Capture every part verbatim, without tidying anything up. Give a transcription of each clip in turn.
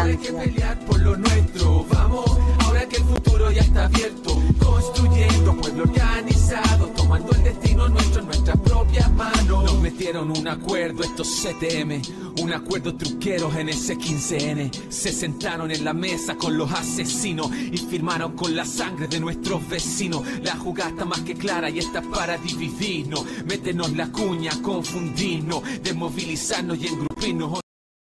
Hay que pelear por lo nuestro, vamos, ahora que el futuro ya está abierto, construyendo pueblo organizado, tomando el destino nuestro en nuestras propias manos. Nos metieron un acuerdo estos C T M, un acuerdo truqueros en ese quince ene. Se sentaron en la mesa con los asesinos y firmaron con la sangre de nuestros vecinos. La jugada está más que clara y está para dividirnos, meternos la cuña, confundirnos, desmovilizarnos y engrupirnos.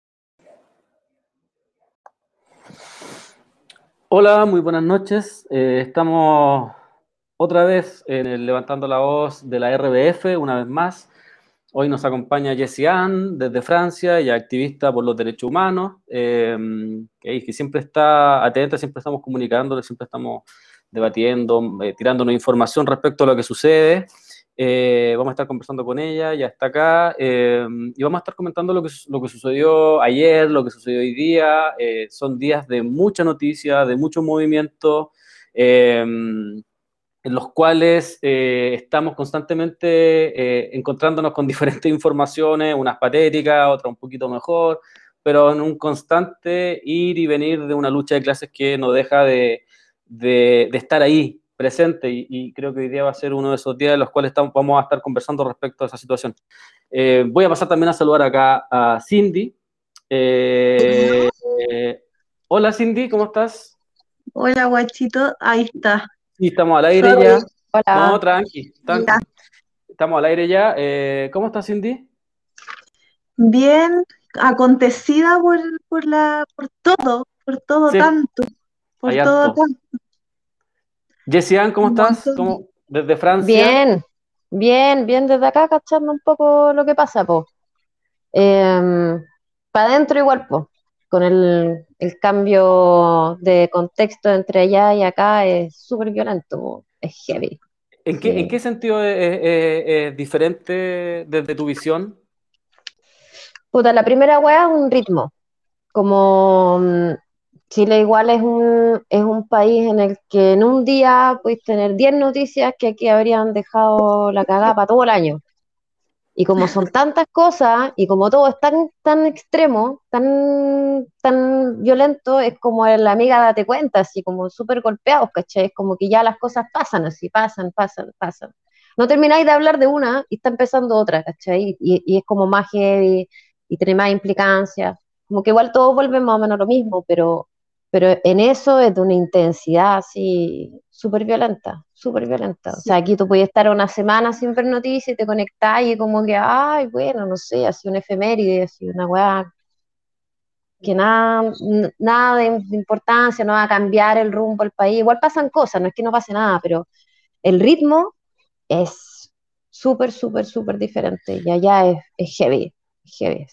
Hola, muy buenas noches. Eh, estamos otra vez en el Levantando la Voz de la R B F, una vez más. Hoy nos acompaña Jessie Ann desde Francia, ella activista por los derechos humanos, eh, que, que siempre está atenta, siempre estamos comunicando, siempre estamos debatiendo, eh, tirándonos información respecto a lo que sucede. Eh, vamos a estar conversando con ella, ya está acá, eh, y vamos a estar comentando lo que, lo que sucedió ayer, lo que sucedió hoy día. Eh, son días de mucha noticia, de mucho movimiento, eh, en los cuales eh, estamos constantemente eh, encontrándonos con diferentes informaciones, unas patéticas, otras un poquito mejor, pero en un constante ir y venir de una lucha de clases que no deja de, de, de estar ahí, presente, y, y creo que hoy día va a ser uno de esos días en los cuales estamos, vamos a estar conversando respecto a esa situación. Eh, voy a pasar también a saludar acá a Cindy. Eh, eh, hola Cindy, ¿cómo estás? Hola, guachito, ahí está. Sí, estamos al aire Sorry. ya. Hola. No, tranqui, tranqui. Ya. Estamos al aire ya. Eh, ¿cómo estás, Cindy? Bien, acontecida por, por la, por todo, por todo Sí, tanto, por hay todo harto. tanto. Jessie Ann, ¿cómo Un estás? montón. ¿Cómo? Desde Francia. Bien, bien, bien desde acá cachando un poco lo que pasa, po. Eh, para adentro igual, po. Con el, el cambio de contexto entre allá y acá es súper violento, po. Es heavy. ¿En qué, ¿En Sí. qué sentido es, es- es diferente desde tu visión? Puta, la primera weá es un ritmo. Como mm, Chile igual es un, es un país en el que en un día puedes tener diez noticias que aquí habrían dejado la cagada para todo el año. Y como son tantas cosas y como todo es tan, tan extremo, tan, tan violento, es como la amiga date cuenta, así como súper golpeados, ¿cachai? Es como que ya las cosas pasan así, pasan, pasan, pasan. No termináis de hablar de una y está empezando otra, ¿cachai? Y, y es como más heavy y tiene más implicancia. Como que igual todo vuelve más o menos lo mismo, pero, pero en eso es de una intensidad así súper violenta, súper violenta. O sea, aquí tú puedes estar una semana sin ver noticias y te conectás y como que, ay, bueno, no sé, así una efeméride, así una weá que nada, n- nada de, de importancia, no va a cambiar el rumbo del país. Igual pasan cosas, no es que no pase nada, pero el ritmo es súper, súper, súper diferente y allá es, es heavy, es heavy.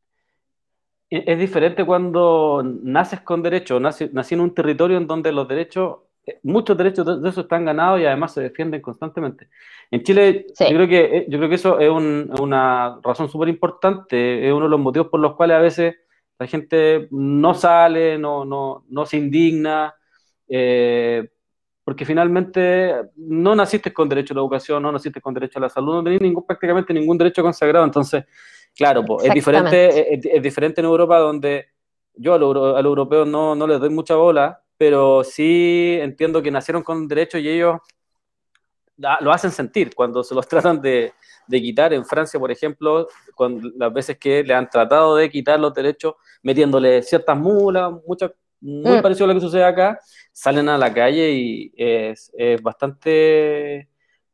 Es es diferente cuando naces con derechos, nací, nací en un territorio en donde los derechos, eh, muchos derechos de, de esos están ganados y además se defienden constantemente. En Chile, Sí, yo creo que, eh, yo creo que eso es un- una razón súper importante, es uno de los motivos por los cuales a veces la gente no sale, no, no, no se indigna, eh, porque finalmente no naciste con derecho a la educación, no naciste con derecho a la salud, no tenés ningún, prácticamente ningún derecho consagrado. Entonces, claro, po, es exactamente. diferente, es, es diferente en Europa, donde yo a, lo- a los europeos no, no les doy mucha bola, pero sí entiendo que nacieron con derechos y ellos da- lo hacen sentir cuando se los tratan de, de quitar. En Francia, por ejemplo, cuando, las veces que le han tratado de quitar los derechos, metiéndole ciertas mulas, muchas, muy Mm, parecido a lo que sucede acá, salen a la calle y es, es bastante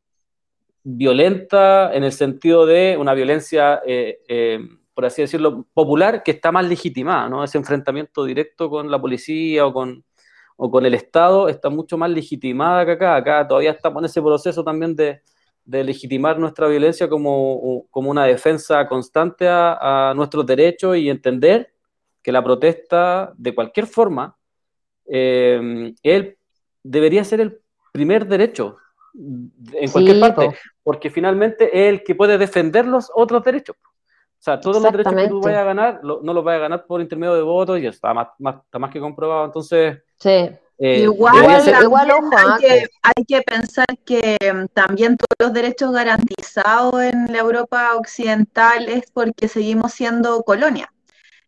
violenta en el sentido de una violencia, eh, eh, por así decirlo, popular, que está más legitimada, ¿no? Ese enfrentamiento directo con la policía o con, o con el Estado está mucho más legitimada que acá. Acá todavía estamos en ese proceso también de, de legitimar nuestra violencia como, como una defensa constante a, a nuestros derechos y entender que la protesta, de cualquier forma, eh, él debería ser el primer derecho en cualquier sí, parte, po, porque finalmente es el que puede defender los otros derechos. O sea, todos los derechos que tú exactamente. vayas a ganar, lo, no los vayas a ganar por intermedio de votos, y eso está más, más, está más que comprobado. Entonces, Sí. eh, Igual debería Igual, ser... igual, también ojo, hay ah, que, que hay que pensar que mm, también todos los derechos garantizados en la Europa occidental es porque seguimos siendo colonia.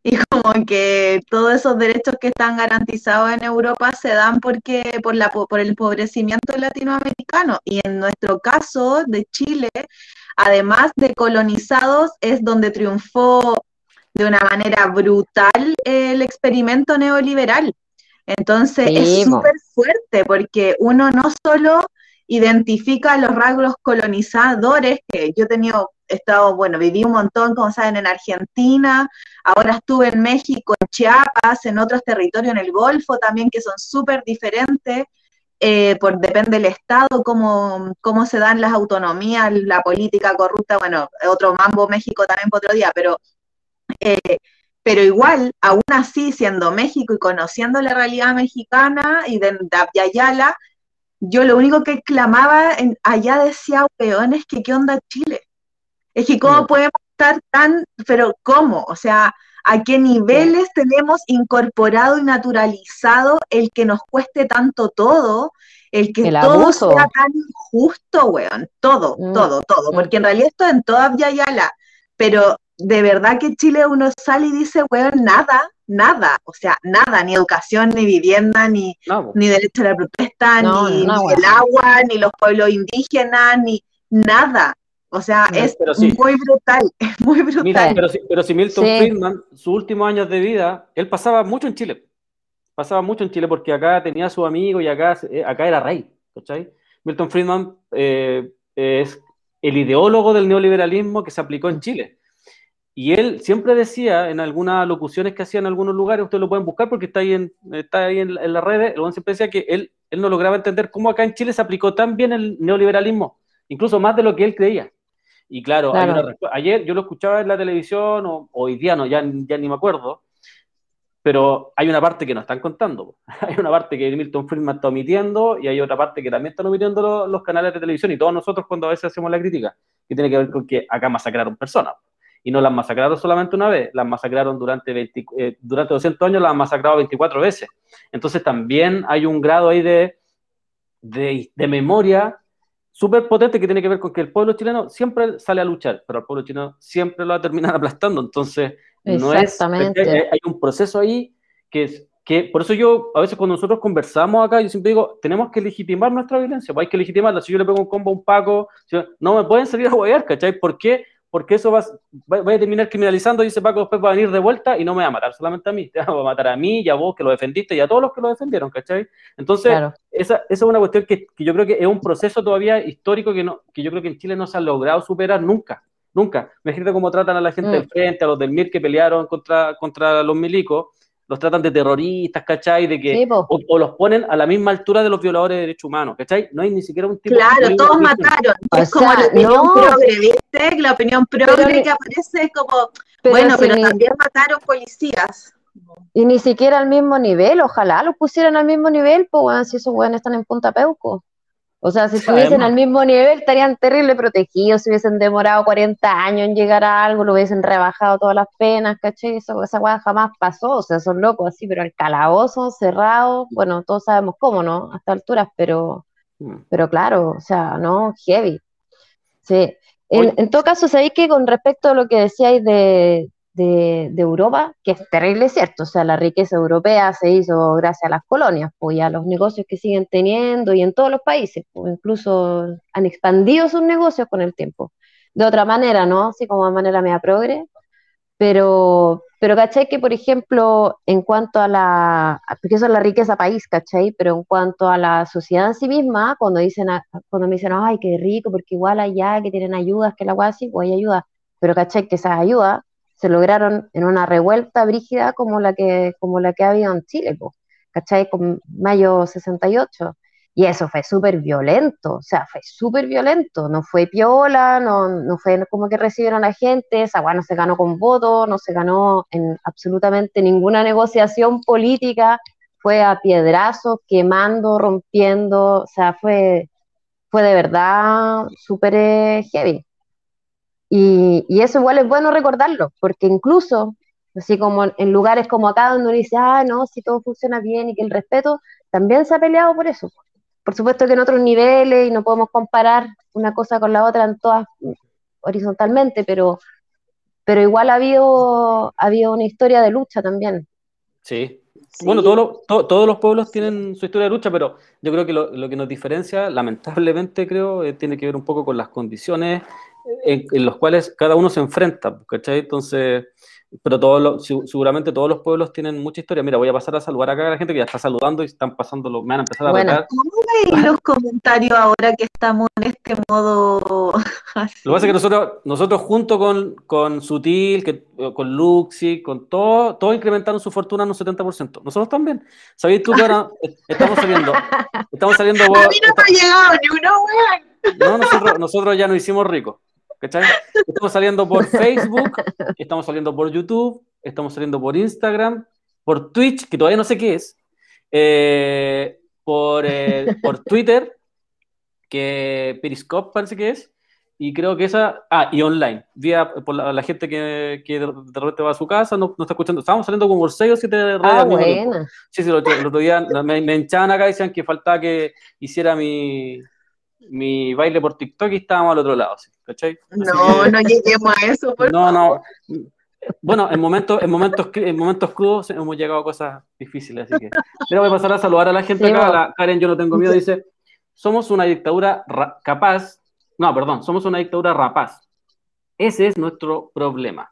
Y como que todos esos derechos que están garantizados en Europa se dan porque por, la, por el empobrecimiento latinoamericano. Y en nuestro caso de Chile, además de colonizados, es donde triunfó de una manera brutal el experimento neoliberal. Entonces es Sí, po. súper fuerte porque uno no solo identifica los rasgos colonizadores, que yo he tenido, he estado, bueno, viví un montón, como saben, en Argentina, ahora estuve en México, en Chiapas, en otros territorios en el Golfo también, que son súper diferentes, eh, por, depende del Estado, cómo, cómo se dan las autonomías, la política corrupta, bueno, otro mambo México también por otro día, pero eh, pero igual, aún así, siendo México y conociendo la realidad mexicana y de, de Ayala, yo lo único que clamaba en, allá decía, weón, es que qué onda Chile. Es que cómo Mm. podemos estar tan, pero ¿cómo? O sea, ¿a qué niveles tenemos incorporado y naturalizado el que nos cueste tanto todo? El que El todo sea abuso. tan injusto, weón. Todo, Mm, todo, todo. mm. Porque en realidad esto en toda Yala, pero de verdad que Chile uno sale y dice, weón, nada, nada. O sea, nada, ni educación, ni vivienda, ni, No, po. ni derecho a la protesta, No, ni, no, ni weá. el agua, ni los pueblos indígenas, ni nada. O sea, Mm. Pero, es pero sí, muy brutal, es muy Mil- brutal. pero, si- pero si Milton Sí, Friedman, sus últimos años de vida, él pasaba mucho en Chile. Pasaba mucho en Chile porque acá tenía a sus amigos y acá, eh, acá era rey, ¿cachai? Milton Friedman eh, es el ideólogo del neoliberalismo que se aplicó en Chile. Y él siempre decía en algunas locuciones que hacía en algunos lugares, ustedes lo pueden buscar porque está ahí en, está ahí en, en las redes, el siempre decía que él, él no lograba entender cómo acá en Chile se aplicó tan bien el neoliberalismo, incluso más de lo que él creía. Y claro, hay una claro. respuesta. Ayer yo lo escuchaba en la televisión, o hoy día no, ya, ya ni me acuerdo, pero hay una parte que no están contando. Hay una parte que Milton Friedman está omitiendo y hay otra parte que también están omitiendo los, los canales de televisión y todos nosotros cuando a veces hacemos la crítica, que tiene que ver con que acá masacraron personas. Y no las masacraron solamente una vez, las masacraron durante, veinte, eh, durante doscientos años, las han masacrado veinticuatro veces. Entonces también hay un grado ahí de, de, de memoria súper potente que tiene que ver con que el pueblo chileno siempre sale a luchar, pero el pueblo chileno siempre lo va a terminar aplastando. Entonces, no es, Exactamente. hay un proceso ahí que es, que por eso yo, a veces cuando nosotros conversamos acá, yo siempre digo, tenemos que legitimar nuestra violencia, pues hay que legitimarla. Si yo le pego un combo a un Paco, no me pueden salir a huevear, ¿cachai? ¿Por qué? Porque eso va, va, va a terminar criminalizando y ese Paco después va a venir de vuelta y no me va a matar solamente a mí, te va a matar a mí y a vos que lo defendiste y a todos los que lo defendieron, ¿cachai? Entonces, Claro. esa, esa es una cuestión que, que yo creo que es un proceso todavía histórico que, no, que yo creo que en Chile no se ha logrado superar nunca, nunca. Imagínate cómo tratan a la gente Mm. del frente, a los del M I R que pelearon contra, contra los milicos, los tratan de terroristas, ¿cachai? De que, Sí, po. o, o, los ponen a la misma altura de los violadores de derechos humanos, ¿cachai? No hay ni siquiera un tipo Claro, de todos mataron. O Es como sea, la opinión no, progre, ¿viste? La opinión pero, progre ni- que aparece es como, pero bueno, si pero ni, también mataron policías. y ni siquiera al mismo nivel, ojalá los pusieran al mismo nivel, pues weón, si esos weones están en Punta Peuco. O sea, si estuviesen Además, al mismo nivel, estarían terrible protegidos, si hubiesen demorado cuarenta años en llegar a algo, lo hubiesen rebajado todas las penas, ¿cachai? Eso, esa weá jamás pasó, o sea, son locos así, pero al calabozo, cerrado, bueno, todos sabemos cómo, ¿no? A estas alturas, pero, pero claro, o sea, no, heavy. Sí. En, hoy, en todo caso, sabéis que con respecto a lo que decíais de, de, de Europa, que es terrible, ¿cierto? O sea, la riqueza europea se hizo gracias a las colonias, pues, y a los negocios que siguen teniendo y en todos los países, pues, incluso han expandido sus negocios con el tiempo. De otra manera, ¿no? Así como de manera media progre, pero, pero ¿cachai? Que, por ejemplo, en cuanto a la, porque eso es la riqueza país, ¿cachai? Pero en cuanto a la sociedad en sí misma, cuando dicen, a- cuando me dicen, ay, qué rico, porque igual allá que tienen ayudas, que la guay así, pues hay ayudas, pero ¿cachai? Que esas ayudas se lograron en una revuelta brígida como la que, como la que ha habido en Chile, pues, ¿cachai? Con mayo sesenta y ocho. Y eso fue súper violento, o sea, fue súper violento, no fue piola, no, no fue como que recibieron a la gente, esa weá no se ganó con votos, no se ganó en absolutamente ninguna negociación política, fue a piedrazos, quemando, rompiendo, o sea, fue, fue de verdad súper eh, heavy. Y, y eso igual es bueno recordarlo, porque incluso, así como en lugares como acá donde uno dice, ah, no, si todo funciona bien y que el respeto, también se ha peleado por eso. Por supuesto que en otros niveles y no podemos comparar una cosa con la otra en todas horizontalmente, pero, pero igual ha habido, ha habido una historia de lucha también. Sí. Sí. Bueno, todos los, to- todos los pueblos tienen su historia de lucha, pero yo creo que lo, lo que nos diferencia, lamentablemente creo, eh, tiene que ver un poco con las condiciones en, en las cuales cada uno se enfrenta, ¿cachai? Entonces, pero todos los- su- seguramente todos los pueblos tienen mucha historia. Mira, voy a pasar a saludar acá a la gente que ya está saludando y están pasando, me van a empezar a Buena. retar. ¿Cómo veis los comentarios ahora que estamos en este modo así? Lo que pasa es que nosotros, nosotros junto con, con Sutil, que, con Luxi, con todo, todos incrementaron su fortuna en un setenta por ciento. Nosotros también. ¿Sabéis tú que ahora estamos saliendo? Estamos saliendo A por, mí no me ha llegado ni una weón. no, nosotros, nosotros ya nos hicimos ricos. ¿Cachai? Estamos saliendo por Facebook, estamos saliendo por YouTube, estamos saliendo por Instagram, por Twitch, que todavía no sé qué es, eh, por, eh, por Twitter, que Periscope parece que es, y creo que esa, ah, y online, vía por la, la gente que, que de de repente va a su casa, no, no está escuchando, estábamos saliendo como por seis o siete redes Ah, al mismo tiempo. buena. Sí, sí, el otro, el otro día me, me hinchaban acá y decían que faltaba que hiciera mi, mi baile por TikTok y estábamos al otro lado, ¿sí? ¿Cachai? Así No, que, no lleguemos a eso, por no, favor. no. Bueno, en momentos, en momentos, cri- en momentos crudos hemos llegado a cosas difíciles, así que. Mira, voy a pasar a saludar a la gente Sí, acá. vos. La Karen, yo no tengo miedo, dice: somos una dictadura ra- capaz. No, perdón, somos una dictadura rapaz. Ese es nuestro problema.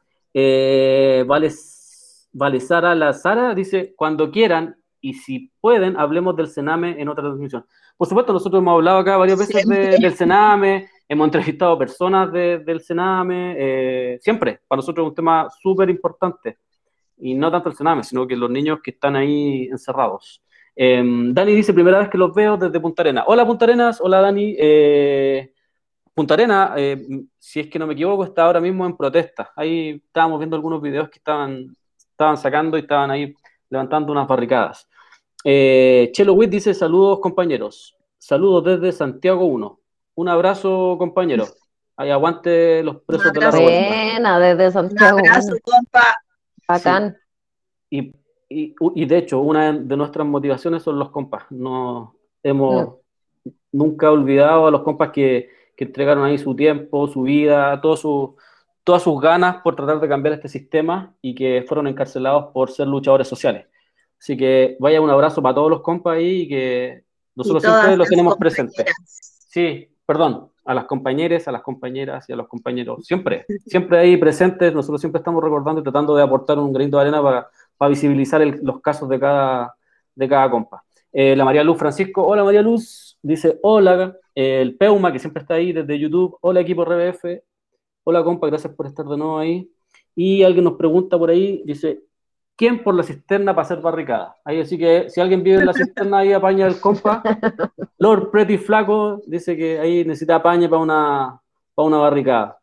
Eh, vale, vale Sara la Sara dice: cuando quieran y si pueden, hablemos del Sename en otra transmisión. Por supuesto, nosotros hemos hablado acá varias veces de- Siempre. del Sename, hemos entrevistado personas de- del Sename, eh, siempre. Para nosotros es un tema súper importante. Y no tanto el Sename, sino que los niños que están ahí encerrados. Eh, Dani dice: primera vez que los veo desde Punta Arenas. Hola Punta Arenas, hola Dani. Eh, Punta Arenas, eh, si es que no me equivoco, está ahora mismo en protesta. Ahí estábamos viendo algunos videos que estaban, estaban sacando y estaban ahí levantando unas barricadas. Eh, Chelo Witt dice: saludos compañeros. Saludos desde Santiago uno. Un abrazo compañero. Ahí aguante los Un presos de la abrazo. revuelta. Buena, desde Un Santiago. abrazo, Buena. compa. Bacán. Sí. Y, y, y de hecho, una de nuestras motivaciones son los compas. No hemos Mm. nunca olvidado a los compas que, que entregaron ahí su tiempo, su vida, todo su, todas sus ganas por tratar de cambiar este sistema y que fueron encarcelados por ser luchadores sociales. Así que vaya un abrazo para todos los compas ahí y que nosotros Y todas siempre los las tenemos presentes. compañeras. Sí, perdón, a las compañeras, a las compañeras y a los compañeros. Siempre, siempre ahí presentes. Nosotros siempre estamos recordando y tratando de aportar un granito de arena para, para visibilizar el- los casos de cada, de cada compa. Eh, la María Luz Francisco, hola María Luz, dice hola. Eh, el Peuma, que siempre está ahí desde YouTube, hola equipo R B F, hola compa, gracias por estar de nuevo ahí. Y alguien nos pregunta por ahí, dice: ¿quién por la cisterna para hacer barricada? Ahí así que si alguien vive en la cisterna ahí apaña el compa. Lord Pretty Flaco dice que ahí necesita apañe para una, para una barricada.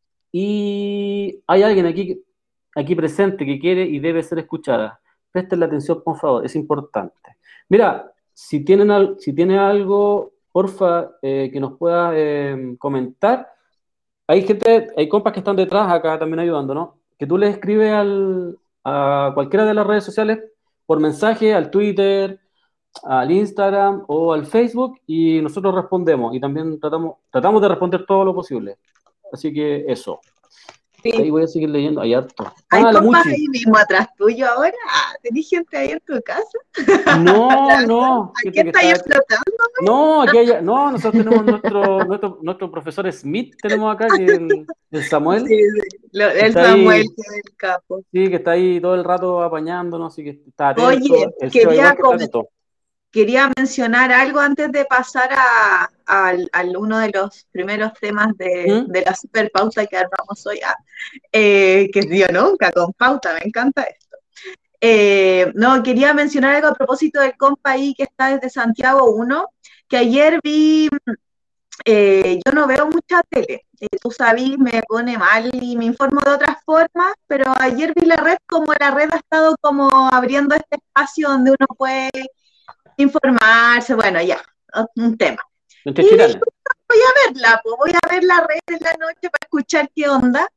Y hay alguien aquí, aquí presente que quiere y debe ser escuchada. Presten la atención, por favor, es importante. Mira, si tienen, al, si tienen algo, porfa, eh, que nos pueda eh, comentar. Hay gente, hay compas que están detrás acá también ayudando, ¿no? Que tú le escribes al, a cualquiera de las redes sociales por mensaje, al Twitter, al Instagram o al Facebook y nosotros respondemos y también tratamos, tratamos de responder todo lo posible. Así que eso. Sí. Ahí voy a seguir leyendo. Hay harto. ¿Hay Ah, la compas Muchi. ahí mismo atrás tuyo ahora? ¿Tenés gente ahí en tu casa? No, no. ¿A Gente quién que está ahí está... explotando? No, aquí hay... no, nosotros tenemos nuestro, nuestro, nuestro profesor Smith, tenemos acá, que el, el Samuel. Sí, sí. Lo- que el está Samuel, ahí, que es el capo. sí, que está ahí todo el rato apañándonos y que está atento. Oye, El Seba quería igual que está comentar. atento. Quería mencionar algo antes de pasar a, al, al uno de los primeros temas de, ¿Mm? de la super pauta que armamos hoy, ah, eh, que es Dio Nunca con pauta, me encanta esto. Eh, no, quería mencionar algo a propósito del compa ahí que está desde Santiago uno, que ayer vi, eh, yo no veo mucha tele, eh, tú sabes, me pone mal y me informo de otras formas, pero ayer vi la red como la red ha estado como abriendo este espacio donde uno puede informarse, bueno, ya, un tema. Entre Y dije, chiranes. voy a verla, pues voy a ver la red en la noche para escuchar qué onda.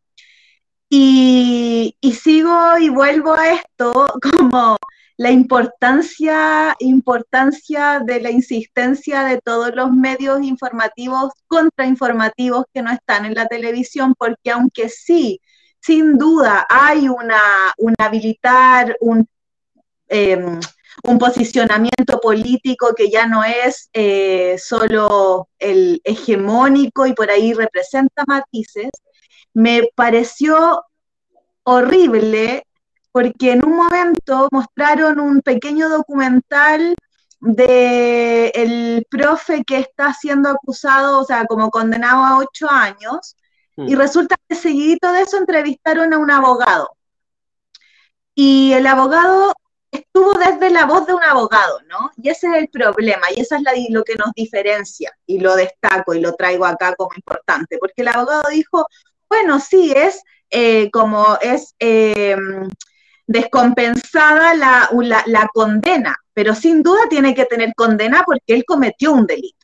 Y, y sigo y vuelvo a esto como la importancia, importancia de la insistencia de todos los medios informativos, contrainformativos que no están en la televisión, porque aunque sí sin duda hay una, un habilitar, un, eh, un posicionamiento político que ya no es eh, solo el hegemónico y por ahí representa matices. Me pareció horrible porque en un momento mostraron un pequeño documental de el profe que está siendo acusado, o sea, como condenado a ocho años, mm. y resulta que seguidito de eso entrevistaron a un abogado. Y el abogado estuvo desde la voz de un abogado, ¿no? Y ese es el problema, y eso es la, lo que nos diferencia, y lo destaco y lo traigo acá como importante, porque el abogado dijo, bueno, sí, es eh, como es eh, descompensada la, la, la condena, pero sin duda tiene que tener condena porque él cometió un delito.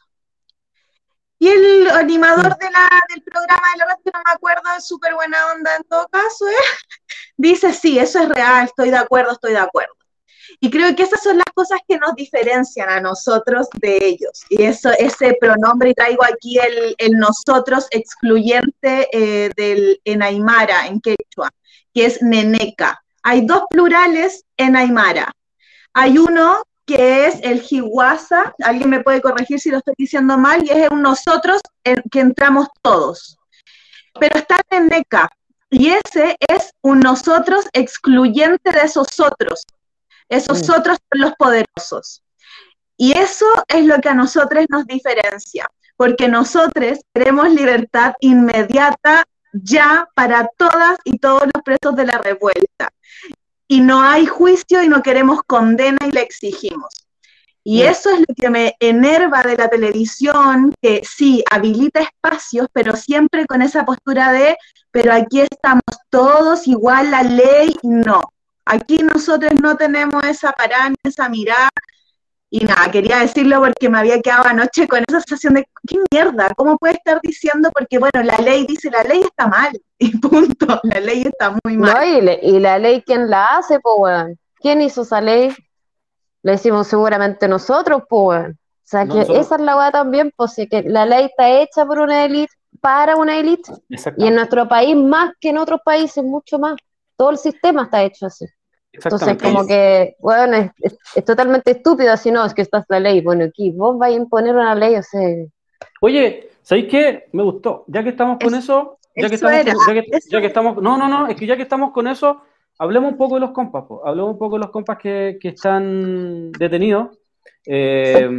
Y el animador de la, del programa de la red, que no me acuerdo, es súper buena onda en todo caso, ¿eh? Dice, sí, eso es real, estoy de acuerdo, estoy de acuerdo. Y creo que esas son las cosas que nos diferencian a nosotros de ellos. Y eso, ese pronombre, y traigo aquí el, el nosotros excluyente eh, del, en Aymara, en Quechua, que es neneca. Hay dos plurales en Aymara. Hay uno que es el jiwasa, alguien me puede corregir si lo estoy diciendo mal, y es un nosotros en que entramos todos. Pero está neneca, y ese es un nosotros excluyente de esos otros. Esos mm. otros son los poderosos. Y eso es lo que a nosotros nos diferencia, porque nosotros queremos libertad inmediata ya para todas y todos los presos de la revuelta. Y no hay juicio y no queremos condena y le exigimos. Y mm. eso es lo que me enerva de la televisión, que sí, habilita espacios, pero siempre con esa postura de, pero aquí estamos todos, igual la ley, no. Aquí nosotros no tenemos esa parada ni esa mirada, y nada, quería decirlo porque me había quedado anoche con esa sensación de, ¿qué mierda? ¿Cómo puede estar diciendo? Porque bueno, la ley dice, la ley está mal, y punto, la ley está muy mal. No, y, le, y la ley, ¿quién la hace, po, weón? ¿Quién hizo esa ley? La hicimos seguramente nosotros, po, weón. O sea, no, que nosotros... esa es la weá también, pues, que la ley está hecha por una élite, para una élite, y en nuestro país más que en otros países, mucho más. Todo el sistema está hecho así. Entonces, como que, bueno, es, es, es totalmente estúpido, así no, es que esta es la ley. Bueno, aquí vos vais a imponer una ley, o sea... Oye, ¿sabéis qué? Me gustó. Ya que estamos con es, eso, ya que estamos, era, con, ya, que, ya que estamos, no, no, no, es que ya que estamos con eso, hablemos un poco de los compas, po. Hablemos un poco de los compas que, que están detenidos. Eh,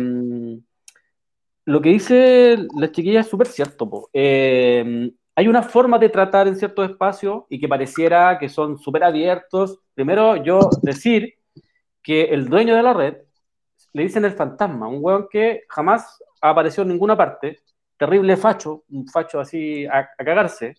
lo que dice la chiquilla es súper cierto, po. Eh, hay una forma de tratar en ciertos espacios y que pareciera que son súper abiertos. Primero, yo decir que el dueño de la red le dicen el fantasma, un hueón que jamás apareció en ninguna parte, terrible facho, un facho así a, a cagarse,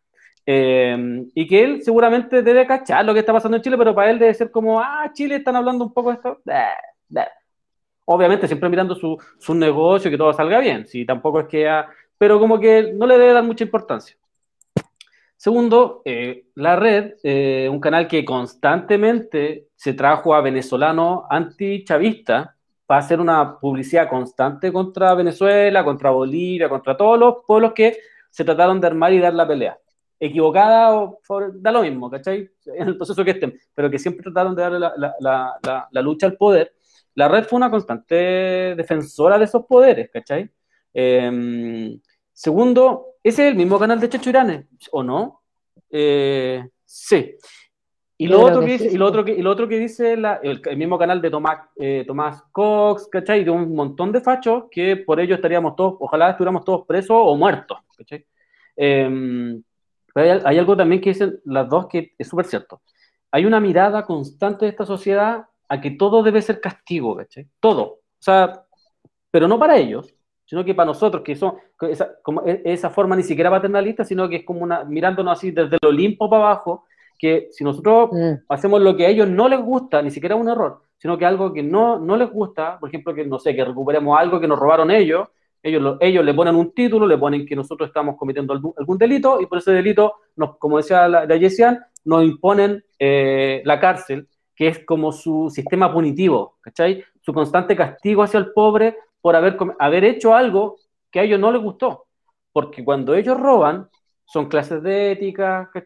eh, y que él seguramente debe cachar lo que está pasando en Chile, pero para él debe ser como, ah, Chile están hablando un poco de esto. Bah, bah. Obviamente siempre mirando su, su negocio, que todo salga bien, si tampoco es que... Ah, pero como que no le debe dar mucha importancia. Segundo, eh, la red, eh, un canal que constantemente se trajo a venezolanos antichavistas para hacer una publicidad constante contra Venezuela, contra Bolivia, contra todos los pueblos que se trataron de armar y dar la pelea. Equivocada o for, da lo mismo, ¿cachai? En el proceso que estén, pero que siempre trataron de darle la, la, la, la, la lucha al poder. La red fue una constante defensora de esos poderes, ¿cachai? Eh, segundo, ese es el mismo canal de Checho Iranes, ¿o no? Eh, sí. Y lo, otro que que dice, sí, y, lo otro que, y lo otro que dice la, el, el mismo canal de Tomás, eh, Tomás Cox, ¿cachai? De un montón de fachos que por ello estaríamos todos, ojalá estuviéramos todos presos o muertos, ¿cachai? Eh, pero hay, hay algo también que dicen las dos que es súper cierto. Hay una mirada constante de esta sociedad a que todo debe ser castigo, ¿cachai? Todo. O sea, pero no para ellos, sino que para nosotros, que son esa, como esa forma ni siquiera paternalista, sino que es como una, mirándonos así desde el Olimpo para abajo, que si nosotros mm. hacemos lo que a ellos no les gusta, ni siquiera un error, sino que algo que no, no les gusta, por ejemplo, que no sé, que recuperemos algo que nos robaron ellos, ellos, lo, ellos le ponen un título, le ponen que nosotros estamos cometiendo algún, algún delito, y por ese delito, nos, como decía la, la Yesian, nos imponen eh, la cárcel, que es como su sistema punitivo, ¿cachai? Su constante castigo hacia el pobre por haber, haber hecho algo que a ellos no les gustó. Porque cuando ellos roban, son clases de ética, ¿cachai?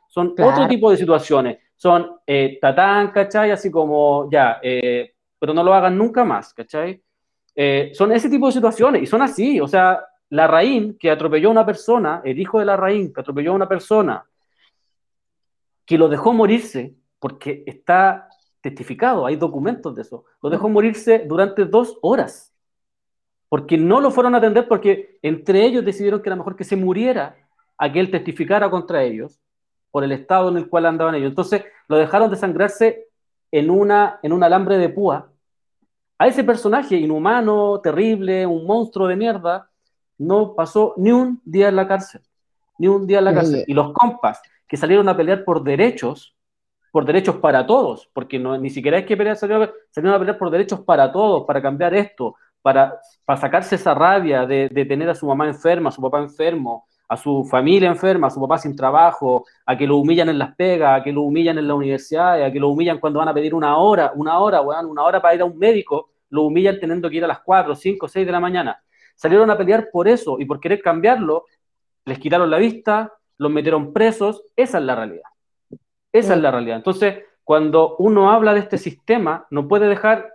son Claro. otro tipo de situaciones, son eh, tatán, ¿cachai? Así como, ya, eh, pero no lo hagan nunca más, ¿cachai? Eh, son ese tipo de situaciones, y son así, o sea, Larraín, que atropelló a una persona, el hijo de Larraín, que atropelló a una persona, que lo dejó morirse, porque está testificado, hay documentos de eso, lo dejó morirse durante dos horas, porque no lo fueron a atender, porque entre ellos decidieron que era mejor que se muriera a que él testificara contra ellos, por el estado en el cual andaban ellos. Entonces lo dejaron desangrarse en, una, en un alambre de púa. A ese personaje inhumano, terrible, un monstruo de mierda, no pasó ni un día en la cárcel, ni un día en la cárcel. Y los compas que salieron a pelear por derechos, por derechos para todos, porque no, ni siquiera es que pelear, salieron, salieron a pelear por derechos para todos, para cambiar esto, para, para sacarse esa rabia de, de tener a su mamá enferma, a su papá enfermo, a su familia enferma, a su papá sin trabajo, a que lo humillan en las pegas, a que lo humillan en la universidad, a que lo humillan cuando van a pedir una hora, una hora, weón, una hora para ir a un médico, lo humillan teniendo que ir a las cuatro, cinco, seis de la mañana. Salieron a pelear por eso, y por querer cambiarlo, les quitaron la vista, los metieron presos. Esa es la realidad. Esa sí. es la realidad. Entonces, cuando uno habla de este sistema, no puede dejar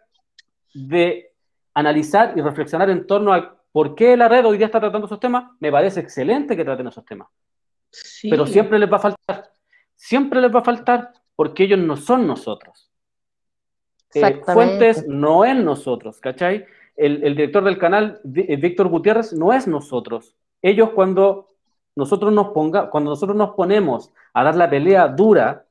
de analizar y reflexionar en torno a por qué la red hoy día está tratando esos temas. Me parece excelente que traten esos temas. Sí. Pero siempre les va a faltar. Siempre les va a faltar porque ellos no son nosotros. Eh, Fuentes no es nosotros, ¿cachai? El, el director del canal, Víctor Gutiérrez, no es nosotros. Ellos cuando nosotros nos ponga, cuando nosotros nos ponemos a dar la pelea dura,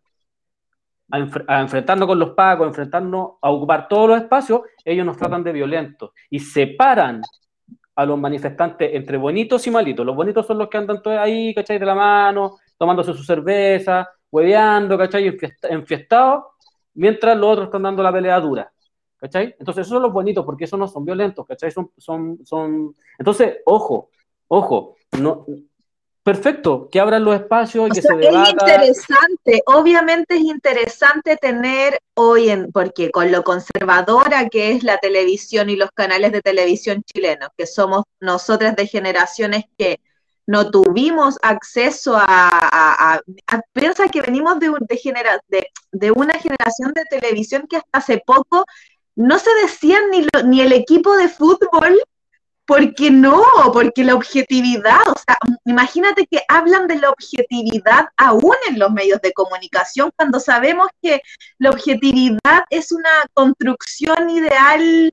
a, enf a enfrentarnos con los pacos, a enfrentarnos a ocupar todos los espacios, ellos nos tratan de violentos y separan a los manifestantes entre bonitos y malitos. Los bonitos son los que andan todos ahí, ¿cachai? De la mano, tomándose su cerveza, hueveando, ¿cachai? Enfiest enfiestados, mientras los otros están dando la pelea dura, ¿cachai? Entonces esos son los bonitos, porque esos no son violentos, ¿cachai? Son, son, son... Entonces, ojo, ojo, no... Perfecto, que abran los espacios y que se debata. Es interesante, obviamente es interesante tener hoy en, porque con lo conservadora que es la televisión y los canales de televisión chilenos, que somos nosotras de generaciones que no tuvimos acceso a, a, a, a piensa que venimos de, de, genera, de, de una generación de televisión que hasta hace poco no se decían ni, lo, ni el equipo de fútbol. Porque no, porque la objetividad, o sea, imagínate que hablan de la objetividad aún en los medios de comunicación, cuando sabemos que la objetividad es una construcción ideal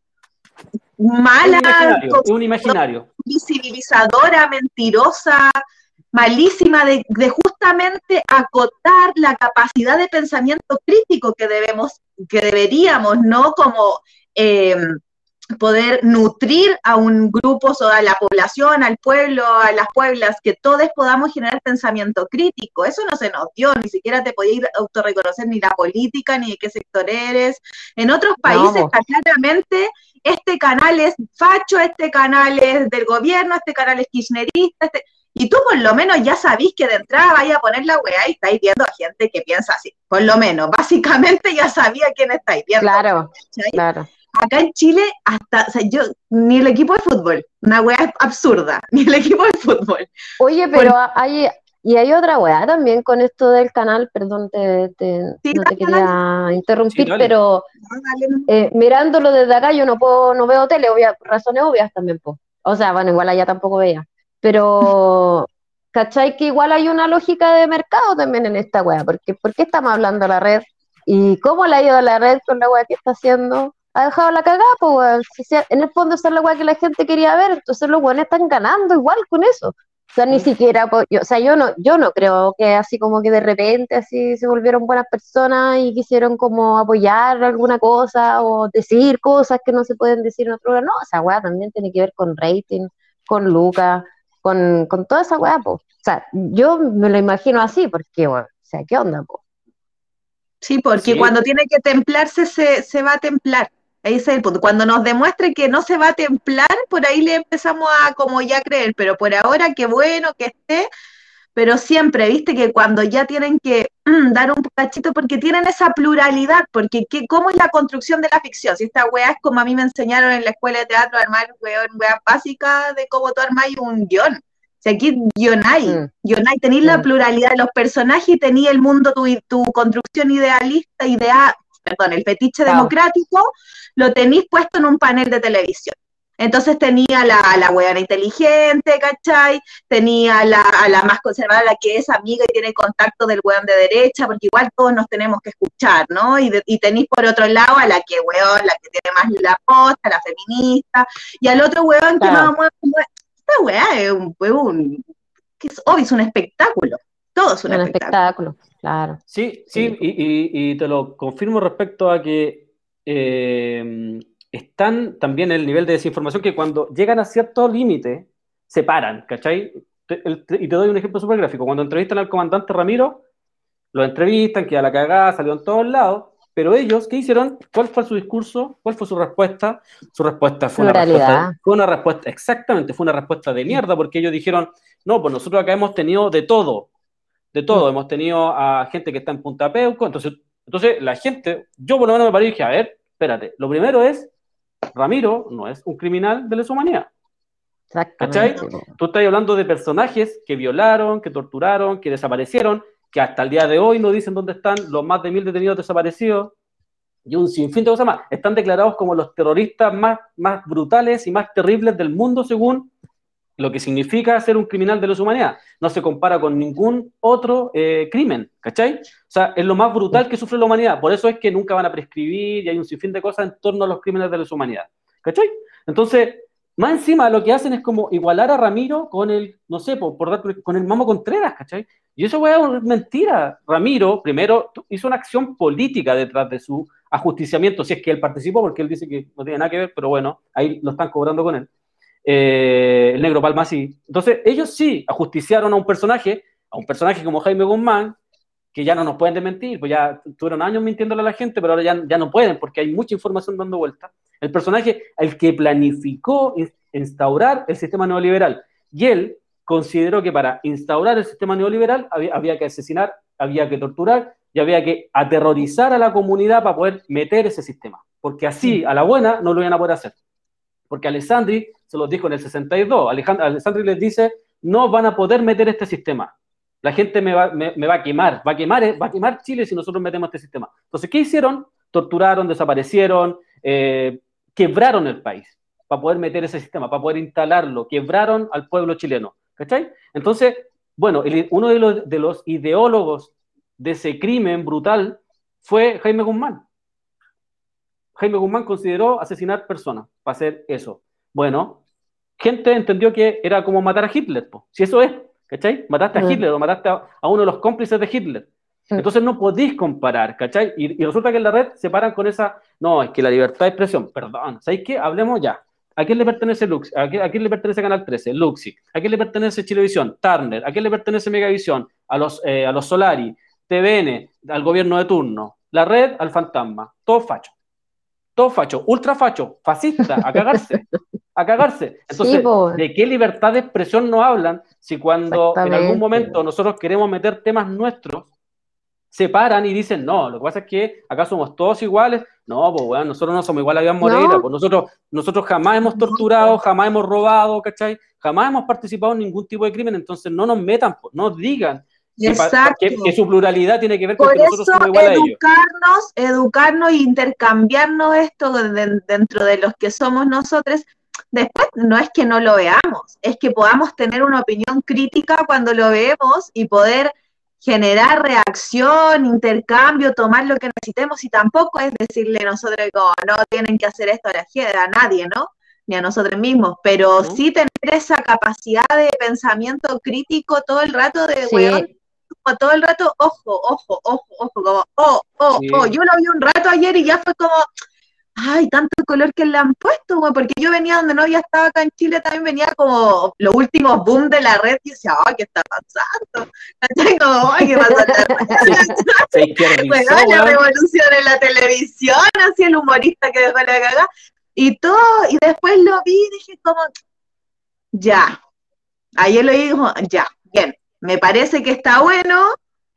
mala, un imaginario, un imaginario. visibilizadora, mentirosa, malísima, de, de justamente acotar la capacidad de pensamiento crítico que debemos, que deberíamos, ¿no? Como... Eh, poder nutrir a un grupo, o a la población, al pueblo, a las pueblas, que todos podamos generar pensamiento crítico. Eso no se nos dio, ni siquiera te podías autorreconocer ni la política, ni de qué sector eres. En otros países, no. claramente, este canal es facho, este canal es del gobierno, este canal es kirchnerista, este... y tú por lo menos ya sabís que de entrada vais a poner la weá y estáis viendo a gente que piensa así. Por lo menos, básicamente ya sabía quién estáis viendo. Claro, ¿sí? Claro. Acá en Chile, hasta, o sea, yo, ni el equipo de fútbol, una weá absurda, ni el equipo de fútbol. Oye, pero Por... hay, y hay otra weá también con esto del canal, perdón, te, te, sí, no te quería dale. interrumpir, sí, pero eh, mirándolo desde acá yo no puedo, no veo tele, obvia, razones obvias también, po. O sea, bueno, igual allá tampoco veía, pero... ¿Cachai? Que igual hay una lógica de mercado también en esta weá, porque ¿por qué estamos hablando de la red? ¿Y cómo le ha ido a la red con la weá que está haciendo? Ha dejado la cagada, pues, weón. Si sea, en el fondo esa es la weá que la gente quería ver, entonces los weones están ganando igual con eso. O sea, ni sí. siquiera, pues, yo, o sea, yo no, yo no creo que así como que de repente así se volvieron buenas personas y quisieron como apoyar alguna cosa o decir cosas que no se pueden decir en otro lugar. No, esa weá también tiene que ver con rating, con lucas, con, con toda esa weá, pues. O sea, yo me lo imagino así, porque, weón, o sea, ¿qué onda, pues? Sí, porque sí. cuando tiene que templarse, se, se va a templar. Ahí es el punto. Cuando nos demuestre que no se va a templar, por ahí le empezamos a como ya creer, pero por ahora, qué bueno que esté, pero siempre, viste, que cuando ya tienen que mm, dar un cachito, porque tienen esa pluralidad, porque ¿qué, ¿cómo es la construcción de la ficción? Si esta weá es como a mí me enseñaron en la escuela de teatro, armar weón, weá básica de cómo tú armáis un guión. Si aquí guionáis, Mm. guionáis, tenéis la Mm. pluralidad de los personajes y tenéis el mundo, tu, tu construcción idealista, idea, perdón, el fetiche Claro. democrático, lo tenéis puesto en un panel de televisión. Entonces tenía la, la huevona inteligente, ¿cachai? Tenía la, a la más conservadora, la que es amiga y tiene contacto del hueón de derecha, porque igual todos nos tenemos que escuchar, ¿no? Y, de, y tenéis por otro lado a la que, hueón, la que tiene más la posta, la feminista, y al otro hueón que Claro. no mueve, esta weá es un, es un, que es obvio, es un espectáculo, todo es un, Un espectáculo. espectáculo, claro. Sí, sí, y, y- y te lo confirmo respecto a que eh, están también el nivel de desinformación que cuando llegan a cierto límite se paran, ¿cachai? Te- el- te- y te doy un ejemplo súper gráfico. Cuando entrevistan al comandante Ramiro, lo entrevistan, queda la cagada, salió en todos lados, pero ellos, ¿qué hicieron? ¿Cuál fue su discurso? ¿Cuál fue su respuesta? Su respuesta fue una Pluralidad. respuesta, fue una respuesta, exactamente, fue una respuesta de mierda, porque ellos dijeron, no, pues nosotros acá hemos tenido de todo, de todo, hemos tenido a gente que está en Punta Peuco, entonces, entonces la gente, yo por lo menos me paré y dije, a ver, espérate, lo primero es, Ramiro no es un criminal de lesa humanidad, ¿cachai? Exactamente. po. Tú estás hablando de personajes que violaron, que torturaron, que desaparecieron, que hasta el día de hoy no dicen dónde están los más de mil detenidos desaparecidos, y un sinfín de cosas más. Están declarados como los terroristas más, más brutales y más terribles del mundo según lo que significa ser un criminal de lesa humanidad. No se compara con ningún otro eh, crimen, ¿cachai? O sea, es lo más brutal que sufre la humanidad. Por eso es que nunca van a prescribir y hay un sinfín de cosas en torno a los crímenes de lesa humanidad, ¿cachai? Entonces, más encima lo que hacen es como igualar a Ramiro con el, no sé, por, por dar, con el Mamo Contreras, ¿cachai? Y eso es mentira. Ramiro, primero, hizo una acción política detrás de su ajusticiamiento, si es que él participó, porque él dice que no tiene nada que ver, pero bueno, ahí lo están cobrando con él. Eh, el Negro Palma sí. Entonces, ellos sí ajusticiaron a un personaje, a un personaje como Jaime Guzmán, que ya no nos pueden desmentir, pues ya tuvieron años mintiéndole a la gente, pero ahora ya, ya no pueden, porque hay mucha información dando vuelta. El personaje, el que planificó instaurar el sistema neoliberal, y él consideró que para instaurar el sistema neoliberal había, había que asesinar, había que torturar, y había que aterrorizar a la comunidad para poder meter ese sistema, porque así, a la buena, no lo iban a poder hacer. Porque Alessandri se los dijo en el sesenta y dos, Alessandri les dice, no van a poder meter este sistema, la gente me va, me, me va a quemar, va a quemar, va a quemar Chile si nosotros metemos este sistema. Entonces, ¿qué hicieron? Torturaron, desaparecieron, eh, quebraron el país para poder meter ese sistema, para poder instalarlo, quebraron al pueblo chileno, ¿cachai? Entonces, bueno, el, uno de los, de los ideólogos de ese crimen brutal fue Jaime Guzmán. Jaime Guzmán consideró asesinar personas para hacer eso. Bueno, gente entendió que era como matar a Hitler, po. Si eso es, ¿cachai? Mataste a Hitler o mataste a, a uno de los cómplices de Hitler. Entonces no podéis comparar, ¿cachai? Y, y resulta que en la red se paran con esa, no, es que la libertad de expresión, perdón, ¿sabéis qué? Hablemos ya. ¿A quién le pertenece Lux? ¿A quién, a quién le pertenece Canal trece? Luxi. ¿A quién le pertenece Chilevisión? Turner. ¿A quién le pertenece Megavisión? A los, eh, a los Solari, T V N, al gobierno de turno. La red, al fantasma. Todo facho. Todo facho. Ultra facho. Fascista. A cagarse. A cagarse. Entonces, sí, pues. ¿De qué libertad de expresión no hablan si cuando en algún momento nosotros queremos meter temas nuestros, se paran y dicen, no, lo que pasa es que acá somos todos iguales? No, pues bueno, nosotros no somos iguales a Iván Moreira, no. Pues nosotros, nosotros jamás hemos torturado, jamás hemos robado, ¿cachai? Jamás hemos participado en ningún tipo de crimen, entonces no nos metan, pues, no digan que, que, que su pluralidad tiene que ver con Por que nosotros eso, somos iguales a ellos. Educarnos, educarnos e intercambiarnos esto de, dentro de los que somos nosotros. Después no es que no lo veamos, es que podamos tener una opinión crítica cuando lo vemos y poder generar reacción, intercambio, tomar lo que necesitemos, y tampoco es decirle nosotros como no tienen que hacer esto a la gente, a nadie, ¿no? Ni a nosotros mismos, pero ¿no? Sí tener esa capacidad de pensamiento crítico todo el rato de, sí. Weón, todo el rato, ojo, ojo, ojo, ojo, como, oh, oh, sí. oh, yo lo vi un rato ayer y ya fue como, ay, tanto color que le han puesto, güey, porque yo venía donde no, ya estaba acá en Chile, también venía como los últimos boom de la red, y decía, ay, ¿qué está pasando? Como, ay, ¿qué pasa en la red? Bueno, la revolución en la televisión, así el humorista que dejó la cagada, y todo, y después lo vi y dije como, ya, ayer lo dijo, ya, bien, me parece que está bueno,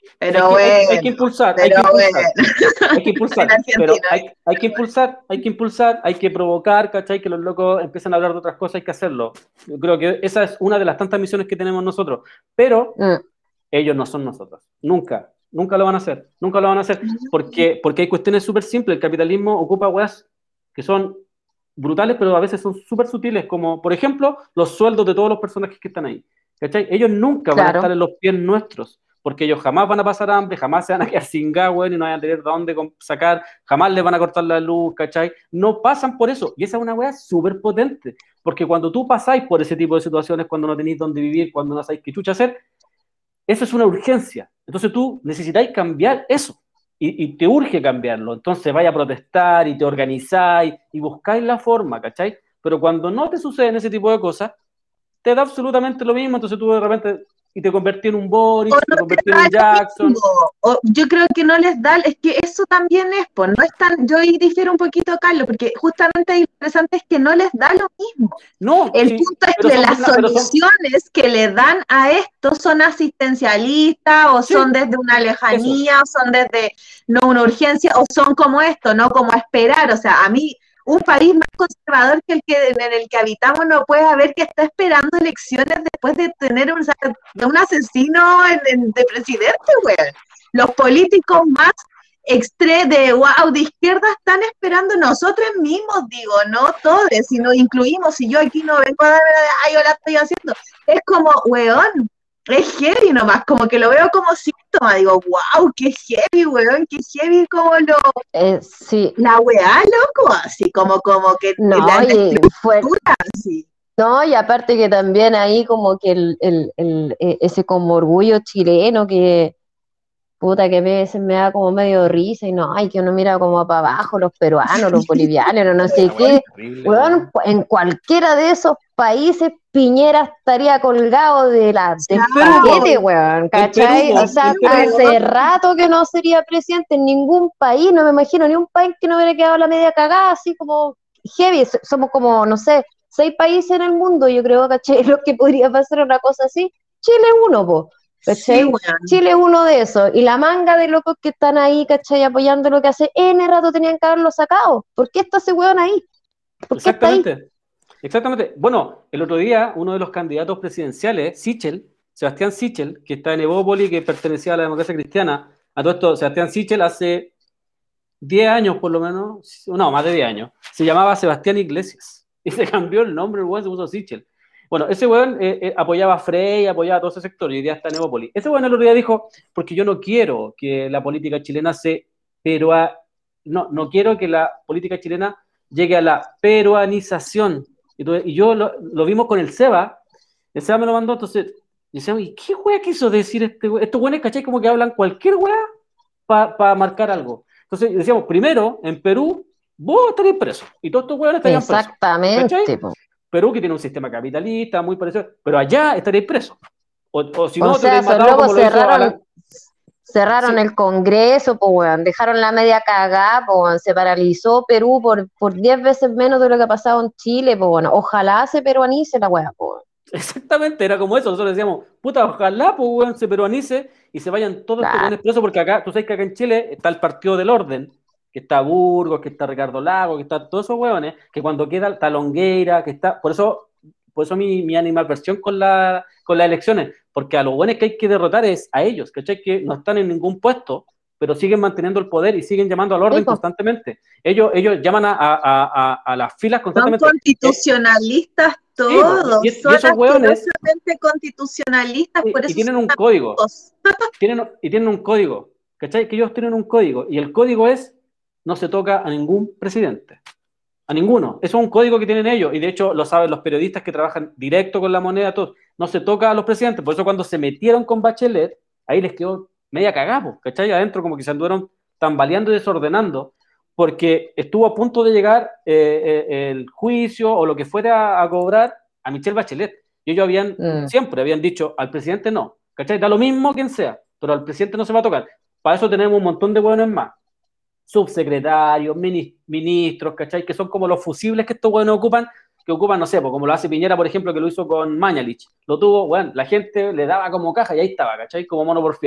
Pero hay, que, hay, bueno, hay que impulsar, pero hay que impulsar, bueno. hay que impulsar, pero hay, hay que impulsar, hay que impulsar, hay que provocar, ¿cachai? Que los locos empiecen a hablar de otras cosas, hay que hacerlo. Yo creo que esa es una de las tantas misiones que tenemos nosotros, pero Mm, ellos no son nosotros, nunca, nunca lo van a hacer, nunca lo van a hacer, porque, porque hay cuestiones súper simples, el capitalismo ocupa weas que son brutales, pero a veces son súper sutiles, como por ejemplo los sueldos de todos los personajes que están ahí, ¿cachai? Ellos nunca van a estar claro. en los pies nuestros, porque ellos jamás van a pasar hambre, jamás se van a quedar sin gas, weón, y no van a tener de dónde sacar, jamás les van a cortar la luz, ¿cachai? No pasan por eso, y esa es una wea súper potente, porque cuando tú pasáis por ese tipo de situaciones, cuando no tenéis dónde vivir, cuando no sabéis qué chucha hacer, eso es una urgencia. Entonces tú necesitáis cambiar eso y, y te urge cambiarlo. Entonces vaya a protestar y te organizáis y buscáis la forma, ¿cachai? Pero cuando no te suceden ese tipo de cosas, te da absolutamente lo mismo. Entonces tú de repente y te convertí en un O Boric, te no te convertí en da un lo Jackson. mismo, o yo creo que no les da, es que eso también es, pues no es tan, yo ahí difiero un poquito, Carlos, porque justamente lo interesante es que no les da lo mismo. No, El sí, punto es pero que son, las pero son, soluciones que le dan a esto son asistencialistas, o sí, son desde una eso. lejanía, o son desde no una urgencia, o son como esto, no como esperar. O sea, a mí, un país más conservador que el que en el que habitamos no puede haber que está esperando elecciones después de tener un, de un asesino en, en, de presidente, weón. Los políticos más extre de wow, de izquierda están esperando nosotros mismos, digo, no todos, si nos incluimos, si yo aquí no vengo a dar, ay, yo la estoy haciendo, es como, weón, es heavy nomás, como que lo veo como síntoma, digo, wow, qué heavy, weón, qué heavy como lo, Eh, sí, la weá, loco, así como, como que no, la y fue, estructura, así. no, y aparte que también ahí como que el, el, el, e- ese como orgullo chileno que, puta, que a veces me da como medio risa y no, ay, que uno mira como para abajo, los peruanos, los bolivianos, no sé La weá qué. es terrible, Weón, weón. en cualquiera de esos países Piñera estaría colgado de la, del En Perú, paquete, po. weón, En Perú, ¿cachai? po. O sea, En Perú. hace rato que no sería presidente en ningún país, no me imagino ni un país que no hubiera quedado la media cagada, así como heavy, so- somos como, no sé, seis países en el mundo, yo creo, ¿cachai? Lo que podría pasar una cosa así, Chile uno, po. Sí, ¿Cachai? weón. Chile es uno de esos. Y la manga de locos que están ahí, ¿cachai? Apoyando lo que hace N rato tenían que haberlo sacado. ¿Por qué está ese weón ahí? ¿Por qué está ahí? Exactamente. Exactamente. Bueno, el otro día uno de los candidatos presidenciales, Sichel, Sebastián Sichel, que está en Evópoli, que pertenecía a la democracia cristiana, a todo esto, Sebastián Sichel hace diez años por lo menos, no, más de diez años, se llamaba Sebastián Iglesias y se cambió el nombre, el weón se puso Sichel. Bueno, ese weón eh, eh, apoyaba a Frey, apoyaba a todo ese sector y hoy día está en Evópoli. Ese weón el otro día dijo, porque yo no quiero que la política chilena se peruanice, no, no quiero que la política chilena llegue a la peruanización. Y, tú- y yo lo, lo vimos con el Seba, el Seba me lo mandó, entonces, decíamos, ¿y qué wea quiso decir este wea? Estos weones, ¿cachai? Como que hablan cualquier wea para pa marcar algo. Entonces decíamos, primero, en Perú, vos estarías preso, y todos estos hueones estarían presos. ¿Cachai? Exactamente, po. Perú, que tiene un sistema capitalista muy parecido, pero allá estaríais presos. O, o si O no, te sea, hubierais esos matado como locos lo hizo a cerraron, la... cerraron Sí, el Congreso, po, weón. Dejaron la media cagada, po, weón. Se paralizó Perú por, por diez veces menos de lo que ha pasado en Chile, po, bueno. Ojalá se peruanice la weá, po, weón. exactamente, era como eso. Nosotros decíamos, puta, ojalá pues, weón, se peruanice y se vayan todos estos Claro. buenos presos, porque acá, tú sabes que acá en Chile está el Partido del Orden, que está Burgos, que está Ricardo Lago, que está todos esos hueones, que cuando queda está Longueira, que está, por eso, por eso mi, mi animadversión con, la, con las elecciones, porque a los buenos que hay que derrotar es a ellos, ¿cachai? Que no están en ningún puesto, pero siguen manteniendo el poder y siguen llamando al Sí, orden po. constantemente. Ellos, ellos llaman a, a, a, a las filas Son constantemente. Eh, constitucionalistas sí, po, todos, y, y son esos hueones asquerosamente constitucionalistas, por y, y eso tienen son un tan código, ricos. tienen, y tienen un código, ¿cachai? Que ellos tienen un código, y el código es, no se toca a ningún presidente, a ninguno. Eso es un código que tienen ellos, y de hecho lo saben los periodistas que trabajan directo con la moneda, todos. No se toca a los presidentes, por eso cuando se metieron con Bachelet, ahí les quedó media cagada, ¿cachai? Adentro como que se anduvieron tambaleando y desordenando, porque estuvo a punto de llegar eh, eh, el juicio o lo que fuera a cobrar a Michelle Bachelet. Y ellos habían, Mm. siempre habían dicho, al presidente no, ¿cachai? Da lo mismo quien sea, pero al presidente no se va a tocar. Para eso tenemos un montón de hueones más, subsecretarios, mini- ministros, ¿cachai? Que son como los fusibles que estos hueones ocupan, que ocupan, no sé, pues, como lo hace Piñera, por ejemplo, que lo hizo con Mañalich. Lo tuvo, bueno, la gente le daba como caja y ahí estaba, ¿cachai? Como mono porfiado.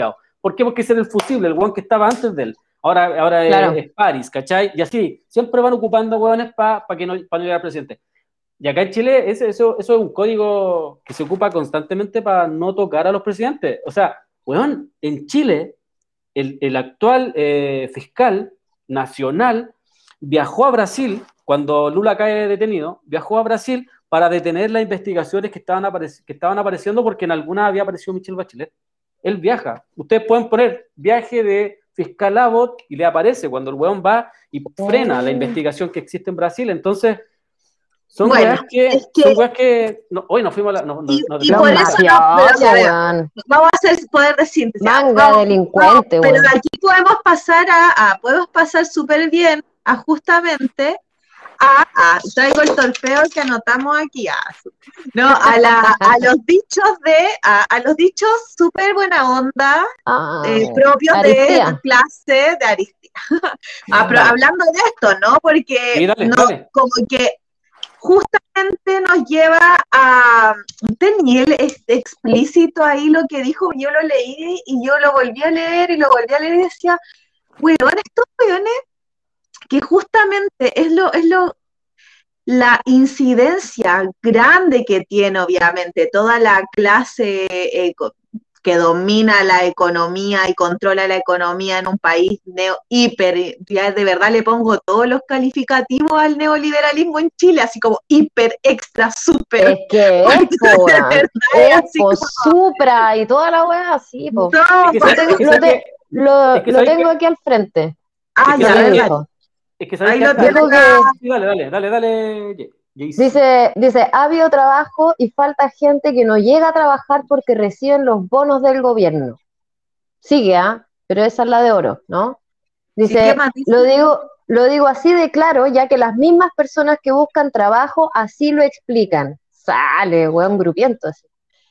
¿Por qué? Porque ese era el fusible, el weón que estaba antes de él. Ahora, ahora Claro. es, es París, ¿cachai? Y así, siempre van ocupando weones para pa que no, pa no llegar al presidente. Y acá en Chile, ese, eso, eso es un código que se ocupa constantemente para no tocar a los presidentes. O sea, weón, en Chile, el, el actual eh, fiscal nacional viajó a Brasil, cuando Lula cae detenido, viajó a Brasil para detener las investigaciones que estaban, apareci que estaban apareciendo, porque en algunas había aparecido Michelle Bachelet. Él viaja. Ustedes pueden poner viaje de fiscal Abbott y le aparece cuando el weón va y frena la investigación que existe en Brasil. Entonces, son Bueno, weas que, es que- son weas que no, hoy nos fuimos a la, no, no, Y- nos y Los por desviamos. eso no, pero ya mafiosos, veo. weón. Vamos a hacer poder de síntesis. Manga Vamos- delincuente, Pero weón. de aquí podemos pasar a, a podemos pasar súper bien a justamente a, a- traigo el torpeo que anotamos aquí, a, no, a, la, a los dichos de, a, a los dichos súper buena onda, Ah, eh, propios de Aristía. clase de Aristía. Ah, pero Dale. hablando de esto, ¿no? Porque Sí, dale, no, dale. como que justamente nos lleva a Daniel es explícito ahí lo que dijo, yo lo leí y yo lo volví a leer y lo volví a leer y decía, weón, estos weones que justamente es lo, es lo, la incidencia grande que tiene obviamente toda la clase eh, que domina la economía y controla la economía en un país neo, hiper, ya de verdad le pongo todos los calificativos al neoliberalismo en Chile, así como hiper, extra, súper. Es que es, po, weón. verdad, Es, así po, como- supra y toda la weá así, po. No, Es que Lo sabes- tengo, es que lo sabes te- que- lo- es que lo sabes tengo que- aquí al frente. ah, es que ya, Lo sabes que que- dijo. es que sabes ahí que lo hasta- tiene Dijo acá. que, Sí, dale, dale, dale, dale, Jay- Jaycee. dice, dice, ha habido trabajo y falta gente que no llega a trabajar porque reciben los bonos del gobierno. Sigue, ¿ah? Pero esa es la de oro, ¿no? Sí, ¿qué Dice, más dice? lo digo, lo digo así de claro, ya que las mismas personas que buscan trabajo así lo explican. Sale, weón, grupiento así.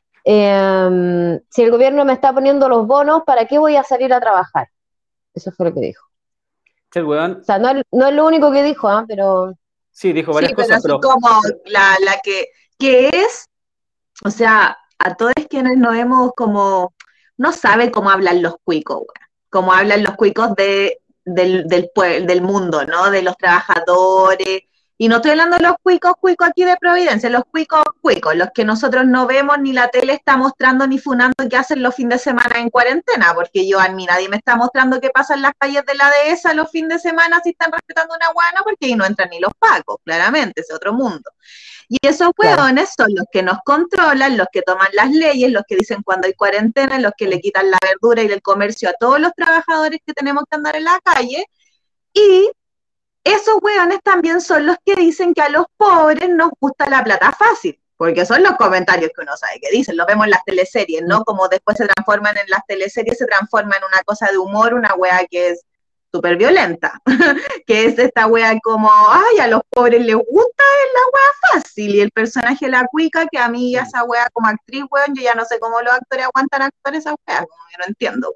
Eh, si el gobierno me está poniendo los bonos, ¿para qué voy a salir a trabajar? Eso fue lo que dijo. El weón, O sea, no es, no es lo único que dijo, ¿ah? Pero sí, dijo Sí, varias pero cosas, así pero, como la, la que, que es, o sea, a todos quienes nos hemos como, no sabe cómo hablan los cuicos, weón, cómo hablan los cuicos de, del, del, pue- del mundo, ¿no? De los trabajadores. Y no estoy hablando de los cuicos, cuicos aquí de Providencia, los cuicos, cuicos, los que nosotros no vemos ni la tele está mostrando ni funando qué hacen los fines de semana en cuarentena, porque yo a mí nadie me está mostrando qué pasa en las calles de la dehesa los fines de semana si están respetando una guana, porque ahí no entran ni los pacos, claramente, es otro mundo. Y esos Claro. hueones son los que nos controlan, los que toman las leyes, los que dicen cuando hay cuarentena, los que le quitan la verdura y el comercio a todos los trabajadores que tenemos que andar en la calle. Y esos hueones también son los que dicen que a los pobres nos gusta la plata fácil, porque son los comentarios que uno sabe que dicen, lo vemos en las teleseries, ¿no? Como después se transforman en las teleseries, se transforma en una cosa de humor, una hueá que es súper violenta, que es esta wea como, ay, a los pobres les gusta la wea fácil, y el personaje de la cuica, que a mí esa wea como actriz, weón, yo ya no sé cómo los actores aguantan actuar esa wea, como que no entiendo.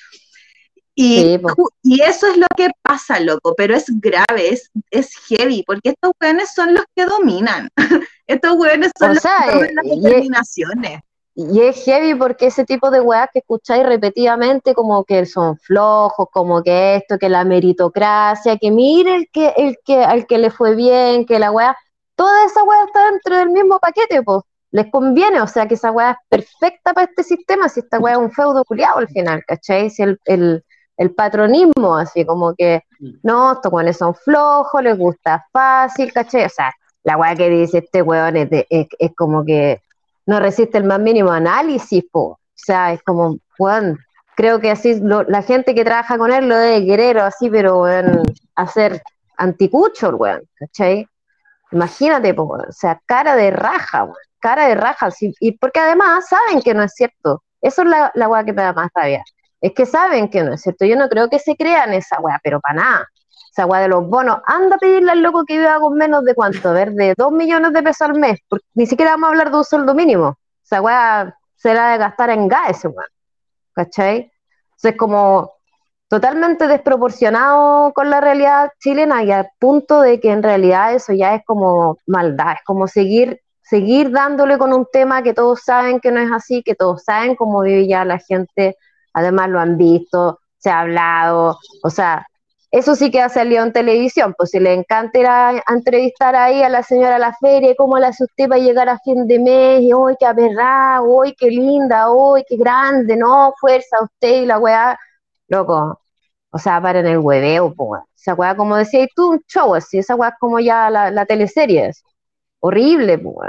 Y, Sí, po. y eso es lo que pasa, loco, pero es grave, es, es heavy, porque estos weones son los que dominan, estos weones son O los sea, que toman las eh, y- determinaciones. Y es heavy porque ese tipo de weas que escucháis repetidamente, como que son flojos, como que esto, que la meritocracia, que mire el que, el que, al que le fue bien, que la wea, toda esa wea está dentro del mismo paquete, pues. Les conviene, o sea que esa wea es perfecta para este sistema, si esta wea es un feudo culiado al final, ¿cachai? Si el, el, el patronismo, así como que, no, estos weones son flojos, les gusta fácil, ¿cachai? O sea, la wea que dice este weón es, de, es, es como que no resiste el más mínimo análisis, po. O sea, es como, weón, creo que así lo, la gente que trabaja con él lo debe querer o así, pero weón, hacer anticucho, weón, ¿cachai? Imagínate, po, weón, o sea, cara de raja, weón, cara de raja, sí, y porque además saben que no es cierto, eso es la, la weá que me da más rabia, es que saben que no es cierto, yo no creo que se crean esa weá, pero para nada. Esa weá de los bonos, anda a pedirle al loco que viva con menos de cuánto, a ver, de dos millones de pesos al mes, porque ni siquiera vamos a hablar de un sueldo mínimo, esa weá se la de gastar en gas ese weón, ¿cachai? Entonces es como totalmente desproporcionado con la realidad chilena y al punto de que en realidad eso ya es como maldad, es como seguir, seguir dándole con un tema que todos saben que no es así, que todos saben cómo vive ya la gente además lo han visto, se ha hablado, o sea, eso sí que ha salido en televisión, pues si le encanta ir a, a entrevistar ahí a la señora a la feria, cómo le hace usted para llegar a fin de mes, y uy, qué aperrada, uy, qué linda, uy, qué grande, no, fuerza usted y la weá, loco, o sea, paren el hueveo, pues, esa weá, como decías tú, un show así, esa weá es como ya la, la teleserie, es horrible, pues.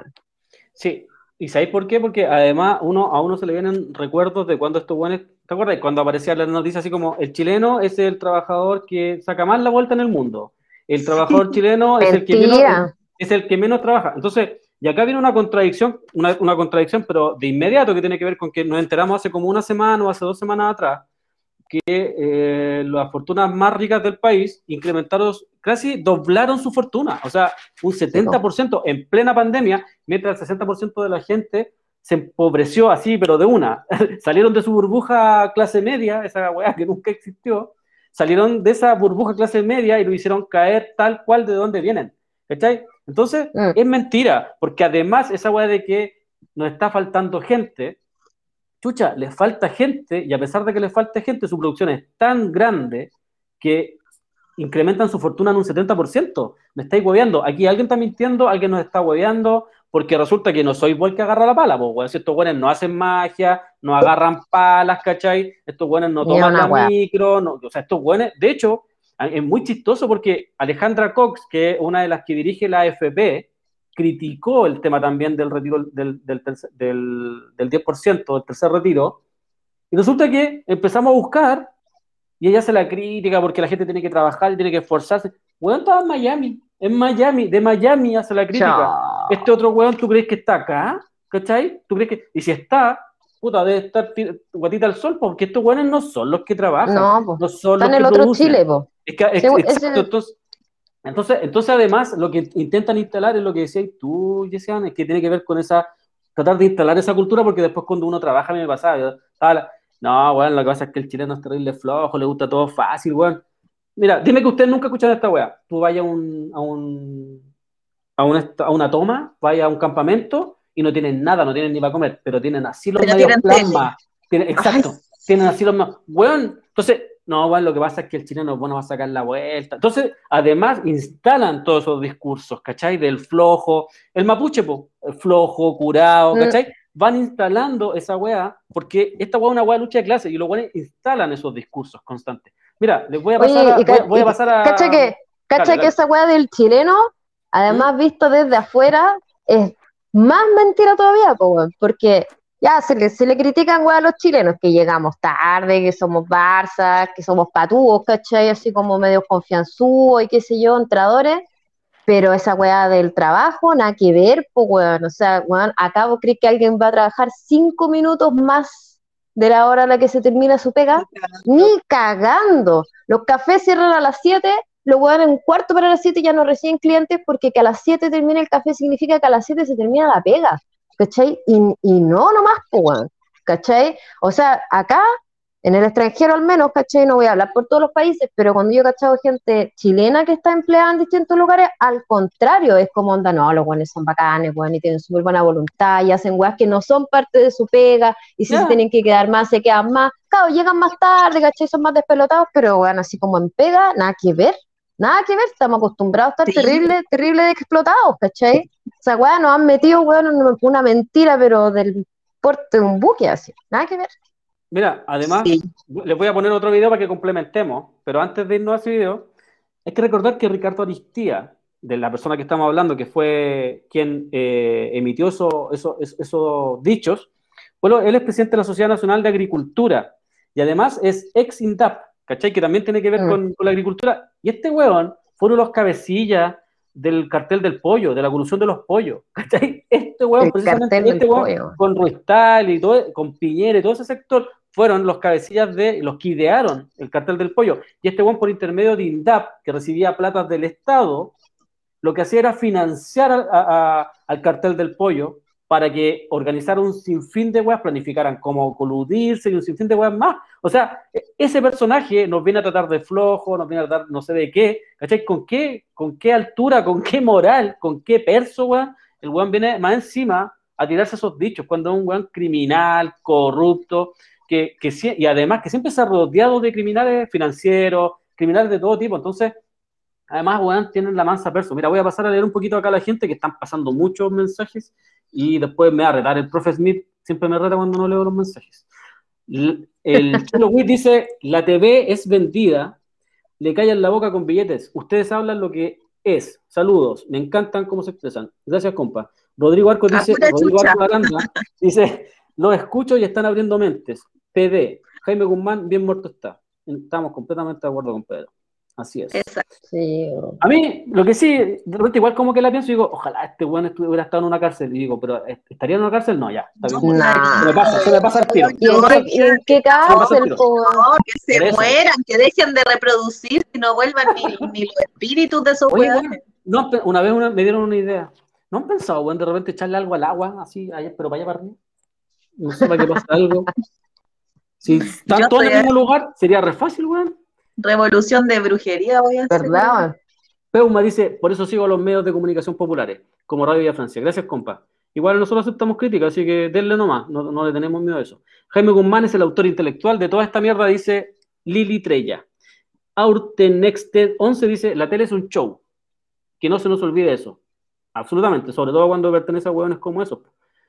Sí, ¿y sabéis por qué? Porque además uno, a uno se le vienen recuerdos de cuando estos buenos, ¿te acuerdas? Cuando aparecían las noticias así como el chileno es el trabajador que saca más la vuelta en el mundo, el trabajador chileno es el que menos, Mentira. es el que menos trabaja. Entonces, y acá viene una contradicción, una, una contradicción, pero de inmediato que tiene que ver con que nos enteramos hace como una semana o hace dos semanas atrás que eh, las fortunas más ricas del país incrementaron, casi doblaron su fortuna, o sea, un setenta por ciento en plena pandemia, mientras el sesenta por ciento de la gente se empobreció así, pero de una. Salieron de su burbuja clase media, esa weá que nunca existió, salieron de esa burbuja clase media y lo hicieron caer tal cual de donde vienen. ¿Cachai? Entonces, Mm. es mentira, porque además esa weá de que nos está faltando gente, chucha, les falta gente, y a pesar de que les falte gente, su producción es tan grande que incrementan su fortuna en un setenta por ciento. Me estáis hueveando. Aquí alguien está mintiendo, alguien nos está hueveando, porque resulta que no soy vos el que agarra la pala, pues, weón. Si estos güeyes no hacen magia, no agarran palas, ¿cachai? Estos güeyes no Ni toman una la weá. micro, no, o sea, estos güeyes, de hecho, es muy chistoso porque Alejandra Cox, que es una de las que dirige la A F P, criticó el tema también del retiro del, del, tercer- del, del diez por ciento, del tercer retiro, y resulta que empezamos a buscar y ella hace la crítica porque la gente tiene que trabajar y tiene que esforzarse. Weón estaba en Miami, en Miami, de Miami hace la crítica. Chao. Este otro weón, ¿tú crees que está acá? ¿Cachai? ¿Tú crees que...? Y si está, puta, debe estar tir- guatita al sol, porque estos weones no son los que trabajan, No, pues. no son Está los en que el otro producen. Chile, pues. Es que, Sí, ex- exacto, ese, entonces, entonces, entonces, además, lo que intentan instalar es lo que decías tú, Jessian, es que tiene que ver con esa, tratar de instalar esa cultura, porque después cuando uno trabaja, a mí me pasaba, yo estaba la- no, bueno, lo que pasa es que el chileno es terrible flojo, le gusta todo fácil, weón. Mira, dime que ustedes nunca escucharon esta weá. Tú vayas a un, a un, a una, a una toma, vayas a un campamento y no tienen nada, no tienen ni para comer, pero tienen así los Pero medios tienen tele. plasma. Tienen, Ay, exacto, tienen así los medios. Weón, entonces, no, weón, lo que pasa es que el chileno es bueno va a sacar la vuelta. Entonces, además, instalan todos esos discursos, ¿cachai? Del flojo, el mapuche, po, el flojo, curado, mm, ¿cachai? Van instalando esa weá, porque esta weá es una weá de lucha de clase, y los weones instalan esos discursos constantes. Mira, les voy a pasar Oye, a, y, voy, ca- a- voy a y pasar cacha a. que, Dale, cacha que dale. esa weá del chileno, ¿Mm? además visto desde afuera, es más mentira todavía, po, weón, porque ya se le, se le critican weá a los chilenos, que llegamos tarde, que somos barzas, que somos patúos, ¿cachai? Así como medio confianzudos y qué sé yo, entradores, pero esa weá del trabajo, nada que ver, pues weón, o sea, weón, acá vos crees que alguien va a trabajar cinco minutos más de la hora a la que se termina su pega, ni cagando. Los cafés cierran a las siete, los weones un cuarto para las siete ya no reciben clientes porque que a las siete termine el café significa que a las siete se termina la pega, ¿cachai? Y, y no nomás, pues weón, ¿cachai? O sea, acá en el extranjero al menos, ¿cachai? No voy a hablar por todos los países, pero cuando yo he cachado gente chilena que está empleada en distintos lugares, al contrario, es como onda, no, los buenos son bacanes, bueno, y tienen súper buena voluntad, y hacen weas que no son parte de su pega, y si Ya. se tienen que quedar más, se quedan más. Claro, llegan más tarde, ¿cachai? Son más despelotados, pero bueno, así como en pega, nada que ver, nada que ver, estamos acostumbrados a estar Sí. terrible, terrible de explotados, ¿cachai? O sea, weón, nos han metido, weón, en una mentira, pero del porte de un buque, así, nada que ver. Mira, además, sí. les voy a poner otro video para que complementemos, pero antes de irnos a ese video, hay que recordar que Ricardo Aristía, de la persona que estamos hablando, que fue quien eh, emitió eso- eso- eso- esos dichos, bueno, él es presidente de la Sociedad Nacional de Agricultura y además es ex INDAP, ¿cachai? Que también tiene que ver Mm. con, con la agricultura. Y este weón fue uno de los cabecillas del cartel del pollo, de la evolución de los pollos, ¿cachai? Este weón, El precisamente, cartel este del weón, pollo. con Ruestal y todo, con Piñera y todo ese sector, fueron los cabecillas de los que idearon el cartel del pollo. Y este weón, por intermedio de INDAP, que recibía platas del Estado, lo que hacía era financiar a, a, al cartel del pollo para que organizaran un sinfín de weas, planificaran cómo coludirse y un sinfín de weas más. O sea, ese personaje nos viene a tratar de flojo, nos viene a tratar no sé de qué, ¿cachai? ¿Con qué, con qué altura, con qué moral, con qué perso, weón? El weón viene más encima a tirarse esos dichos cuando es un weón criminal, corrupto. que, que y además que siempre se ha rodeado de criminales financieros, criminales de todo tipo, entonces, además, weón, tienen la mansa perso. Mira, voy a pasar a leer un poquito acá a la gente, que están pasando muchos mensajes, y después me va a retar. El profe Smith siempre me reta cuando no leo los mensajes. El, el Chelo Witt dice, la T V es vendida, le callan la boca con billetes, ustedes hablan lo que es, saludos, me encantan cómo se expresan, gracias compa. Rodrigo Arco dice, Rodrigo Arco Aranda, dice, los escucho y están abriendo mentes, P D, Jaime Guzmán, bien muerto está, estamos completamente de acuerdo con Pedro, así es. Exacto. Sí. A mí, lo que sí, de repente igual como que la pienso y digo, ojalá este weón hubiera estado en una cárcel, y digo, pero ¿estaría en una cárcel? No, ya, está bien. Nah. Se me pasa, se me pasa el tiro. ¿Y en qué, y en qué cárcel, po? No, que se Por eso. mueran, que dejen de reproducir, que no vuelvan ni, ni los espíritus de esos Oye, hueones. bueno, no, pe- una vez una- me dieron una idea. ¿No han pensado, weón, de repente echarle algo al agua, así, allá, pero para allá para arriba? No sé, para que pase algo. Si están Yo todos en el estoy- mismo lugar, sería re fácil, weón. Revolución de brujería voy a hacer. ¿Verdad? Peuma dice, por eso sigo a los medios de comunicación populares, como Radio Vía Francia. Gracias, compa. Igual nosotros aceptamos críticas, así que denle nomás, no, no le tenemos miedo a eso. Jaime Guzmán es el autor intelectual de toda esta mierda, dice Lili Trella. Aurtenexted once dice, la tele es un show. Que no se nos olvide eso. Absolutamente, sobre todo cuando pertenece a hueones como esos.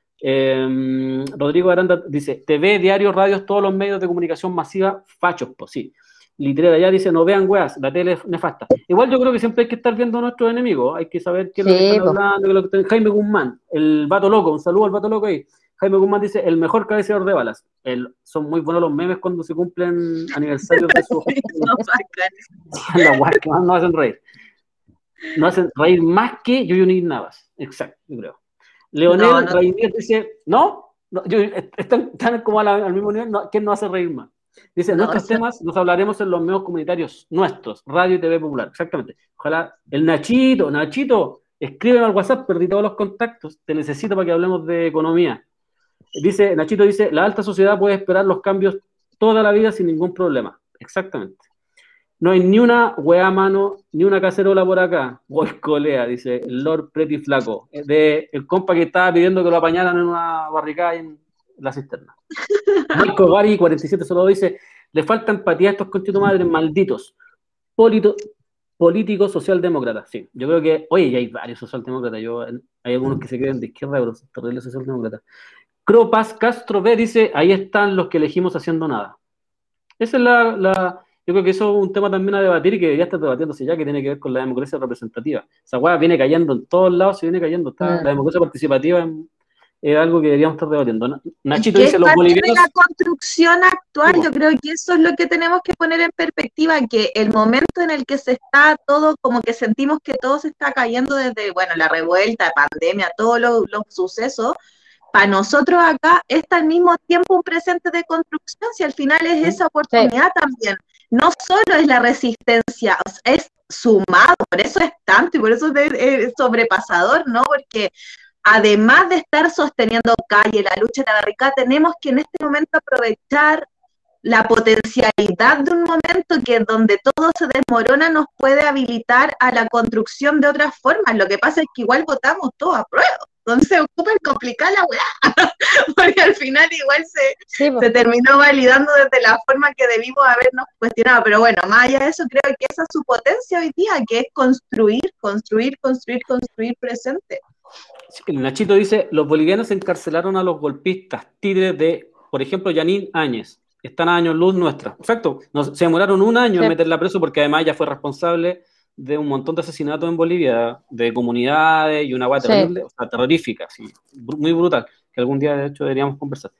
Eh, Rodrigo Aranda dice, T V, diarios, radios, todos los medios de comunicación masiva, fachos, pues sí. Literera ya dice, no vean weas, la tele es nefasta. Igual yo creo que siempre hay que estar viendo a nuestros enemigos, hay que saber qué es lo que Sí, están po. hablando, qué es lo que están- Jaime Guzmán, el vato loco, un saludo al vato loco ahí. Jaime Guzmán dice, el mejor cabeceador de balas. El, son muy buenos los memes cuando se cumplen aniversarios de su... No, bacán. Las weas que más nos hacen reír. Nos hacen reír más que Yuyunir Navas. Exacto, yo creo. Leonel No, no. Rainier dice, ¿no? no yo, están, están como a la- al mismo nivel, no, ¿quién nos hace reír más? Dice, No, nuestros eso- temas los hablaremos en los medios comunitarios nuestros, radio y T V popular, exactamente. Ojalá, el Nachito, Nachito, escríbeme al WhatsApp, perdí todos los contactos, te necesito para que hablemos de economía. Dice, Nachito dice, la alta sociedad puede esperar los cambios toda la vida sin ningún problema. Exactamente. No hay ni una hueá a mano, ni una cacerola por acá. Voy colea, dice el Lord Pretty Flaco. De el compa que estaba pidiendo que lo apañaran en una barricada en la cisterna. Marco Gary cuarenta y siete solo dice, le falta empatía a estos conchetumadres malditos. Polito, políticos socialdemócratas. Sí, yo creo que, oye, ya hay varios socialdemócratas. Yo, hay algunos que se creen de izquierda, pero son terribles socialdemócratas. Cropas Castro B dice, ahí están los que elegimos haciendo nada. Esa es la, la, yo creo que eso es un tema también a debatir y que ya está debatiéndose ya, que tiene que ver con la democracia representativa. Esa hueá viene cayendo en todos lados, se viene cayendo. Está, Mm. La democracia participativa es, es algo que deberíamos estar debatiendo. Na- Nachito que dice, es los parte bolivianos... de la construcción actual, Sí, yo creo que eso es lo que tenemos que poner en perspectiva, que el momento en el que se está todo, como que sentimos que todo se está cayendo desde, bueno, la revuelta, pandemia, todos los, los sucesos, para nosotros acá está al mismo tiempo un presente de construcción, si al final es esa oportunidad también. No solo es la resistencia, o sea, es sumado, por eso es tanto y por eso es, es sobrepasador, ¿no? Porque además de estar sosteniendo calle, la lucha de la barricada, tenemos que en este momento aprovechar la potencialidad de un momento que donde todo se desmorona nos puede habilitar a la construcción de otras formas. Lo que pasa es que igual votamos todo a prueba. Entonces ocupa el complicar la weá, porque al final igual se, Sí, po. se terminó validando desde la forma que debimos habernos cuestionado. Pero bueno, más allá de eso, creo que esa es su potencia hoy día, que es construir, construir, construir, construir presente. El Nachito dice, los bolivianos encarcelaron a los golpistas, títeres de, por ejemplo, Yanín Áñez. Están a años luz nuestra. Exacto. Nos, se demoraron un año Sí. en meterla preso porque además ella fue responsable de un montón de asesinatos en Bolivia, de comunidades y una guay Sí. terrible, o sea, terrorífica, sí, br- muy brutal, que algún día de hecho deberíamos conversar.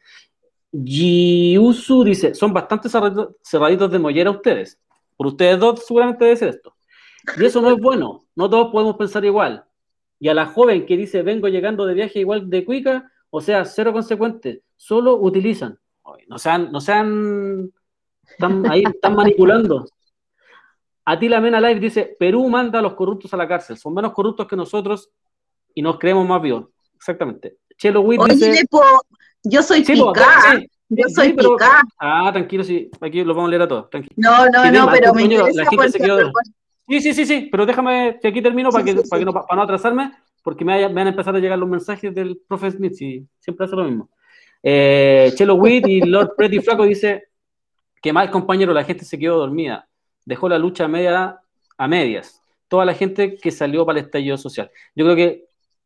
Giusu dice, son bastante cerraditos, cerraditos de mollera ustedes. Por ustedes dos seguramente debe ser esto. Y eso no es bueno, no todos podemos pensar igual. Y a la joven que dice, vengo llegando de viaje igual de cuica, o sea, cero consecuente, solo utilizan. Ay, no sean, no sean, están ahí, están manipulando. Atila Mena Live dice, Perú manda a los corruptos a la cárcel, son menos corruptos que nosotros y nos creemos más vivos. Exactamente. Chelo Witt Oye, dice... po, yo soy Sí, po, picá, sí, yo sí, soy pero- picá. Ah, tranquilo, sí, aquí lo vamos a leer a todos, tranquilo. No, no, Sí, no, tema, pero tú, me coño, la interesa gente se porque... quedó- Sí, sí, sí, sí, pero déjame, que aquí termino Sí, para, que, sí, para, sí. que no, para no atrasarme, porque me, vaya- me van a empezar a llegar los mensajes del profe Smith, y siempre hace lo mismo. Eh, Chelo Witt y Lord Pretty Flaco dice que mal compañero, la gente se quedó dormida, dejó la lucha a, media, a medias, toda la gente que salió para el estallido social. Yo creo que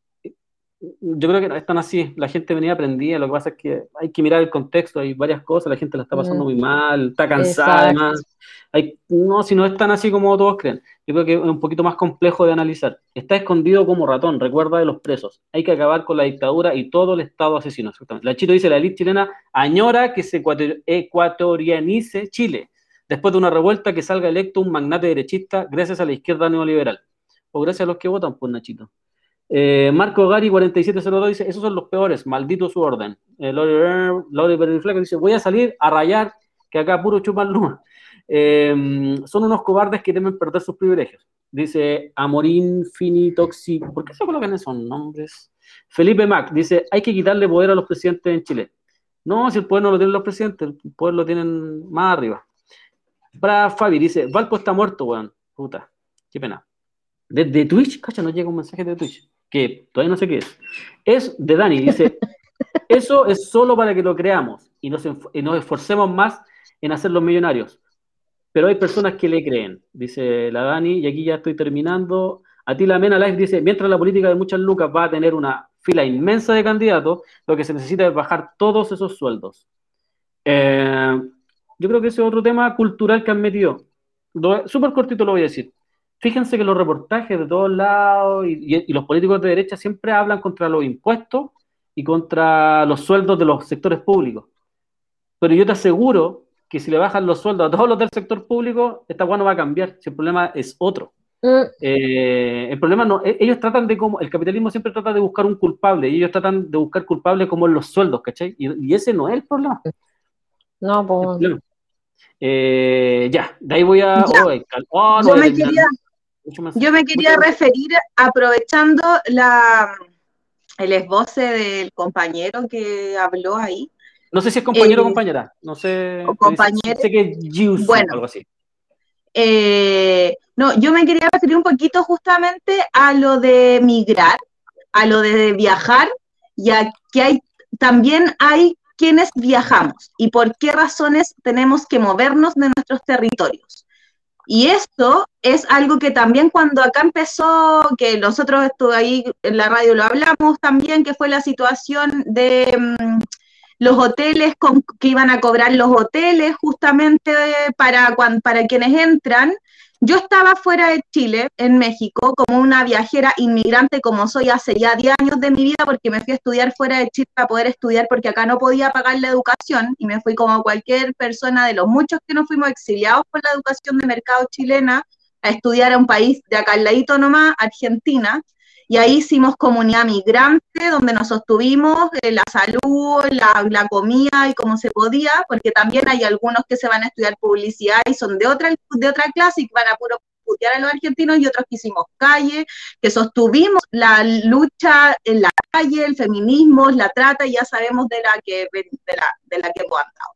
yo creo que no están así, la gente venía aprendida, lo que pasa es que hay que mirar el contexto, hay varias cosas, la gente la está pasando muy mal, está cansada Exacto. además, hay, no, si no es tan así como todos creen, yo creo que es un poquito más complejo de analizar, está escondido como ratón, recuerda de los presos, hay que acabar con la dictadura y todo el Estado asesino, exactamente. La Chito dice, la élite chilena añora que se ecuator, ecuatorianice Chile, después de una revuelta que salga electo un magnate derechista gracias a la izquierda neoliberal, o gracias a los que votan por Nachito. Eh, Marco Gari cuarenta y siete cero dos dice, esos son los peores, maldito su orden. Eh, Lauri Perifleco dice, voy a salir a rayar, que acá puro chupan luma. Eh, son unos cobardes que temen perder sus privilegios. Dice Amorín Finitoxic, ¿por qué se colocan esos nombres? Felipe Mac dice, hay que quitarle poder a los presidentes en Chile. No, si el poder no lo tienen los presidentes, el poder lo tienen más arriba. Para Fabi dice, Valpo está muerto, weón. Puta, qué pena. Desde Twitch, cacha, nos llega un mensaje de Twitch, que todavía no sé qué es. Es de Dani, dice, eso es solo para que lo creamos y nos, y nos esforcemos más en hacerlos millonarios. Pero hay personas que le creen, dice la Dani, y aquí ya estoy terminando. A ti la Mena Live dice, mientras la política de muchas lucas va a tener una fila inmensa de candidatos, lo que se necesita es bajar todos esos sueldos. Eh, yo creo que ese es otro tema cultural que han metido. Súper cortito lo voy a decir. Fíjense que los reportajes de todos lados y, y, y los políticos de derecha siempre hablan contra los impuestos y contra los sueldos de los sectores públicos. Pero yo te aseguro que si le bajan los sueldos a todos los del sector público, esta hueá no va a cambiar, si el problema es otro. Mm. Eh, el problema no, ellos tratan de como, el capitalismo siempre trata de buscar un culpable, y ellos tratan de buscar culpables como en los sueldos, ¿cachai? Y, y ese no es el problema. No, pues. Eh, ya, de ahí voy a... Oh, oh, no yo, me quería, yo me quería referir, aprovechando la, el esboce del compañero que habló ahí. No sé si es compañero eh, o compañera, no sé. O compañero. Sé que es Gius, bueno, algo así. Eh, no, yo me quería referir un poquito justamente a lo de migrar, a lo de viajar, y a que hay, también hay quienes viajamos y por qué razones tenemos que movernos de nuestros territorios. Y esto es algo que también cuando acá empezó, que nosotros estuve ahí en la radio lo hablamos también, que fue la situación de um, los hoteles, con, que iban a cobrar los hoteles justamente para, para quienes entran. Yo estaba fuera de Chile, en México, como una viajera inmigrante, como soy hace ya diez años de mi vida, porque me fui a estudiar fuera de Chile para poder estudiar, porque acá no podía pagar la educación, y me fui como cualquier persona de los muchos que nos fuimos exiliados por la educación de mercado chilena, a estudiar a un país de acá al ladito nomás, Argentina, y ahí hicimos comunidad migrante, donde nos sostuvimos eh, la salud, la, la comida y cómo se podía, porque también hay algunos que se van a estudiar publicidad y son de otra, de otra clase y van a puro putear a los argentinos, y otros que hicimos calle, que sostuvimos la lucha en la calle, el feminismo, la trata, y ya sabemos de la que, de la, de la que hemos andado.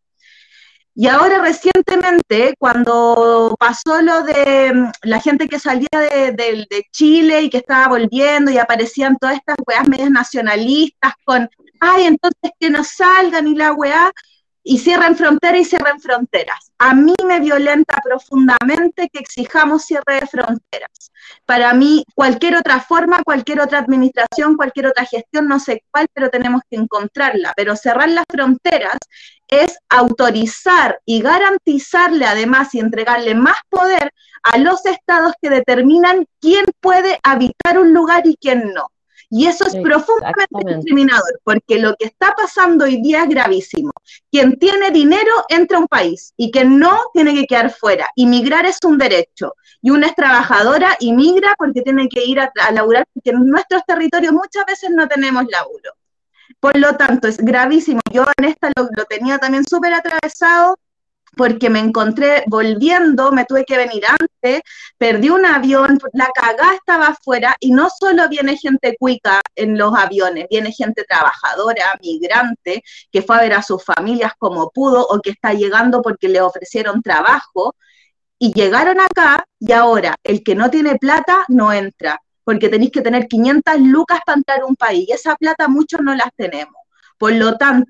Y ahora recientemente, cuando pasó lo de la gente que salía de, de, de Chile y que estaba volviendo y aparecían todas estas weas medias nacionalistas con, ay, entonces que no salgan y la wea, y cierren fronteras y cierren fronteras. A mí me violenta profundamente que exijamos cierre de fronteras. Para mí, cualquier otra forma, cualquier otra administración, cualquier otra gestión, no sé cuál, pero tenemos que encontrarla. Pero cerrar las fronteras es autorizar y garantizarle además y entregarle más poder a los estados que determinan quién puede habitar un lugar y quién no. Y eso es profundamente discriminador, porque lo que está pasando hoy día es gravísimo. Quien tiene dinero entra a un país y quien no tiene que quedar fuera. Y migrar es un derecho. Y una es trabajadora y migra porque tiene que ir a, a laburar, porque en nuestros territorios muchas veces no tenemos laburo. Por lo tanto, es gravísimo. Yo en esta lo, lo tenía también súper atravesado, porque me encontré volviendo, me tuve que venir antes, perdí un avión, la cagá estaba afuera, y no solo viene gente cuica en los aviones, viene gente trabajadora, migrante, que fue a ver a sus familias como pudo, o que está llegando porque le ofrecieron trabajo, y llegaron acá, y ahora el que no tiene plata no entra, porque tenéis que tener quinientas lucas para entrar a un país, y esa plata muchos no las tenemos. Por lo tanto,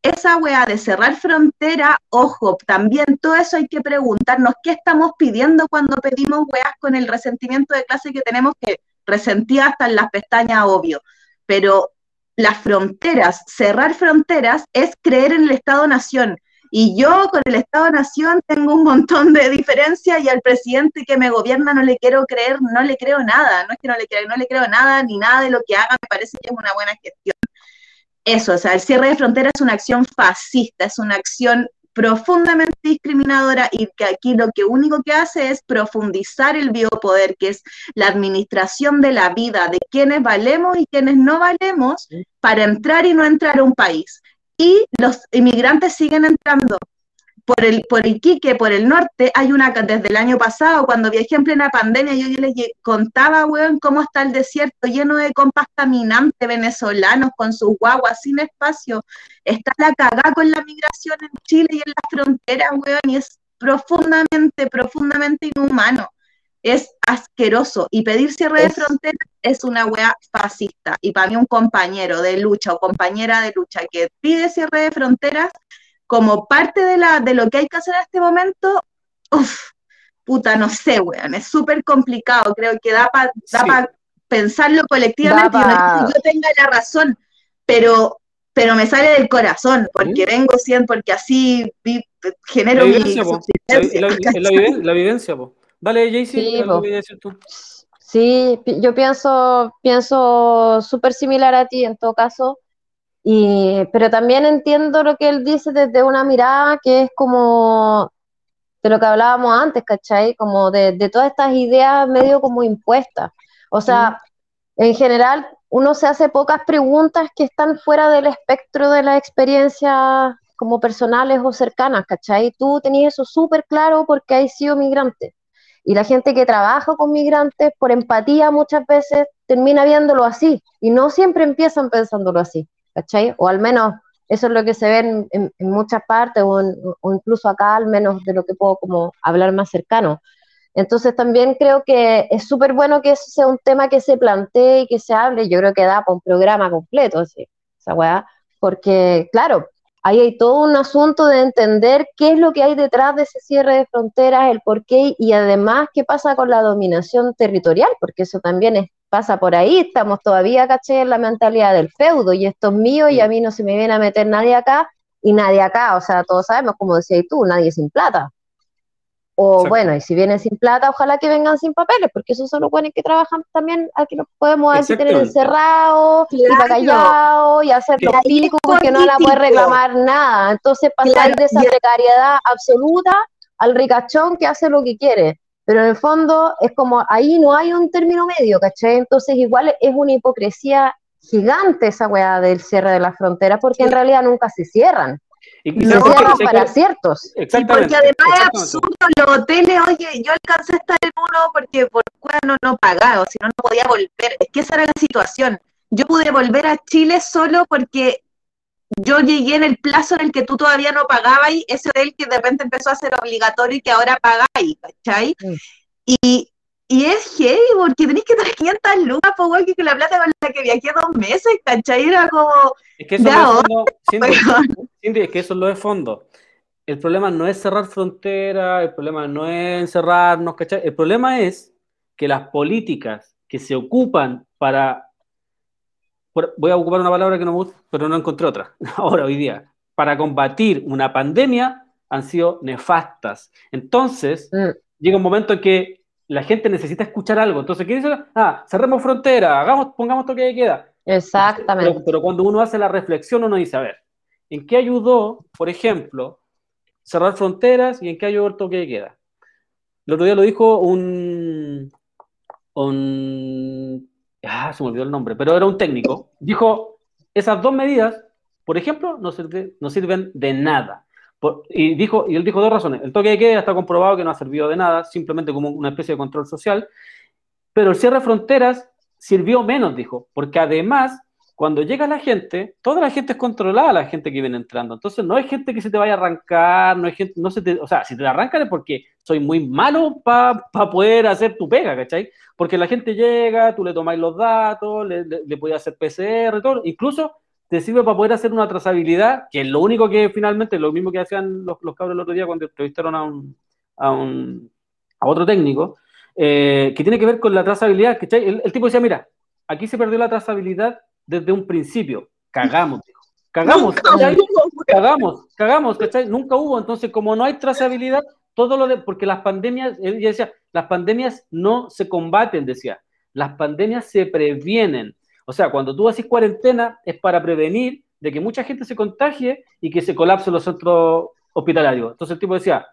esa weá de cerrar frontera, ojo, también todo eso hay que preguntarnos qué estamos pidiendo cuando pedimos weás con el resentimiento de clase que tenemos, que resentía hasta en las pestañas, obvio, pero las fronteras, cerrar fronteras es creer en el Estado-Nación. Y yo con el Estado-Nación tengo un montón de diferencias y al presidente que me gobierna no le quiero creer, no le creo nada, no es que no le, creo, no le creo nada ni nada de lo que haga, me parece que es una buena gestión. Eso, o sea, el cierre de fronteras es una acción fascista, es una acción profundamente discriminadora y que aquí lo que único que hace es profundizar el biopoder, que es la administración de la vida, de quienes valemos y quienes no valemos para entrar y no entrar a un país. Y los inmigrantes siguen entrando. Por el, por Iquique, por el norte, hay una, desde el año pasado, cuando viajé en plena pandemia, yo, yo les contaba, weón, cómo está el desierto lleno de compas caminantes venezolanos con sus guaguas sin espacio. Está la cagá con la migración en Chile y en la frontera, weón, y es profundamente, profundamente inhumano. Es asqueroso. Y pedir cierre es... de fronteras es una wea fascista. Y para mí un compañero de lucha o compañera de lucha que pide cierre de fronteras como parte de, la, de lo que hay que hacer en este momento, uff, puta, no sé, weón, es súper complicado, creo que da para da sí. pa pensarlo colectivamente, pa... y no es que yo tenga la razón, pero, pero me sale del corazón, porque ¿Mm? vengo siempre, porque así vi, genero la vivencia, mi subsistencia. La, la, la, la, la vivencia, po. Dale, Jaycee, sí, lo voy a decir tú. Sí, yo pienso, pienso súper similar a ti en todo caso. Y, pero también entiendo lo que él dice desde una mirada que es como de lo que hablábamos antes, ¿cachai? Como de, de todas estas ideas medio como impuestas. O sea, mm. en general uno se hace pocas preguntas que están fuera del espectro de las experiencias como personales o cercanas, ¿cachai? Tú tenías eso súper claro porque has sido migrante. Y la gente que trabaja con migrantes, por empatía muchas veces, termina viéndolo así. Y no siempre empiezan pensándolo así. ¿Cachai? O al menos eso es lo que se ve en, en, en muchas partes o, en, o incluso acá, al menos de lo que puedo como hablar más cercano. Entonces también creo que es súper bueno que eso sea un tema que se plantee y que se hable. Yo creo que da para un programa completo así, esa weá, porque claro, ahí hay todo un asunto de entender qué es lo que hay detrás de ese cierre de fronteras, el por qué y además qué pasa con la dominación territorial, porque eso también es pasa por ahí, estamos todavía, caché, en la mentalidad del feudo, y esto es mío, y a mí no se me viene a meter nadie acá, y nadie acá, o sea, todos sabemos, como decías tú, nadie sin plata. O exacto. Bueno, y si vienen sin plata, ojalá que vengan sin papeles, porque esos son los buenos que trabajan también, aquí los podemos así tener encerrados, claro. Y callados, y hacer los picos, porque no van a poder reclamar nada. Entonces pasar claro. de esa precariedad absoluta al ricachón que hace lo que quiere. Pero en el fondo es como, ahí no hay un término medio, ¿cachai? Entonces igual es una hipocresía gigante esa weá del cierre de las fronteras, porque sí. en realidad nunca se cierran. Y no, se cierran para que... ciertos. Exactamente. Y porque además es absurdo, los hoteles, oye, yo alcancé a estar en uno porque por no, no pagaba, si no, no podía volver. Es que esa era la situación. Yo pude volver a Chile solo porque yo llegué en el plazo en el que tú todavía no pagabas, y ese hotel que de repente empezó a ser obligatorio y que ahora pagáis, ¿cachai? Mm. Y, y es heavy porque tenés que dar quinientas lucas por igual que con la plata con la que viajé dos meses, ¿cachai? Era como... Es que eso no es fondo, Cindy, Cindy, es que eso lo es fondo. El problema no es cerrar fronteras, el problema no es encerrarnos, ¿cachai? El problema es que las políticas que se ocupan para... Voy a ocupar una palabra que no me gusta, pero no encontré otra, ahora, hoy día. Para combatir una pandemia han sido nefastas. Entonces, mm. llega un momento en que la gente necesita escuchar algo. Entonces, ¿qué dice? Ah, cerremos frontera, hagamos, pongamos toque de queda. Exactamente. Pero, pero cuando uno hace la reflexión, uno dice, a ver, ¿en qué ayudó, por ejemplo, cerrar fronteras y en qué ayudó el toque de queda? El otro día lo dijo un... un Ah, se me olvidó el nombre, pero era un técnico. Dijo, esas dos medidas, por ejemplo, no, sirve, no sirven de nada. Por, y, dijo, y él dijo dos razones. El toque de queda está comprobado que no ha servido de nada, simplemente como una especie de control social. Pero el cierre de fronteras sirvió menos, dijo, porque además, cuando llega la gente, toda la gente es controlada, la gente que viene entrando. Entonces, no hay gente que se te vaya a arrancar, no hay gente, no se te, o sea, si te la arrancan es porque soy muy malo para pa poder hacer tu pega, ¿cachai? Porque la gente llega, tú le tomáis los datos, le, le, le podías hacer P C R, todo, incluso te sirve para poder hacer una trazabilidad, que es lo único que finalmente, lo mismo que hacían los, los cabros el otro día cuando entrevistaron a un, a un a otro técnico, eh, que tiene que ver con la trazabilidad, ¿cachai? El, el tipo decía, mira, aquí se perdió la trazabilidad desde un principio, cagamos, dijo. Cagamos, ¿cachai? Cagamos, cagamos, ¿cachai? Nunca hubo, entonces como no hay trazabilidad, todo lo de, porque las pandemias, él decía, las pandemias no se combaten, decía, las pandemias se previenen. O sea, cuando tú haces cuarentena es para prevenir de que mucha gente se contagie y que se colapsen los centros hospitalarios. Entonces el tipo decía,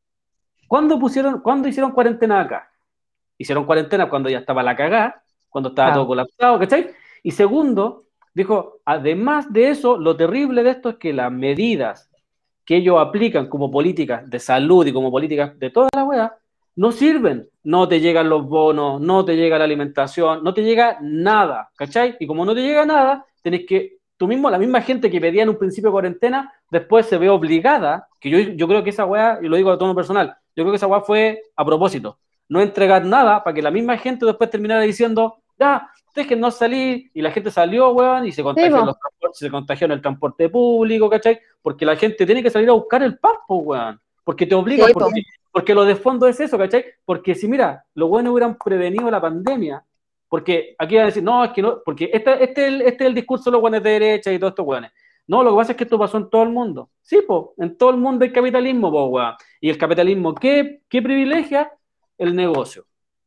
¿cuándo pusieron, cuándo hicieron cuarentena acá? Hicieron cuarentena cuando ya estaba la cagada, cuando estaba Claro. todo colapsado, ¿cachai? Y segundo, dijo, además de eso, lo terrible de esto es que las medidas que ellos aplican como políticas de salud y como políticas de toda la wea, no sirven. No te llegan los bonos, no te llega la alimentación, no te llega nada, ¿cachai? Y como no te llega nada, tenés que, tú mismo, la misma gente que pedía en un principio cuarentena, después se ve obligada, que yo, yo creo que esa wea, y lo digo a tono personal, yo creo que esa wea fue a propósito, no entregar nada para que la misma gente después terminara diciendo, ya, déjennos salir, y la gente salió, weón, y se contagió, Sí, en los transportes, se contagió en el transporte público, ¿cachai? Porque la gente tiene que salir a buscar el pan, po, weón, porque te obligan, Sí, porque, porque lo de fondo es eso, ¿cachai? Porque si, mira, los buenos hubieran prevenido la pandemia, porque aquí van a decir, no, es que no, porque este, este, es el- este es el discurso de los buenos de derecha y todos estos weones. No, lo que pasa es que esto pasó en todo el mundo. Sí, po, en todo el mundo hay capitalismo, po, weón. Y el capitalismo, ¿qué, qué privilegia? El negocio.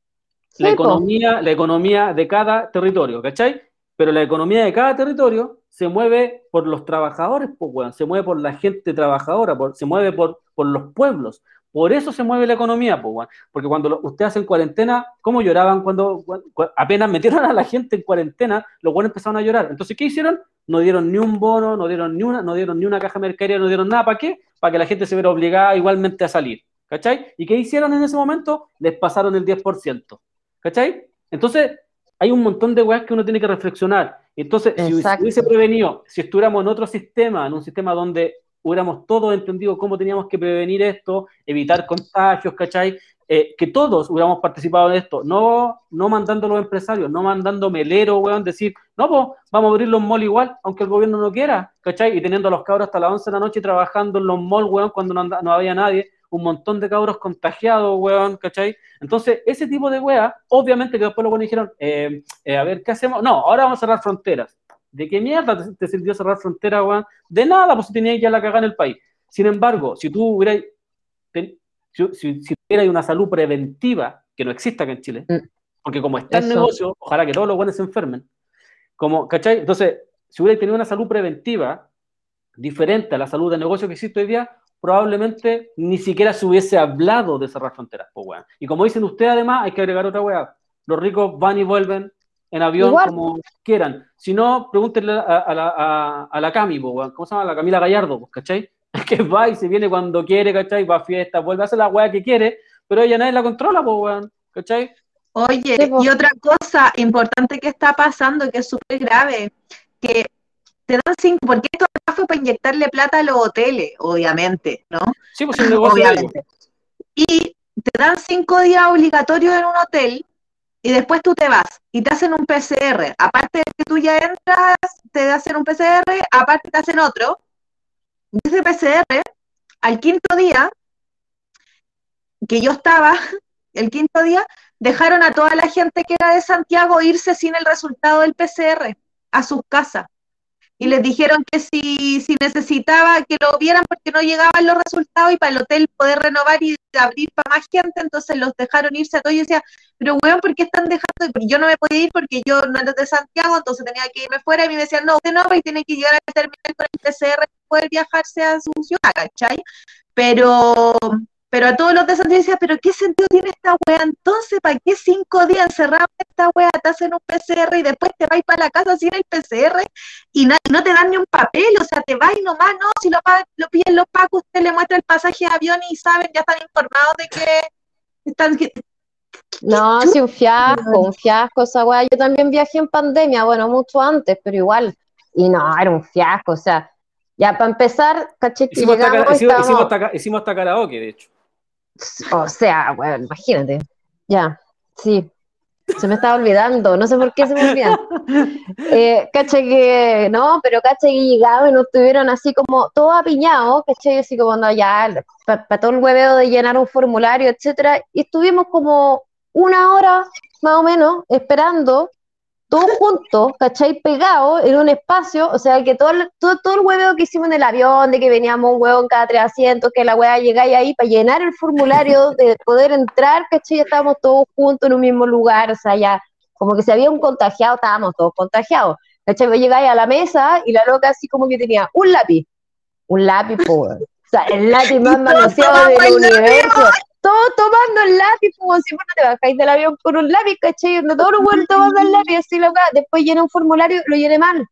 La sí, po. economía, la economía de cada territorio, ¿cachai? Pero la economía de cada territorio se mueve por los trabajadores, pues, weón, se mueve por la gente trabajadora, por- se mueve por, por los pueblos. Por eso se mueve la economía, pues, weón. Porque cuando lo- ustedes hacen cuarentena, ¿cómo lloraban cuando, cuando- apenas metieron a la gente en cuarentena, los buenos empezaron a llorar? Entonces, ¿qué hicieron? No dieron ni un bono, no dieron ni una, no dieron ni una caja mercadería, no dieron nada. ¿Para qué? Para que la gente se viera obligada igualmente a salir, ¿cachai? ¿Y qué hicieron en ese momento? Les pasaron el diez por ciento. ¿Cachai? Entonces, hay un montón de weas que uno tiene que reflexionar. Entonces, si hubiese hubiese Exacto. prevenido, si estuviéramos en otro sistema, en un sistema donde hubiéramos todos entendido cómo teníamos que prevenir esto, evitar contagios, ¿cachai? Eh, que todos hubiéramos participado en esto, no, no mandando a los empresarios, no mandando melero, weón, decir, no, pues vamos a abrir los malls igual, aunque el gobierno no quiera, ¿cachai? Y teniendo a los cabros hasta las once de la noche trabajando en los malls, weón, cuando no, anda, no había nadie, un montón de cabros contagiados, weón, ¿cachai? Entonces, ese tipo de weas, obviamente que después los buenos dijeron, eh, eh, a ver, ¿qué hacemos? No, ahora vamos a cerrar fronteras. ¿De qué mierda te, te sirvió cerrar fronteras, weón? De nada, pues si tenías ya la cagada en el país. Sin embargo, si tú hubieras, ten, si, si, si tuvieras una salud preventiva, que no existe acá en Chile, Mm, porque como está el Eso. negocio, ojalá que todos los buenos se enfermen, como, ¿cachai? Entonces, si hubierais tenido una salud preventiva diferente a la salud de negocio que existe hoy día, probablemente ni siquiera se hubiese hablado de cerrar fronteras, pues, weón. Y como dicen ustedes, además, hay que agregar otra weá. Los ricos van y vuelven en avión Igual, como quieran. Si no, pregúntenle a, a la, a, a la Cami, pues, weón. ¿Cómo se llama? La Camila Gallardo, pues, ¿cachai? Que va y se viene cuando quiere, ¿cachai? Va a fiestas, vuelve a hacer la weá que quiere, pero ella nadie la controla, pues, weón. ¿Cachai? Oye, sí, po. y otra cosa importante que está pasando, que es súper grave, que te dan cinco, porque esto acá fue para inyectarle plata a los hoteles, obviamente, ¿no? Sí, pues es un negocio de ellos. Obviamente. Y te dan cinco días obligatorios en un hotel y después tú te vas y te hacen un P C R. Aparte de que tú ya entras, te hacen un P C R, aparte te hacen otro. Y ese P C R, al quinto día, que yo estaba, el quinto día, dejaron a toda la gente que era de Santiago irse sin el resultado del P C R a sus casas. Y les dijeron que si, si necesitaba que lo vieran porque no llegaban los resultados y para el hotel poder renovar y abrir para más gente, entonces los dejaron irse a todos. Y yo decía, pero weón, ¿por qué están dejando? Porque yo no me podía ir porque yo no era de Santiago, entonces tenía que irme fuera y me decían, no, usted no, y tiene que llegar al terminal con el P C R y poder viajarse a su ciudad, ¿cachai? Pero, pero a todos los de Santiago decía, pero ¿qué sentido tiene esta wea? Entonces, ¿para qué cinco días encerrado en esta wea? Te hacen un P C R y después te vas para la casa sin el P C R y no, no te dan ni un papel, o sea, te vas y nomás, no, si lo, lo pillan los pacos, usted le muestra el pasaje de avión y saben, ya están informados de que están... Que, No, sí, un fiasco, un fiasco esa weá. Yo también viajé en pandemia, bueno, mucho antes, pero igual. Y no, era un fiasco, o sea, ya para empezar, caché que Hicimos hasta, llegamos cara- y hicimos, hicimos, estábamos, hasta, hicimos hasta karaoke, de hecho. o sea, bueno, imagínate, ya, sí. Se me estaba olvidando, no sé por qué se me olvidan. Eh, caché que, no, pero caché que llegaban y nos tuvieron así como todo apiñado, caché, así como no, ya, para pa todo el hueveo de llenar un formulario, etcétera, y estuvimos como una hora más o menos esperando, todos juntos, ¿cachai? Pegados en un espacio, o sea que todo el, todo, todo el hueveo que hicimos en el avión, de que veníamos un huevo en cada tres asientos, que la hueá llegáis ahí para llenar el formulario, de poder entrar, ¿cachai? Ya estábamos todos juntos en un mismo lugar, o sea, ya, como que si había un contagiado, estábamos todos contagiados, ¿cachai? Vos llegáis a la mesa y la loca así como que tenía un lápiz, un lápiz, po, o sea, el lápiz más manoseado del universo. Todos tomando el lápiz, como si vos no te bajáis del avión con un lápiz, ¿cachai? No, todos los buenos tomando el lápiz, así loca. Después llené un formulario, lo llené mal.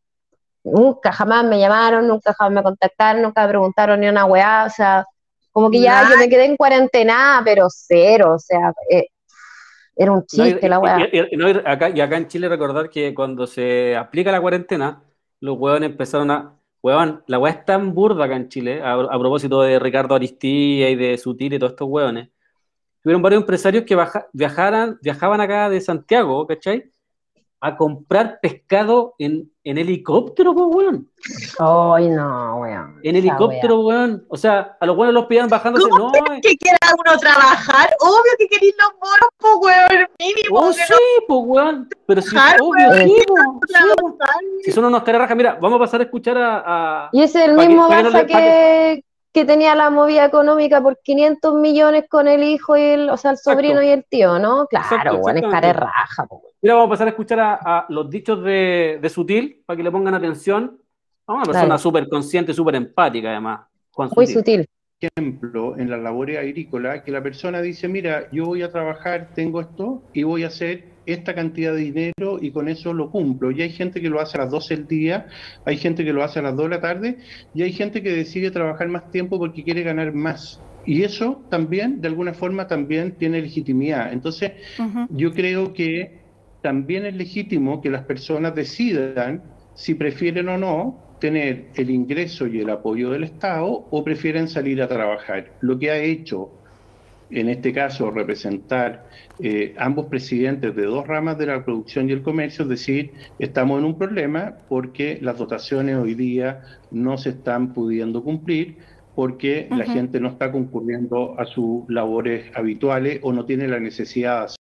Nunca jamás me llamaron, nunca jamás me contactaron, nunca me preguntaron ni una weá, o sea, como que ya yo me quedé en cuarentena, pero cero, o sea, eh, era un chiste no, y, la weá. Y, y, no, y acá, y acá en Chile recordar que cuando se aplica la cuarentena, los huevones empezaron a... Huevón, la weá es tan burda acá en Chile, a, a propósito de Ricardo Aristía y de Sutil y todos estos huevones. Tuvieron varios empresarios que baja, viajaran, viajaban acá de Santiago, ¿cachai? A comprar pescado en, en helicóptero, pues, weón. Ay, no, weón. En helicóptero, weón. O sea, a los weones los pillan bajándose. ¿Cómo No, que quiera uno trabajar? Obvio que queréis los bonos, pues, weón, mínimo. oh, que sí, no... pues, weón. Pero si Trabajar, es obvio, weón, sí, po, sí, po. trabajar. Si son unos cararrajas, mira, vamos a pasar a escuchar a... a Y ese es el pa' que- mismo pa' que no Barça le- pa' que- que, que tenía la movida económica por quinientos millones con el hijo y el, o sea, el sobrino Exacto. y el tío, ¿no? Claro, Exacto, weón, es exactamente. cara de raja, po. Mira, vamos a pasar a escuchar a, a los dichos de, de Sutil, para que le pongan atención. A una persona Dale. súper consciente, súper empática, además. Juan Muy Sutil. sutil. ejemplo, en las labores agrícolas, que la persona dice, mira, yo voy a trabajar, tengo esto, y voy a hacer esta cantidad de dinero y con eso lo cumplo. Y hay gente que lo hace a las doce del día, hay gente que lo hace a las dos de la tarde, y hay gente que decide trabajar más tiempo porque quiere ganar más. Y eso también, de alguna forma, también tiene legitimidad. Entonces, Ujú. yo creo que también es legítimo que las personas decidan si prefieren o no tener el ingreso y el apoyo del Estado o prefieren salir a trabajar. Lo que ha hecho, en este caso, representar eh, ambos presidentes de dos ramas de la producción y el comercio, es decir, estamos en un problema porque las dotaciones hoy día no se están pudiendo cumplir porque la Ujú. gente no está concurriendo a sus labores habituales o no tiene la necesidad de hacerlo.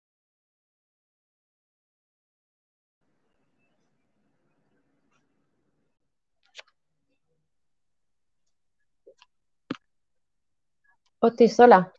Oh, estoy sola.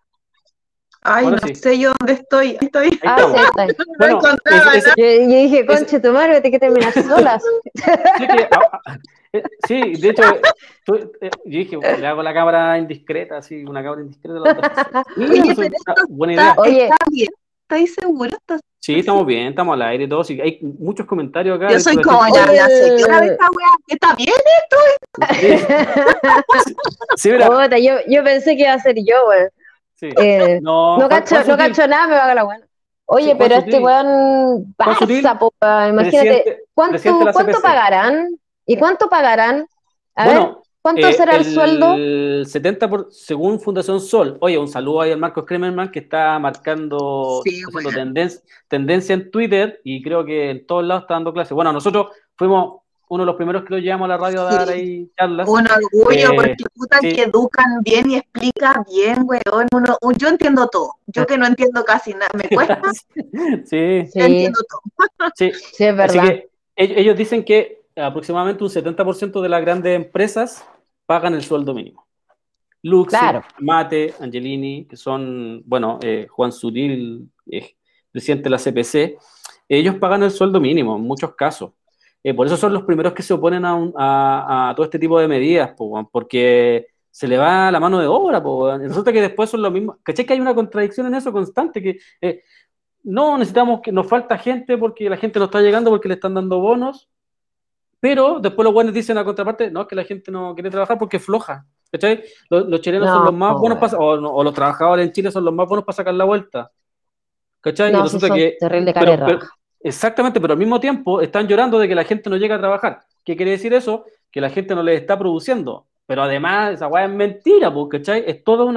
Ay, Ahora no sí. sé yo dónde estoy. Estoy. Ahí Ah, estamos. sí, está ahí. No Bueno, encontraba ese- ese- Yo, yo dije, conche tu madre, vete que terminas solas. Sí, que, ah, ah, eh, sí, de hecho, tú, eh, yo dije, le hago la cámara indiscreta, así, una cámara indiscreta. La otra. Sí, Oye, eso es pero una esto buena está, idea. Oye. está bien. ¿Estáis seguros? ¿Estás- Sí, estamos bien, estamos al aire y todo. Sí, hay muchos comentarios acá. Yo soy dentro de como gente- la, la Oye. señora de esta weá. ¿Está bien? Sí, sí, mira, Puta, yo, yo pensé que iba a ser yo, weón. sí. Eh, No, no, Juan- cacho, Juan no Sutil, cacho nada, me va a la buena. Oye, Sí, Juan pero este Sutil. weón Juan Sutil, pasa, po, weón. Imagínate, presidente- presidente ¿cuánto, de la cuánto C P C. pagarán? ¿Y cuánto pagarán? A ver, Bueno, ¿cuánto eh, será el, el sueldo? setenta por, según Fundación Sol. Oye, un saludo ahí al Marcos Kremerman que está marcando, Sí, haciendo bueno. tendencia, tendencia en Twitter y creo que en todos lados está dando clases. Bueno, nosotros fuimos uno de los primeros que lo llevamos a la radio a dar Sí. ahí charlas. Un orgullo, Eh, porque puta sí. que educan bien y explican bien, weón. Uno, un- yo entiendo todo. Yo que no entiendo casi nada. Me cuesta, Sí, Sí, yo entiendo todo. sí. sí, es Así verdad. que ellos ellos dicen que aproximadamente un setenta por ciento de las grandes empresas pagan el sueldo mínimo. Luxi, Claro. Mate, Angelini, que son, bueno, eh, Juan Sutil, eh, presidente de la C P C, ellos pagan el sueldo mínimo en muchos casos. Eh, por eso son los primeros que se oponen a, un- a- a todo este tipo de medidas, po, weón, porque se le va la mano de obra, po, weón. Y resulta que después son los mismos. ¿Cachai que hay una contradicción en eso constante? Que eh, no necesitamos que nos falta gente porque la gente no está llegando porque le están dando bonos, pero después los buenos dicen a contraparte, no, que la gente no quiere trabajar porque es floja. ¿Cachai? Los, los chilenos No, son los más buenos weón. para, o, no, o los trabajadores en Chile son los más buenos para sacar la vuelta. ¿Cachai? Y No, sí resulta son que. terrible pero- cara de pero- raja. exactamente, pero al mismo tiempo están llorando de que la gente no llega a trabajar. ¿Qué quiere decir eso? Que la gente no les está produciendo. Pero además, esa weá es mentira, pues, ¿cachai? Es toda una,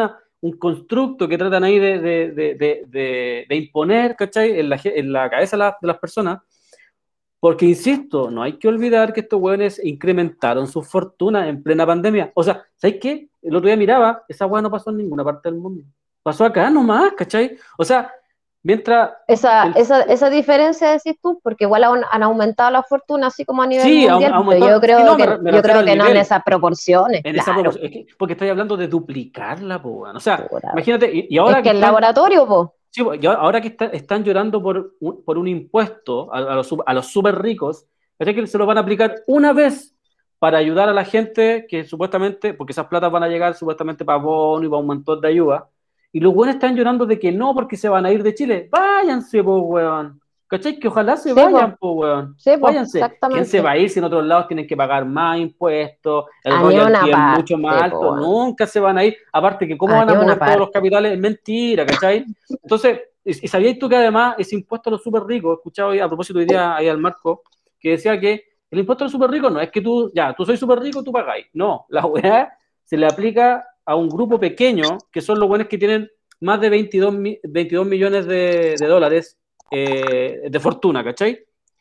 un constructo que tratan ahí de, de, de, de, de, de imponer, ¿cachai? En la, en la cabeza de, la, de las personas, porque, insisto, no hay que olvidar que estos hueones incrementaron sus fortunas en plena pandemia. O sea, ¿sabes qué? El otro día miraba, esa hueá no pasó en ninguna parte del mundo. Pasó acá nomás, ¿cachai? O sea, mientras... Esa, el, esa, esa diferencia decís tú, porque igual han, han aumentado la fortuna así como a nivel sí, mundial, ha, ha pero yo creo sí, no, que, me, me yo creo que no en esas proporciones, en claro. esa proporción, es que, porque estoy hablando de duplicarla, po, bueno. O sea, Pura, imagínate, y, y ahora es que, que el están, laboratorio, po. Sí, y ahora que está, están llorando por un, por un impuesto a, a los, a los súper ricos, es que se lo van a aplicar una vez para ayudar a la gente que supuestamente, porque esas platas van a llegar supuestamente para bono y para un montón de ayuda, y los buenos están llorando de que no, porque se van a ir de Chile. Váyanse, po, weón. ¿Cachai? Que ojalá se Sí, vayan, po. po, weón. Sí, po, Váyanse. ¿Quién se exactamente. va a ir si en otros lados tienen que pagar más impuestos? El A ni una royalty es parte, mucho más alto. po. Nunca se van a ir. Aparte que cómo A van a ni una mover todos los parte. capitales, es mentira, ¿cachai? Entonces, ¿y sabías tú que además ese impuesto a los súper ricos, escuchaba hoy, a propósito hoy día ahí al Marco, que decía que el impuesto a los súper ricos no es que tú, ya, tú soy súper rico, tú pagáis. No, la weá se le aplica a un grupo pequeño, que son los buenos que tienen más de veintidós, veintidós millones de, de dólares eh, de fortuna, ¿cachai?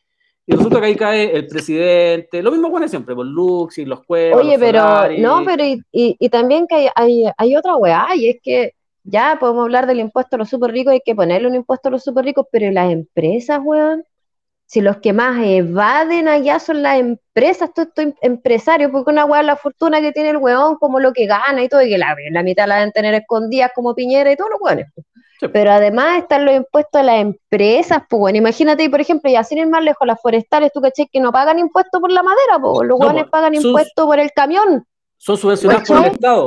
Y resulta que ahí cae el presidente, lo mismo bueno siempre, por Luxi, los Cuevas, Oye, los pero no, Solari. pero y, y, y también que hay, hay, hay otra weá, y es que ya podemos hablar del impuesto a los súper ricos, hay que ponerle un impuesto a los súper ricos, pero las empresas, weón, si los que más evaden allá son las empresas, todos estos empresarios, porque una weá es la fortuna que tiene el weón, como lo que gana y todo, y que la, la mitad la deben tener escondidas como Piñera y todos los weones. Sí. Pero además están los impuestos a las empresas, pues bueno, imagínate, por ejemplo, ya sin ir más lejos, las forestales, tú caché que no pagan impuestos por la madera, pues los No, weones pues, pagan son, impuestos por el camión. son subvencionados por el ¿Cachai? Estado.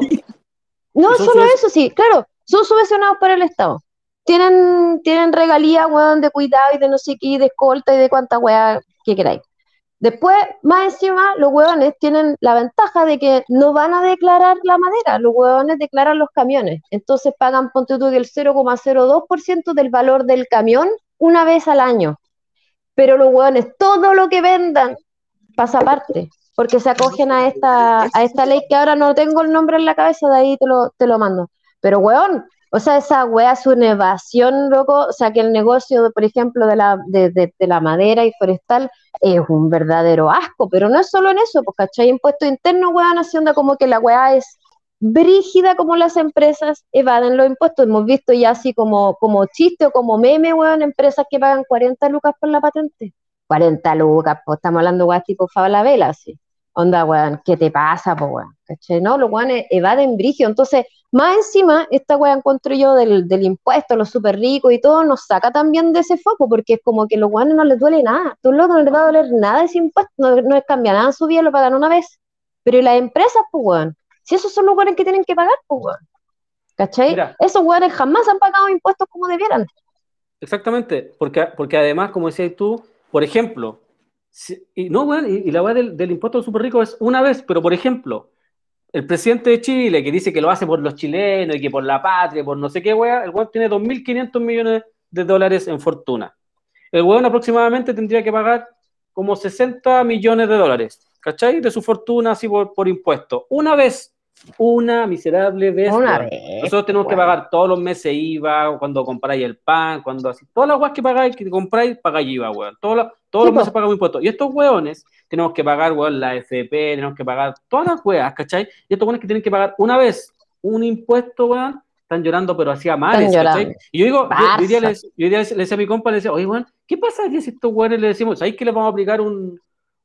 No Y son solo subven- eso, sí, claro, son subvencionados por el Estado. Tienen, tienen regalías, weón, de cuidado y de no sé qué, y de escolta y de cuánta weá que queráis. Después, más encima, los hueones tienen la ventaja de que no van a declarar la madera, los hueones declaran los camiones. Entonces pagan, ponte tú, que el cero coma cero dos por ciento del valor del camión una vez al año. Pero los hueones, todo lo que vendan pasa aparte, porque se acogen a esta, a esta ley que ahora no tengo el nombre en la cabeza, de ahí te lo, te lo mando. Pero hueón, o sea, esa wea es una evasión, loco, o sea, que el negocio, por ejemplo, de la, de, de, de la madera y forestal es un verdadero asco, pero no es solo en eso, porque ¿cachai? Impuestos internos, weón, haciendo como que la weá es brígida, como las empresas evaden los impuestos. Hemos visto ya así como, como chiste o como meme, weón, empresas que pagan cuarenta lucas por la patente. cuarenta lucas, pues estamos hablando weón tipo Falabella, así. Onda, weón, ¿qué te pasa, po, weón? ¿Cachai? No, los weones evaden brigio. Entonces, más encima, esta weá encuentro yo del, del impuesto, los súper ricos y todo, nos saca también de ese foco, porque es como que a los weones no les duele nada. Tú loco no les va a doler nada ese impuesto, no, no les cambia nada en su vida, lo pagan una vez. Pero ¿y las empresas, pues, weón? Si esos son los weones que tienen que pagar, pues, weón. ¿Cachai? Mira, Esos weones jamás han pagado impuestos como debieran. exactamente, porque, porque además, como decías tú, por ejemplo, si, y no, bueno, y, y la weá del, del impuesto a los súper ricos es una vez, pero por ejemplo, el presidente de Chile, que dice que lo hace por los chilenos y que por la patria, por no sé qué weá, el weón tiene dos mil quinientos millones de dólares en fortuna. El weón aproximadamente tendría que pagar como sesenta millones de dólares, ¿cachai? De su fortuna así por, por impuesto. Una vez, una miserable vez, Una weón. vez, Nosotros tenemos que weón. pagar todos los meses I V A, cuando compráis el pan, cuando así, todas las weas que pagáis, que compráis, pagáis I V A, weón. Todos los, todos Sí, los meses po. pagamos impuestos. Y estos weones tenemos que pagar, weón, la F P, tenemos que pagar todas las weas, ¿cachai? Y estos weones que tienen que pagar una vez un impuesto, weón, están llorando, pero hacía Están mares, ¿cachai? llorando. Y yo digo, yo, yo hoy día, Barça. les, yo hoy día le decía a mi compa, le decía, oye, weón, ¿qué pasaría si estos weones le decimos, ¿sabéis que les vamos a aplicar un,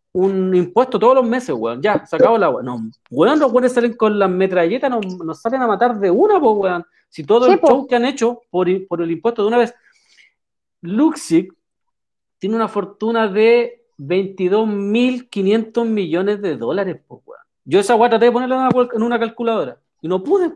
un impuesto todos los meses, weón? Ya, se acabó la weón. No, weón, los weones salen con las metralletas, nos, nos salen a matar de una, pues, weón. Si todo Sí, el po. show que han hecho por, por el impuesto de una vez. Luxic tiene una fortuna de veintidós mil quinientos millones de dólares, pues, weón. Yo esa weá traté de ponerla en una, en una calculadora y no pude.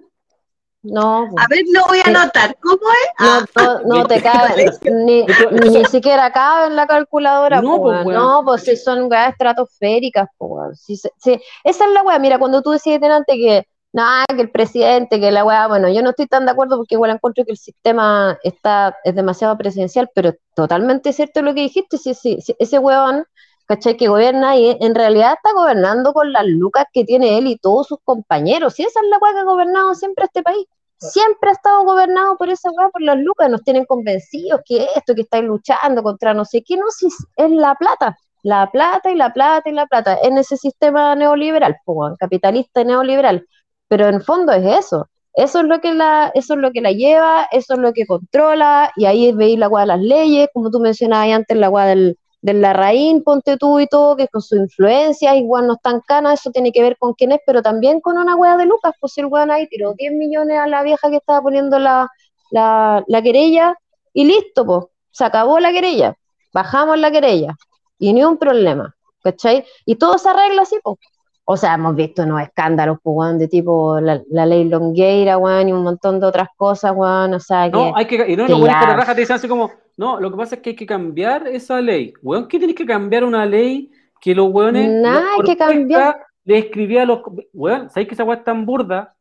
No, po. A ver, lo voy a anotar. ¿Cómo es? No, no, no te cabe, ni, ni siquiera cabe en la calculadora, No, po, pues, weón. weón. No, pues si son weas estratosféricas, po, weón. Si se- si- esa es la wea, mira, cuando tú decías delante que, nada, que el presidente, que la wea, bueno, yo no estoy tan de acuerdo porque igual encuentro que el sistema está, es demasiado presidencial, pero es totalmente cierto lo que dijiste, si, si, si ese weón, ¿cachai? Que gobierna y en realidad está gobernando con las lucas que tiene él y todos sus compañeros, y esa es la wea que ha gobernado siempre este país. siempre ha estado gobernado por esa weá, por las lucas, nos tienen convencidos que esto, que estáis luchando contra no sé qué, no, si es la plata, la plata y la plata y la plata, en ese sistema neoliberal, pues, capitalista y neoliberal, pero en el fondo es eso, eso es lo que la, eso es lo que la lleva, eso es lo que controla, y ahí veis la weá de las leyes, como tú mencionabas antes, la weá del del Larraín, ponte tú y todo, que con su influencia, igual no están canas, eso tiene que ver con quién es, pero también con una wea de Lucas, pues el weón ahí tiró diez millones a la vieja que estaba poniendo la, la, la querella, y listo, pues, se acabó la querella, bajamos la querella, y ni un problema, ¿cachai? Y todo se arregla así, pues. O sea, hemos visto unos escándalos, pues, weón, de tipo la, la ley Longueira, weón, y un montón de otras cosas, weón, o sea, que... No, hay que, y no, que los buenos ya- cara raja te dicen así como, no, lo que pasa es que hay que cambiar esa ley. Weón, ¿qué tienes que cambiar una ley que los weones, la Nada hay que Corpesca cambiar. le escribía a los, weón, ¿sabéis que esa weá es tan burda?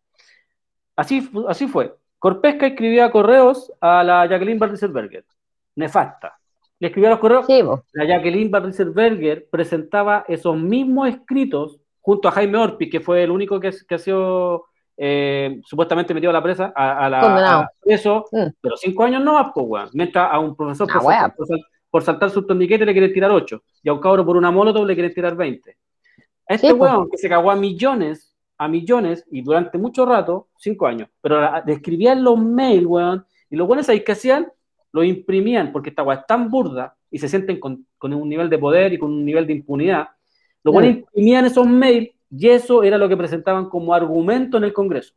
Así, fu- así fue. Corpesca escribía correos a la Jacqueline Van Rieselbergher, nefasta. Le escribía los correos, Sí, po. la Jacqueline Van Rieselbergher presentaba esos mismos escritos junto a Jaime Orpi, que fue el único que, que ha sido eh, supuestamente metido a la presa, a, a la Condenado. a preso, Mm. pero cinco años no más, pues, weón. Mientras a un profesor Ah, por, saltar, weá. por, sal- por saltar su torniquete le quieren tirar ocho, y a un cabro por una molotov le quieren tirar veinte. A este Sí, po. weón que se cagó a millones, a millones, y durante mucho rato, cinco años, pero la- describían los mails, weón, y los weones ahí que hacían, lo imprimían, porque esta weá es tan burda, y se sienten con, con un nivel de poder y con un nivel de impunidad, los Mm. weones imprimían esos mails, y eso era lo que presentaban como argumento en el Congreso.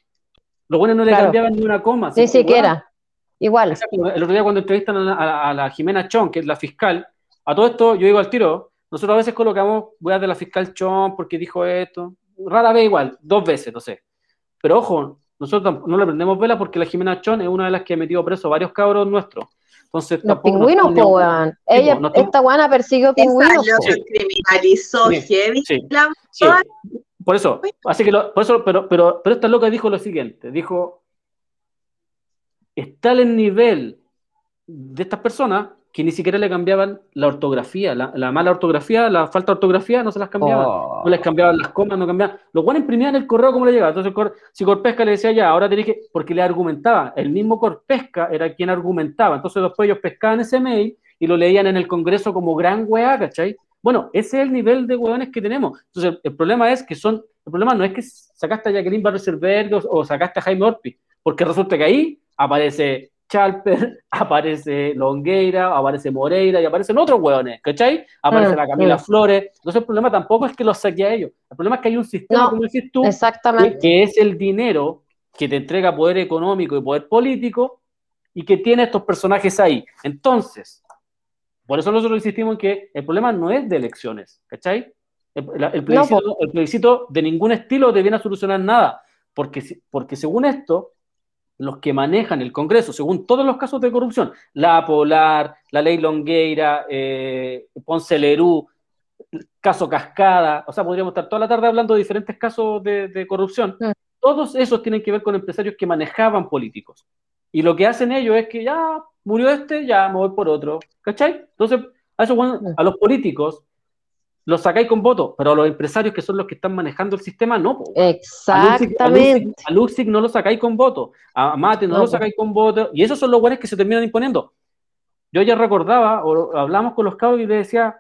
Los weones no le Claro. cambiaban ni una coma. Ni así que, weón, siquiera. Igual. exacto. El otro día cuando entrevistan a, la- a- a la Jimena Chon, que es la fiscal, a todo esto yo digo al tiro, nosotros a veces colocamos weas de la fiscal Chon porque dijo esto, rara vez igual, dos veces, no sé. Pero ojo, nosotros tamp- no le prendemos vela porque la Jimena Chon es una de las que ha metido preso varios cabros nuestros. Entonces Los tampoco no pingüinos, estamos- po, weón. Sí, Ella, po, no estamos- esta guana persiguió Esa pingüinos, po. loca Sí. criminalizó Sí, heavy sí, la sí. Por eso, así que lo- por eso, pero, pero, pero esta loca dijo lo siguiente, dijo, está el nivel de estas personas que ni siquiera le cambiaban la ortografía, la, la mala ortografía, la falta de ortografía, no se las cambiaban. Oh. No les cambiaban las comas, no cambiaban. Los buenos imprimían el correo como le llegaba. Entonces, Cor- si Corpesca le decía ya, ahora tenés que. Porque le argumentaba. El mismo Corpesca era quien argumentaba. Entonces, después ellos pescaban ese mail y lo leían en el Congreso como gran weá, ¿cachai? Bueno, ese es el nivel de weones que tenemos. Entonces, el, el problema es que son. El problema no es que sacaste a Jacqueline Van Rieselbergher o, o sacaste a Jaime Orpi, porque resulta que ahí aparece Chalper, aparece Longueira, aparece Moreira y aparecen otros hueones, ¿cachai? Aparece Mm, la Camila mm. Flores. Entonces el problema tampoco es que los saque a ellos. El problema es que hay un sistema, No, como decís tú, que, Exactamente. que es el dinero que te entrega poder económico y poder político y que tiene estos personajes ahí. Entonces, por eso nosotros insistimos en que el problema no es de elecciones, ¿cachai? El, la- el plebiscito, el plebiscito de ningún estilo te viene a solucionar nada, porque, si- porque según esto, los que manejan el Congreso, según todos los casos de corrupción, la Polar, la Ley Longueira, eh, Ponce Lerú, caso Cascada, o sea, podríamos estar toda la tarde hablando de diferentes casos de, de corrupción, Mm. todos esos tienen que ver con empresarios que manejaban políticos. Y lo que hacen ellos es que ya murió este, ya me voy por otro, ¿cachai? Entonces, a, esos, bueno, a los políticos los sacáis con votos, pero a los empresarios que son los que están manejando el sistema, no, po. A Luxic, a Luxic- Exactamente. a Luxic no lo sacáis con voto, a Mate no, No, lo po. sacáis con voto, y esos son los buenos que se terminan imponiendo. Yo ya recordaba, o hablamos con los cabros y les decía,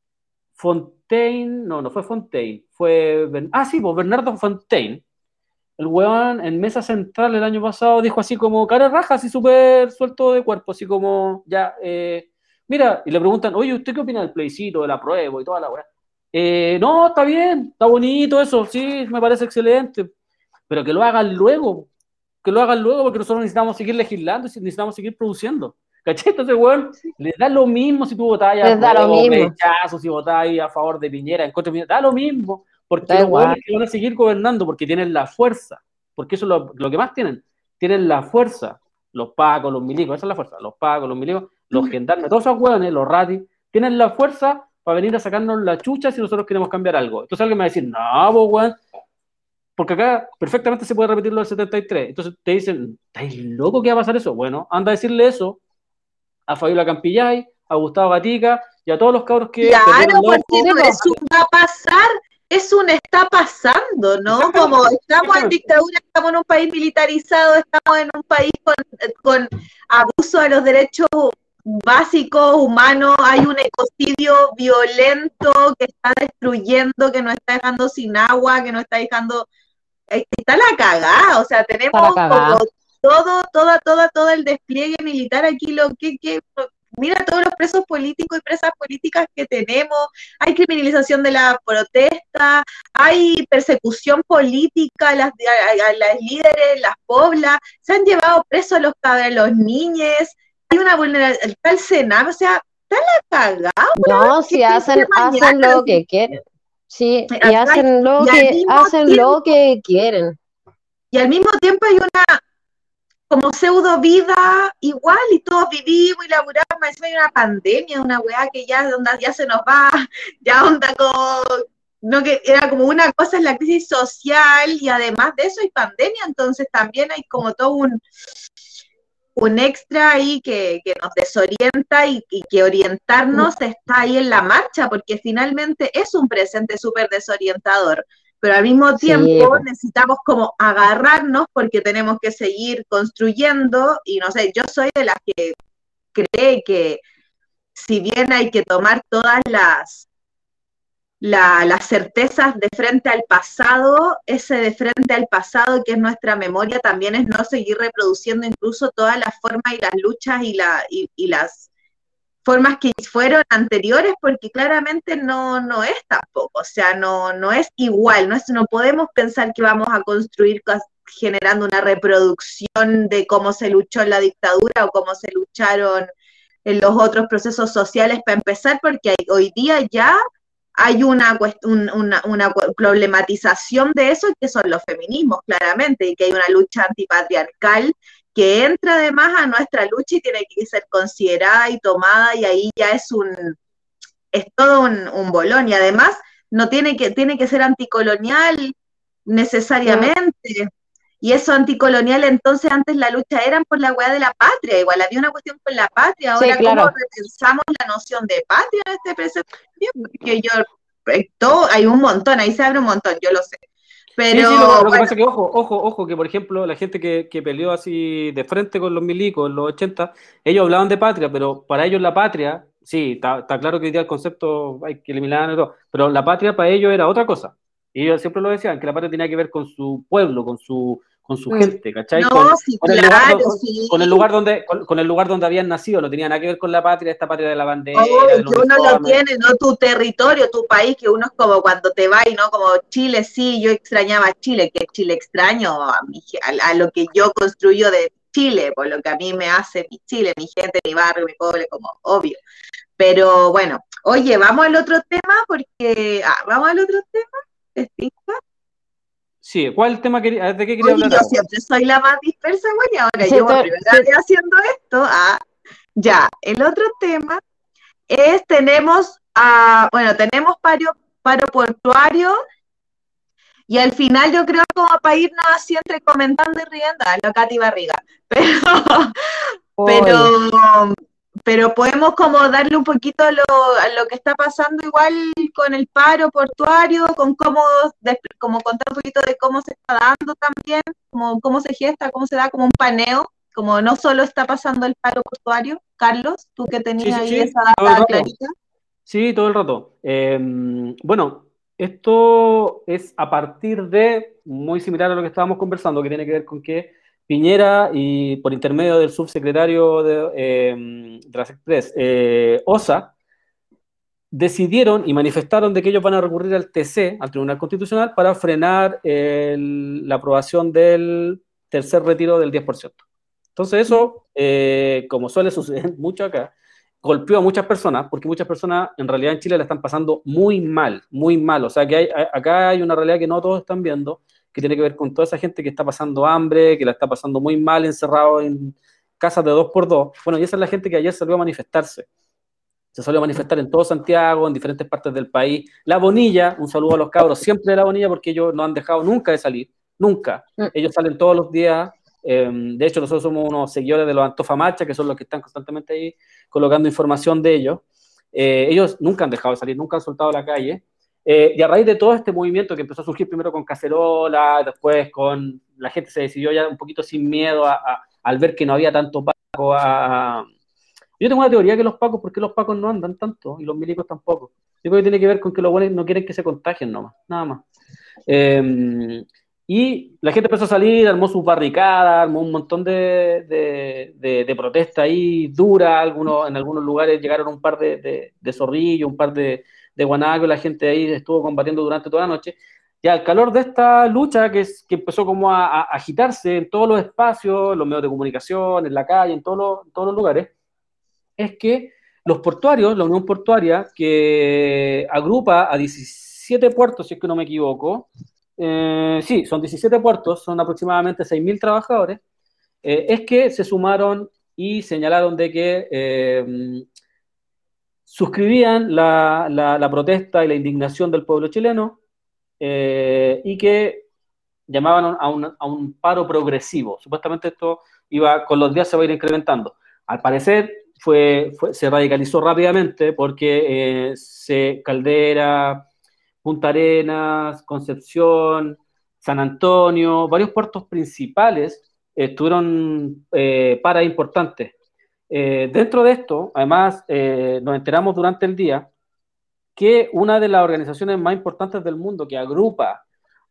Fontaine, no, no fue Fontaine, fue, Ben- ah, sí, pues Bernardo Fontaine, el weón en mesa central el año pasado dijo así como, cara raja, así súper suelto de cuerpo, así como, ya, eh, mira, y le preguntan, oye, ¿usted qué opina del plebiscito, del apruebo y toda la weá? Eh, no, está bien, está bonito eso, sí, me parece excelente, pero que lo hagan luego, que lo hagan luego porque nosotros necesitamos seguir legislando y necesitamos seguir produciendo. ¿Cachai? Entonces, weón, les da lo mismo si tú votás Les da lo mismo. rechazo, si votás a favor de Piñera, en contra de Piñera, da lo mismo, porque Da los igual. weones que van a seguir gobernando, porque tienen la fuerza, porque eso es lo, lo que más tienen, tienen la fuerza, los pacos, los milicos, esa es la fuerza, los pacos, los milicos, los gendarmes, todos esos weones, los ratis, tienen la fuerza para venir a sacarnos la chucha si nosotros queremos cambiar algo. Entonces alguien me va a decir, no, vos, weón, porque acá perfectamente se puede repetir lo del setenta y tres. Entonces te dicen, ¿estás loco que va a pasar eso? Bueno, anda a decirle eso a Fabiola Campillay, a Gustavo Gatica y a todos los cabros que... Claro, perdieron porque loco. no, eso va a pasar. es un está pasando, ¿no? Como estamos en dictadura, estamos en un país militarizado, estamos en un país con, con abuso a los derechos básicos, humanos, hay un ecocidio violento que está destruyendo, que nos está dejando sin agua, que nos está dejando, está la cagada, o sea, tenemos como todo, toda, toda, todo el despliegue militar aquí, lo que, que mira todos los presos políticos y presas políticas que tenemos, hay criminalización de la protesta, hay persecución política a las, a, a las líderes, las poblas, se han llevado presos a los, a los niños, hay una vulnerabilidad, está el Senado, o sea, está la cagada. No, si hacen, hacen lo que quieren, sí, y hacen lo que, hacen lo que quieren. Y al mismo tiempo hay una como pseudo vida igual y todos vivimos y laburamos, encima hay una pandemia, una weá que ya, onda, ya se nos va, ya onda como, no que era como una cosa en la crisis social y además de eso hay pandemia, entonces también hay como todo un, un extra ahí que, que nos desorienta y, y que orientarnos está ahí en la marcha, porque finalmente es un presente súper desorientador. Pero al mismo tiempo sí, necesitamos como agarrarnos porque tenemos que seguir construyendo y no sé, yo soy de las que cree que si bien hay que tomar todas las, la, las certezas de frente al pasado, ese de frente al pasado que es nuestra memoria también es no seguir reproduciendo incluso todas las formas y las luchas y, la, y, y las formas que fueron anteriores, porque claramente no, no es tampoco, o sea, no, no es igual, no, es, no podemos pensar que vamos a construir generando una reproducción de cómo se luchó en la dictadura o cómo se lucharon en los otros procesos sociales para empezar, porque hay, hoy día ya hay una, un, una, una problematización de eso, que son los feminismos, claramente, y que hay una lucha antipatriarcal que entra además a nuestra lucha y tiene que ser considerada y tomada, y ahí ya es un, es todo un, un bolón, y además no tiene que, tiene que ser anticolonial necesariamente, sí. Y eso anticolonial, entonces antes la lucha era por la hueá de la patria, igual había una cuestión con la patria, ahora sí, claro. ¿Cómo repensamos la noción de patria en este presente? Porque yo, todo, hay un montón, ahí se abre un montón, yo lo sé. Pero, sí, sí, lo, lo bueno. que pasa es que, ojo, ojo, ojo, que por ejemplo, la gente que, que peleó así de frente con los milicos en los ochenta, ellos hablaban de patria, pero para ellos la patria, sí, está claro que hoy día el concepto hay que eliminarlo y todo, pero la patria para ellos era otra cosa. Y ellos siempre lo decían, que la patria tenía que ver con su pueblo, con su, con su gente, ¿cachai? No, con, sí, con, el claro, lugar, sí. con el lugar donde con, con el lugar donde habían nacido, no tenía nada que ver con la patria, esta patria de la bandera. Oh, del que uno lo tiene, no tu territorio, tu país, que uno es como cuando te vas, ¿no? Como Chile, sí, yo extrañaba Chile, que Chile extraño a, mi, a, a lo que yo construyo de Chile, por lo que a mí me hace mi Chile, mi gente, mi barrio, mi pueblo, como obvio. Pero bueno, oye, vamos al otro tema, porque, ah, vamos al otro tema, ¿te fijas? Sí, ¿cuál tema quería, de qué quería Oye, hablar? Yo siempre soy la más dispersa, güey, y ahora sí, yo te, primera vez haciendo esto. Ah, ya, el otro tema es, tenemos, uh, bueno, tenemos paro, paro portuario, y al final yo creo como para irnos así entre comentando y riendo, a lo Katy Barriga, pero, pero, pero podemos como darle un poquito a lo, a lo que está pasando igual con el paro portuario, con cómo, como contar un poquito de cómo se está dando también, como cómo se gesta, cómo se da como un paneo, como no solo está pasando el paro portuario. Carlos, tú que tenías sí, sí, ahí sí, esa data clarita. Sí, todo el rato. Eh, bueno, esto es a partir de, muy similar a lo que estábamos conversando, que tiene que ver con que Piñera y por intermedio del subsecretario de, eh, de las Express, eh, Osa, decidieron y manifestaron de que ellos van a recurrir al T C, al Tribunal Constitucional, para frenar el, la aprobación del tercer retiro del diez por ciento. Entonces eso, eh, como suele suceder mucho acá, golpeó a muchas personas, porque muchas personas en realidad en Chile la están pasando muy mal, muy mal. O sea que hay, acá hay una realidad que no todos están viendo, que tiene que ver con toda esa gente que está pasando hambre, que la está pasando muy mal encerrado en casas de dos por dos. Bueno, y esa es la gente que ayer salió a manifestarse. Se salió a manifestar en todo Santiago, en diferentes partes del país. La Bonilla, un saludo a los cabros, siempre de La Bonilla, porque ellos no han dejado nunca de salir, nunca. Ellos salen todos los días. Eh, de hecho, nosotros somos unos seguidores de los Antofamacha, que son los que están constantemente ahí colocando información de ellos. Eh, ellos nunca han dejado de salir, nunca han soltado la calle. Eh, y a raíz de todo este movimiento que empezó a surgir primero con Cacerola, después con la gente se decidió ya un poquito sin miedo a, a, al ver que no había tanto Paco. A, a... Yo tengo una teoría que los Pacos, ¿por qué los Pacos no andan tanto? Y los milicos tampoco. Yo creo que tiene que ver con que los buenos no quieren que se contagien nomás, nada más. Eh, y la gente empezó a salir, armó sus barricadas, armó un montón de, de, de, de protesta ahí dura, algunos, en algunos lugares llegaron un par de, de, de zorrillos, un par de, de guanacos, la gente ahí estuvo combatiendo durante toda la noche. Y al calor de esta lucha, que, es, que empezó como a, a agitarse en todos los espacios, los medios de comunicación, en la calle, en todos los, en todos los lugares, es que los portuarios, la Unión Portuaria, que agrupa a diecisiete puertos, si es que no me equivoco, eh, sí, son diecisiete puertos, son aproximadamente seis mil trabajadores, eh, es que se sumaron y señalaron de que eh, suscribían la, la, la protesta y la indignación del pueblo chileno, eh, y que llamaban a un, a un paro progresivo. Supuestamente esto iba, con los días se va a ir incrementando. Al parecer fue, fue, se radicalizó rápidamente porque eh, se Caldera, Punta Arenas, Concepción, San Antonio, varios puertos principales eh, tuvieron eh, paras importantes. Eh, dentro de esto, además, eh, nos enteramos durante el día que una de las organizaciones más importantes del mundo que agrupa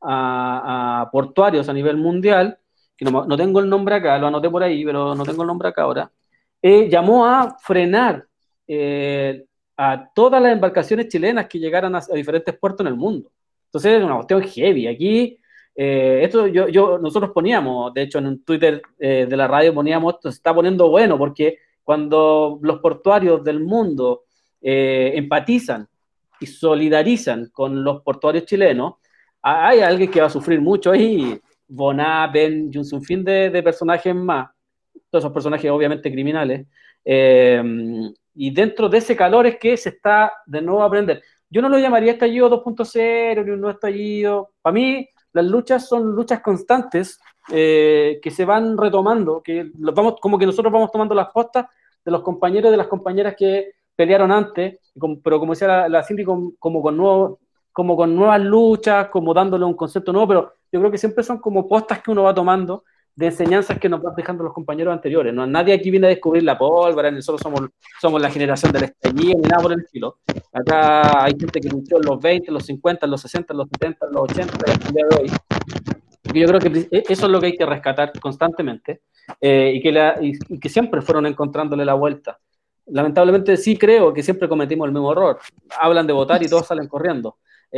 a, a portuarios a nivel mundial, que no, no tengo el nombre acá, lo anoté por ahí, pero no tengo el nombre acá ahora, eh, llamó a frenar eh, a todas las embarcaciones chilenas que llegaran a, a diferentes puertos en el mundo. Entonces es una cuestión heavy. Aquí, eh, esto yo, yo, nosotros poníamos, de hecho en un Twitter eh, de la radio poníamos, esto se está poniendo bueno, porque cuando los portuarios del mundo eh, empatizan y solidarizan con los portuarios chilenos, hay alguien que va a sufrir mucho ahí, Boná, Ben y un sinfín de, de personajes más, todos esos personajes obviamente criminales, eh, y dentro de ese calor es que se está de nuevo a aprender. Yo no lo llamaría estallido dos punto cero ni un nuevo estallido. Para mí las luchas son luchas constantes eh, que se van retomando, que los vamos, como que nosotros vamos tomando las postas de los compañeros y de las compañeras que pelearon antes, pero como decía la, la Cindy, como, como, con nuevo, como con nuevas luchas, como dándole un concepto nuevo, pero yo creo que siempre son como postas que uno va tomando de enseñanzas que nos van dejando los compañeros anteriores. No, nadie aquí viene a descubrir la pólvora, nosotros somos, somos la generación del estallido, ni nada por el estilo. Acá hay gente que luchó en los veinte, en los cincuenta, en los sesenta, en los setenta, en los ochenta, y hasta el día de hoy. Porque yo creo que eso es lo que hay que rescatar constantemente, eh, y, que la, y, y que siempre fueron encontrándole la vuelta. Lamentablemente sí creo que siempre cometimos el mismo error. Hablan de votar y todos salen corriendo.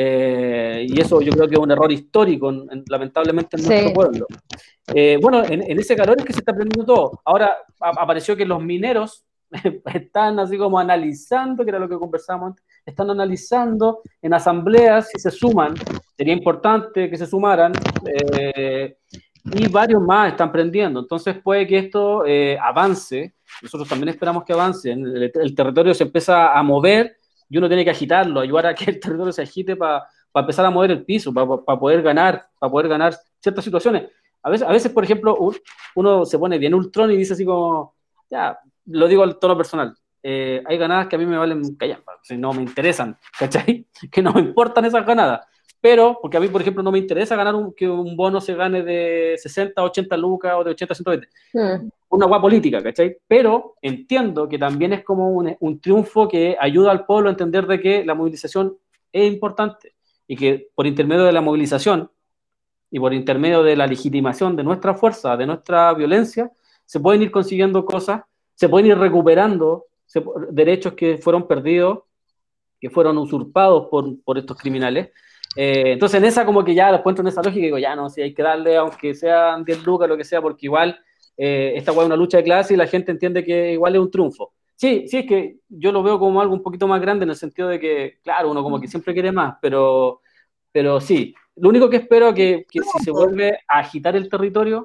Eh, y eso yo creo que es un error histórico, en, en, lamentablemente, en nuestro sí. pueblo. Eh, bueno, en, en ese calor es que se está aprendiendo todo. Ahora a, apareció que los mineros están así como analizando, que era lo que conversábamos antes, están analizando en asambleas si se suman. Sería importante que se sumaran. Eh, y varios más están prendiendo. Entonces puede que esto eh, avance. Nosotros también esperamos que avance. El, el territorio se empieza a mover y uno tiene que agitarlo, ayudar a que el territorio se agite para pa empezar a mover el piso, para pa poder ganar, para poder ganar ciertas situaciones. A veces, a veces por ejemplo, un, uno se pone bien ultrón y dice así como, ya, lo digo al tono personal, eh, hay ganadas que a mí me valen callar, si no me interesan, ¿cachai? Que no me importan esas ganadas. Pero, porque a mí, por ejemplo, no me interesa ganar un, que un bono se gane de sesenta, ochenta lucas o de ochenta a ciento veinte. Mm. Una guapa política, ¿cachai? Pero entiendo que también es como un, un triunfo que ayuda al pueblo a entender de que la movilización es importante y que por intermedio de la movilización y por intermedio de la legitimación de nuestra fuerza, de nuestra violencia, se pueden ir consiguiendo cosas, se pueden ir recuperando se, derechos que fueron perdidos, que fueron usurpados por, por estos criminales. Eh, entonces en esa como que ya después entro en esa lógica y digo, ya no, si hay que darle aunque sean diez lucas, lo que sea, porque igual eh, esta es una lucha de clase y la gente entiende que igual es un triunfo. Sí, sí, es que yo lo veo como algo un poquito más grande en el sentido de que, claro, uno como que siempre quiere más, pero, pero sí, lo único que espero es que, que si se vuelve a agitar el territorio,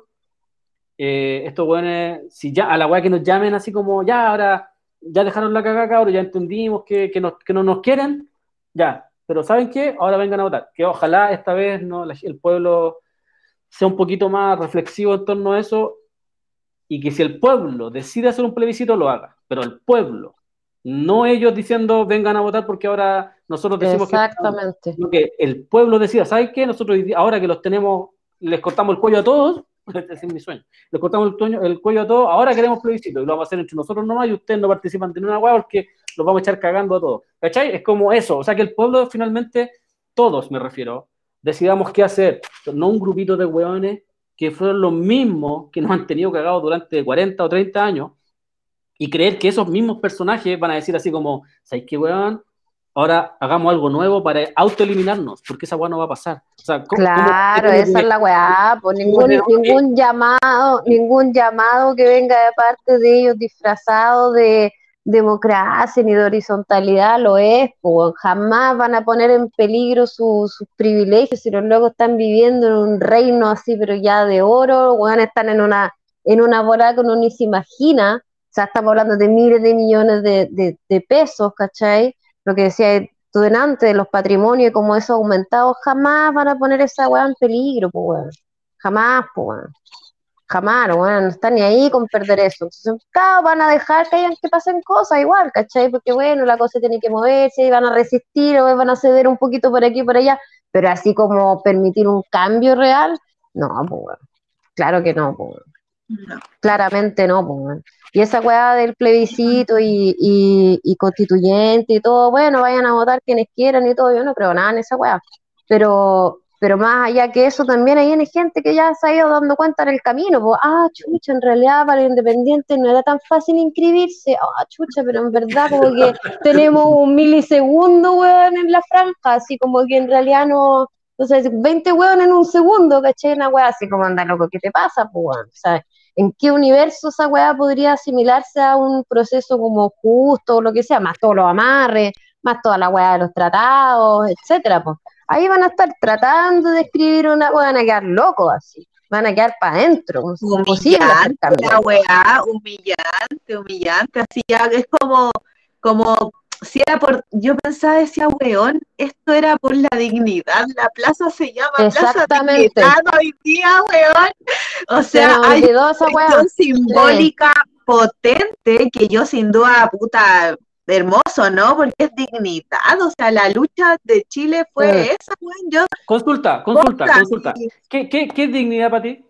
eh, estos buenos, si ya a la weá que nos llamen así como, ya ahora, ya dejaron la cagada, cabrón, ya entendimos que, que, nos, que no nos quieren, ya. Pero ¿saben qué? Ahora vengan a votar. Que ojalá esta vez no, el pueblo sea un poquito más reflexivo en torno a eso y que si el pueblo decide hacer un plebiscito, lo haga. Pero el pueblo, No ellos diciendo vengan a votar porque ahora nosotros decimos Exactamente. que, que el pueblo decida, ¿sabes qué? Nosotros ahora que los tenemos, les cortamos el cuello a todos, este es mi sueño, les cortamos el, toño, el cuello a todos, ahora queremos plebiscito y lo vamos a hacer entre nosotros nomás y ustedes no participan de ninguna hueá porque los vamos a echar cagando a todos. ¿Cachai? Es como eso, o sea que el pueblo finalmente, todos me refiero, decidamos qué hacer, no un grupito de hueones que fueron los mismos que nos han tenido cagados durante cuarenta o treinta años y creer que esos mismos personajes van a decir así como, ¿sabes qué, weón? Ahora hagamos algo nuevo para autoeliminarnos, porque esa weá no va a pasar. O sea, ¿cómo, Claro, cómo, esa es la weá, pues cómo, ningún, ningún llamado, ningún llamado que venga de parte de ellos disfrazado de democracia ni de horizontalidad lo es, pues jamás van a poner en peligro su- sus privilegios si los locos están viviendo en un reino así, pero ya de oro, weón, están en una, en una bola que uno ni se imagina, o sea, estamos hablando de miles de millones de, de, de pesos, ¿cachai? Lo que decía tú delante de los patrimonios y como eso ha aumentado, jamás van a poner esa weá en peligro, pues weón. Jamás, pues weón. Jamás, weón. No están ni ahí con perder eso. Entonces, claro, van a dejar que hayan que pasen cosas igual, ¿cachai? Porque bueno, la cosa tiene que moverse y van a resistir o van a ceder un poquito por aquí y por allá, pero así como permitir un cambio real, no, pues weón. Claro que no, pues weón. No. Claramente no, pues, weón. Y esa weá del plebiscito y, y, y constituyente y todo, bueno, vayan a votar quienes quieran y todo, yo no creo nada en esa weá. Pero, pero más allá que eso, también hay gente que ya se ha ido dando cuenta en el camino, pues, ah, chucha, en realidad para el independiente no era tan fácil inscribirse, ah, chucha, pero en verdad como que tenemos un milisegundo, weón, en la franja, así como que en realidad no, o sea, veinte weón en un segundo, ¿cachai? Una weá así como anda loco, ¿qué te pasa, pues, weón? O sea, ¿en qué universo esa weá podría asimilarse a un proceso como justo o lo que sea? Más todos los amarres, más toda la weá de los tratados, etcétera, pues. Ahí van a estar tratando de escribir una weá, van a quedar locos así, van a quedar para adentro, es imposible hacer Humillante cambio. la weá, humillante, humillante, así ya es como, como si era por, yo pensaba, decía, weón, esto era por la dignidad, la plaza se llama Plaza Exactamente. Dignidad hoy día, weón, o Se sea, nos hay olvidó una esa weá. cuestión simbólica potente que yo sin duda, puta, hermoso, ¿no? Porque es dignidad, o sea, la lucha de Chile fue Mm. esa, weón, yo, Consulta, consulta, Puta, consulta. y- ¿Qué, qué, ¿Qué es dignidad para ti?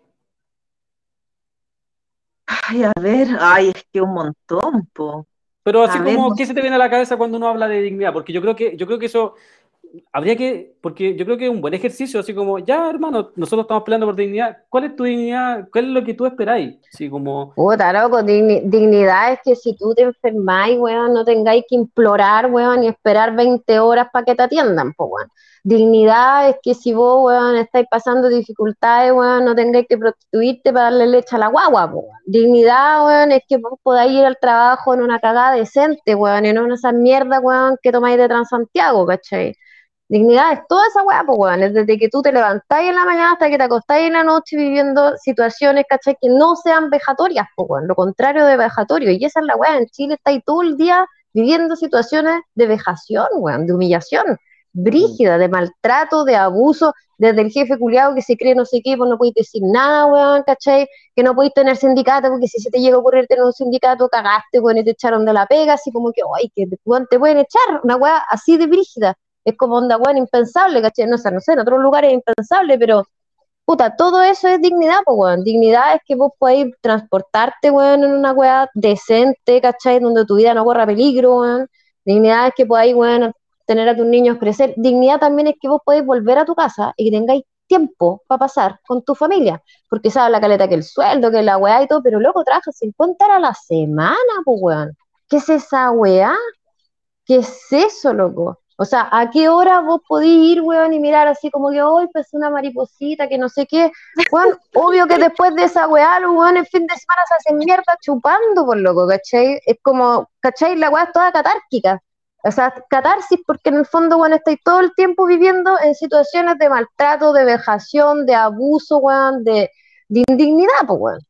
ay, a ver, ay, es que un montón, po. Pero así A ver, como, no ¿qué se te viene a la cabeza cuando uno habla de dignidad? Porque yo creo que, yo creo que eso habría que, porque yo creo que es un buen ejercicio, así como, ya hermano, nosotros estamos peleando por dignidad, ¿cuál es tu dignidad? ¿Cuál es lo que tú esperáis? Así como, Puta, loco, digni- dignidad es que si tú te enfermáis, weón, no tengáis que implorar, weón, y esperar veinte horas para que te atiendan, pues, weón. Dignidad es que si vos, weón, estáis pasando dificultades, weón, no tengáis que prostituirte para darle leche a la guagua, pues, weón. Dignidad, weón, es que vos podáis ir al trabajo en una cagada decente, weón, y no en esas mierdas, weón, que tomáis de Transantiago, ¿cachai? Dignidad es toda esa weá, pues weón, es desde que tú te levantáis en la mañana hasta que te acostáis en la noche viviendo situaciones, ¿cachai? Que no sean vejatorias, pues weón, lo contrario de vejatorio. Y esa es la weá, en Chile estáis todo el día viviendo situaciones de vejación, weón, de humillación, brígida, de maltrato, de abuso, desde el jefe culiado que se cree no sé qué, pues no podéis decir nada, weón, ¿cachai? Que no podéis tener sindicato, porque si se te llega a ocurrir tener un sindicato, cagaste, weón, y te echaron de la pega, así como que, ay, que weón, te pueden echar, una weá así de brígida. Es como onda, bueno, impensable, ¿cachai? No sé, no sé, en otros lugares es impensable, pero puta, todo eso es dignidad, pues, weón. Dignidad es que vos podáis transportarte, weón, en una weá decente, ¿cachai? Donde tu vida no corra peligro, weón. Dignidad es que podáis, weón, tener a tus niños crecer. Dignidad también es que vos podéis volver a tu casa y que tengáis tiempo para pasar con tu familia, porque sabes la caleta que el sueldo, que la weá y todo, pero loco, trabajas cincuenta horas a la semana, pues, weón. ¿Qué es esa weá? ¿Qué es eso, loco? O sea, ¿a qué hora vos podís ir, weón, y mirar así como que hoy pues una mariposita, que no sé qué? Weón, obvio que después de esa weá, los weones el fin de semana se hacen mierda chupando, por loco, ¿cachai? Es como, ¿cachai? La weá es toda catárquica. O sea, catarsis porque en el fondo, weón, estáis todo el tiempo viviendo en situaciones de maltrato, de vejación, de abuso, weón, de, de indignidad, pues, weón.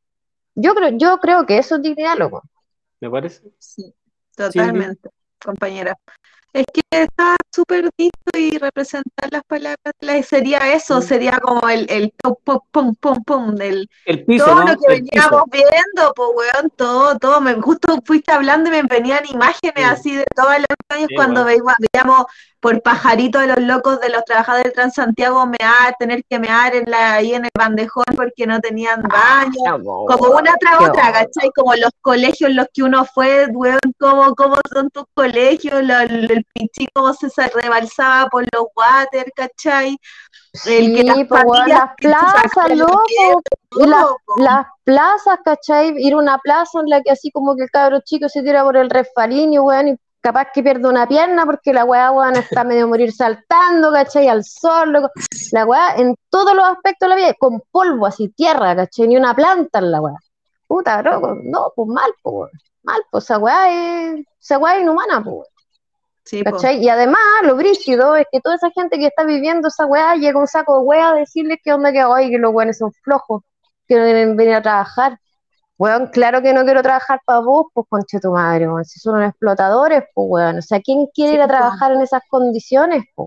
Yo creo, yo creo que eso es dignidad, loco. ¿me parece? Sí, Cindy. totalmente, compañera. Es que está súper visto y representar las palabras la- sería eso, Mm. sería como el, el pum, pum, pum, pum, pum, del El piso, todo lo ¿no? que El veníamos piso. viendo, pues weón, todo, todo, me justo fuiste hablando y me venían imágenes Sí, así de todos los años sí, cuando weón. veíamos, veíamos por pajarito de los locos de los trabajadores del Transantiago mear, tener que mear en la, ahí en el bandejón porque no tenían baño, Ah, po, como weón, una tras qué otra, horror. ¿cachai? Como los colegios en los que uno fue, weón, cómo, cómo son tus colegios, lo- el, el pichí cómo se sa- rebalsaba por los water, ¿cachai? El que las Sí, pues weón, familias las que se plazas, sacaban los loco. dientes, Y las, todo, po. las plazas, ¿cachai? Ir a una plaza en la que así como que el cabro chico se tira por el resbalín y weón, y capaz que pierde una pierna porque la weá, weón, está medio a morir saltando, ¿cachai? Al sol, loco. La weá en todos los aspectos de la vida, con polvo, así, tierra, ¿cachai? Ni una planta en la weá. Puta, loco. No, pues mal, pues, weón. Mal, pues esa weá es, esa weá es inhumana, pues. Sí, po. ¿Cachai? Y además, lo brígido es que toda esa gente que está viviendo esa weá llega un saco de weá a decirles que onda que hoy que los weones son flojos, que no deben venir a trabajar. Weón, claro que no quiero trabajar para vos, pues conche tu madre, weón. Si son unos explotadores, pues weón. O sea, ¿quién quiere Sí, ir a po. trabajar en esas condiciones, pues?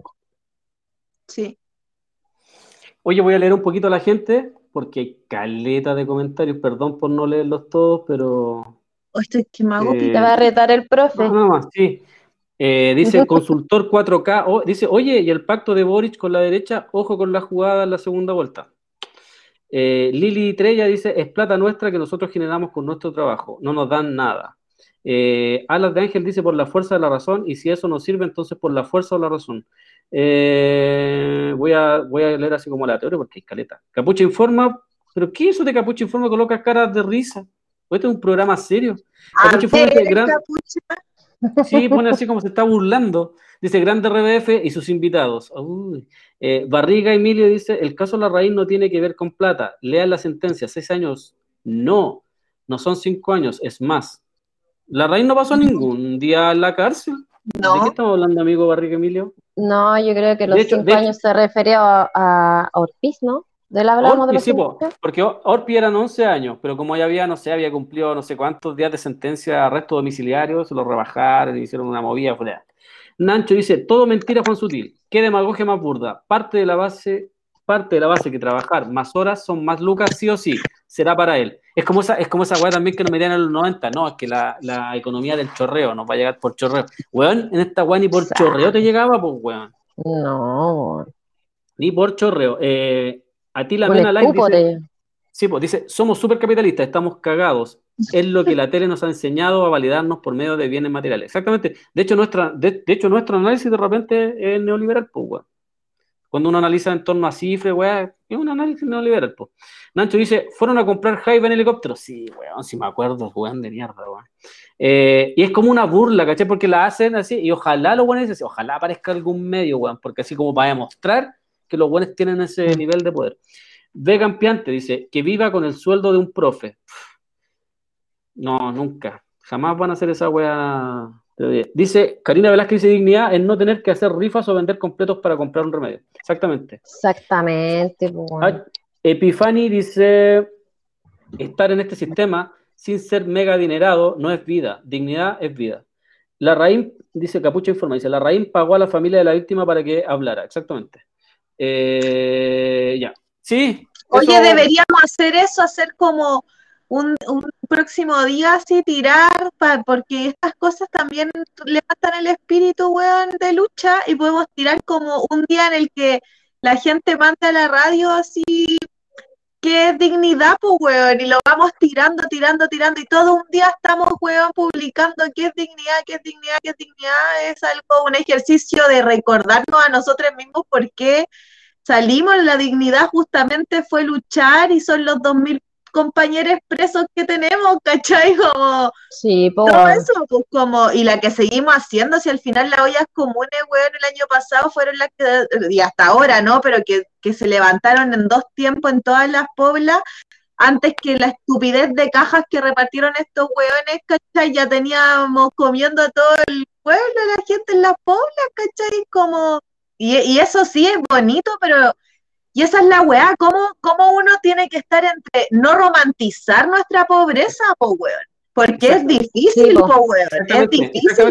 Sí. Oye, voy a leer un poquito a la gente, porque hay caleta de comentarios, perdón por no leerlos todos, pero... Oh, estoy que me hago Te eh, va a retar el no, profe. nada más, sí. Eh, dice consultor cuatro K, oh, dice, oye, y el pacto de Boric con la derecha, ojo con la jugada en la segunda vuelta. Eh, Lili Trella dice, es plata nuestra que nosotros generamos con nuestro trabajo, no nos dan nada. Eh, Alas de Ángel dice, por la fuerza de la razón, y si eso no sirve, entonces por la fuerza o la razón. Eh, voy, a, voy a leer así como la teoría porque hay caleta. Capucha Informa, ¿pero qué es eso de Capucha Informa? Coloca caras de risa. Este es un programa serio. A Capucha Informa ver, dice, gran... capucha. Sí, pone así como se está burlando. Dice Grande R B F y sus invitados. Uy. Eh, Barriga Emilio dice, el caso Larraín no tiene que ver con plata. Lean la sentencia, seis años. No, no son cinco años, es más. Larraín no pasó ningún día en la cárcel. ¿De qué No, estamos hablando, amigo Barriga Emilio? No, yo creo que De los hecho, cinco de hecho, años se refería a, a Ortiz, ¿no? De él hablamos de Orpi los sí, cinco po, años. porque Or- Orpi eran once años, pero como ya había, no sé, había cumplido no sé cuántos días de sentencia, arresto domiciliario, se lo rebajaron, hicieron una movida. Fuera. Nancho dice, todo mentira, Juan Sutil. Qué demagogia más burda. Parte de la base, parte de la base que trabajar más horas son más lucas, sí o sí. Será para él. Es como esa, es como esa weá también que nos metían en los noventa. No, es que la, la economía del chorreo nos va a llegar por chorreo. Weón, en esta weá ni por chorreo te llegaba, pues weón. No, Ni por chorreo. Eh, a ti la un Mena Live escupo dice, te... sí, pues dice, somos súper capitalistas, estamos cagados. Es lo que la tele nos ha enseñado a validarnos por medio de bienes materiales. Exactamente. De hecho, nuestra, de, de hecho nuestro análisis de repente es neoliberal, pues, weón. Cuando uno analiza en torno a cifras, weón, es un análisis neoliberal, pues. Nacho dice, ¿fueron a comprar Jaiba en helicóptero? Sí, weón, si me acuerdo, weón, de mierda, weón. Eh, y es como una burla, ¿cachai? Porque la hacen así, y ojalá los buenos dicen, ojalá aparezca algún medio, weón, porque así como para demostrar que los buenos tienen ese nivel de poder. Vegan Piante dice, que viva con el sueldo de un profe. No, nunca. Jamás van a hacer esa wea. Dice, Karina Velázquez dice, dignidad es no tener que hacer rifas o vender completos para comprar un remedio. Exactamente. Exactamente, pues, bueno. Ah, Epifani dice, estar en este sistema sin ser mega adinerado no es vida. Dignidad es vida. La Raín, dice Capucha Informa, dice, la Raín pagó a la familia de la víctima para que hablara. Exactamente. Eh, ya. Sí. oye, Eso, deberíamos hacer eso, hacer como un, un próximo día así, tirar, pa- porque estas cosas también levantan el espíritu, weón, de lucha, y podemos tirar como un día en el que la gente mande a la radio así, qué dignidad, pues, weón, y lo vamos tirando, tirando, tirando, y todo un día estamos, weón, publicando qué es dignidad, qué es dignidad, qué es dignidad, es algo, un ejercicio de recordarnos a nosotros mismos por qué salimos, la dignidad justamente fue luchar y son los dos mil compañeros presos que tenemos, ¿cachai? Como Sí, pues, todo bueno. eso, pues como, y la que seguimos haciendo, si al final las ollas comunes, weón, el año pasado fueron las que, y hasta ahora, ¿no? Pero que, que se levantaron en dos tiempos en todas las poblas, antes que la estupidez de cajas que repartieron estos weones, ¿cachai? Ya teníamos comiendo a todo el pueblo, la gente en las poblas, ¿cachai? Como, y, y eso sí es bonito, pero, y esa es la weá, ¿cómo, cómo uno tiene que estar entre no romantizar nuestra pobreza, po weón? Porque es Exacto. difícil, Sí, po. po weón, es Exactamente, difícil. exactamente.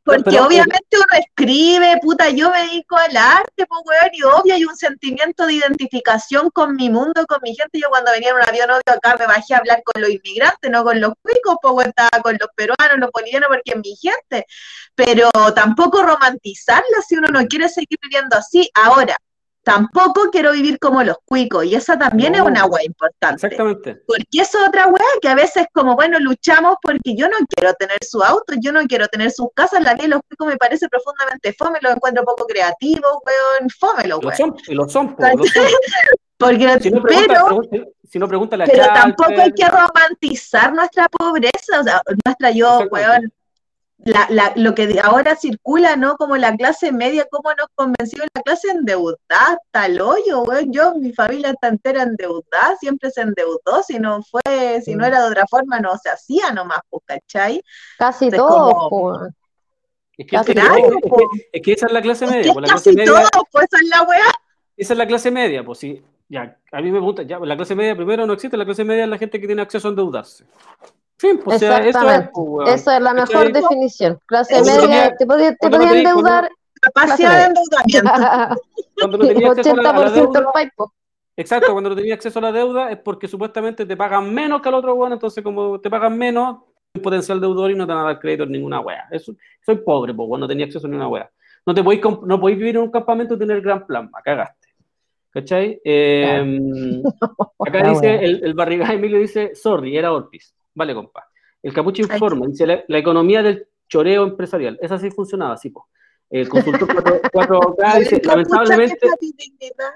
porque pero- obviamente uno escribe, puta, yo me dedico al arte, pues, weón, y obvio hay un sentimiento de identificación con mi mundo, con mi gente. Yo cuando venía en un avión, obvio, acá me bajé a hablar con los inmigrantes, no con los cuicos, pues, weón, estaba con los peruanos, los bolivianos, porque es mi gente. Pero tampoco romantizarla si uno no quiere seguir viviendo así. Ahora, tampoco quiero vivir como los cuicos, y esa también No, es una weá importante. Exactamente. Porque eso es otra weá, que a veces como, bueno, luchamos porque yo no quiero tener su auto, yo no quiero tener sus casas, la que los cuicos me parece profundamente fome, los encuentro poco creativos, weón, fome los Y lo weón. son, y lo son, po, lo son. Porque, Si no, pregunta, pero, pregunta- si no pregúntale a pero Chalper. tampoco hay que romantizar nuestra pobreza, o sea, nuestra yo, Exactamente. weón, la, la, lo que ahora circula, ¿no? Como la clase media, cómo nos convenció la clase endeudada, hasta el hoyo, weón. Yo, mi familia está entera endeudada, siempre se endeudó, si no fue, si no era de otra forma, no se hacía nomás, pues, ¿cachai? Casi Es todos, como- po. Es que, es, que, Claro, es que- po. es que esa es la clase Es que media. es Pues la clase casi media, todo, pues esa es la weá. esa es la clase media, pues sí. Ya, a mí me gusta, ya, la clase media primero no existe, la clase media es la gente que tiene acceso a endeudarse. Fin, pues, o sea, eso es, Exactamente. pues, weón. Esa es la mejor ¿Cachai? definición. Clase Eso media, es. te podías te Cuando no podías tenéis- endeudar Capacidad de endeudamiento. Cuando no tenías acceso a la, a la ochenta por ciento deuda, el paipo. exacto, cuando no tenías acceso a la deuda es porque supuestamente te pagan menos que al otro weón, entonces como te pagan menos, tienes potencial deudor y no te van a dar crédito en ninguna wea. Eso, soy pobre, pues, cuando no tenía acceso a ninguna wea. No te podéis, comp- no podéis vivir en un campamento y tener gran plasma, cagaste. ¿Cachai? Eh, acá La dice, wea. el, el Barrigás Emilio dice, sorry, era Orpiz. Vale, compa. El Capucho Ay, informa, dice, la, la economía del choreo empresarial. Esa sí funcionaba, sí, po. El consultor cuatro K dice, Capucha, lamentablemente, ¿qué es la dignidad?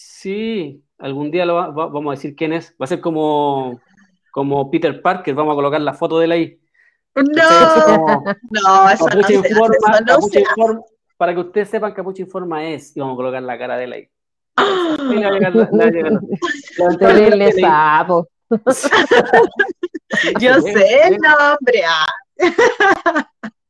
sí, algún día lo va- va- vamos a decir quién es. Va a ser como, como Peter Parker, vamos a colocar la foto de él ahí. ¿Cachai? Así No, como, no, eso no Capucha se hace, informa, eso no Capucha se hace. informa, para que ustedes sepan, Capucha informa es, y vamos a colocar la cara de él ahí. Ahí le va a llegar la- le va a llegar la- Terrible lamentablemente, sapo. Yo bien, sé el bien. nombre. Ah,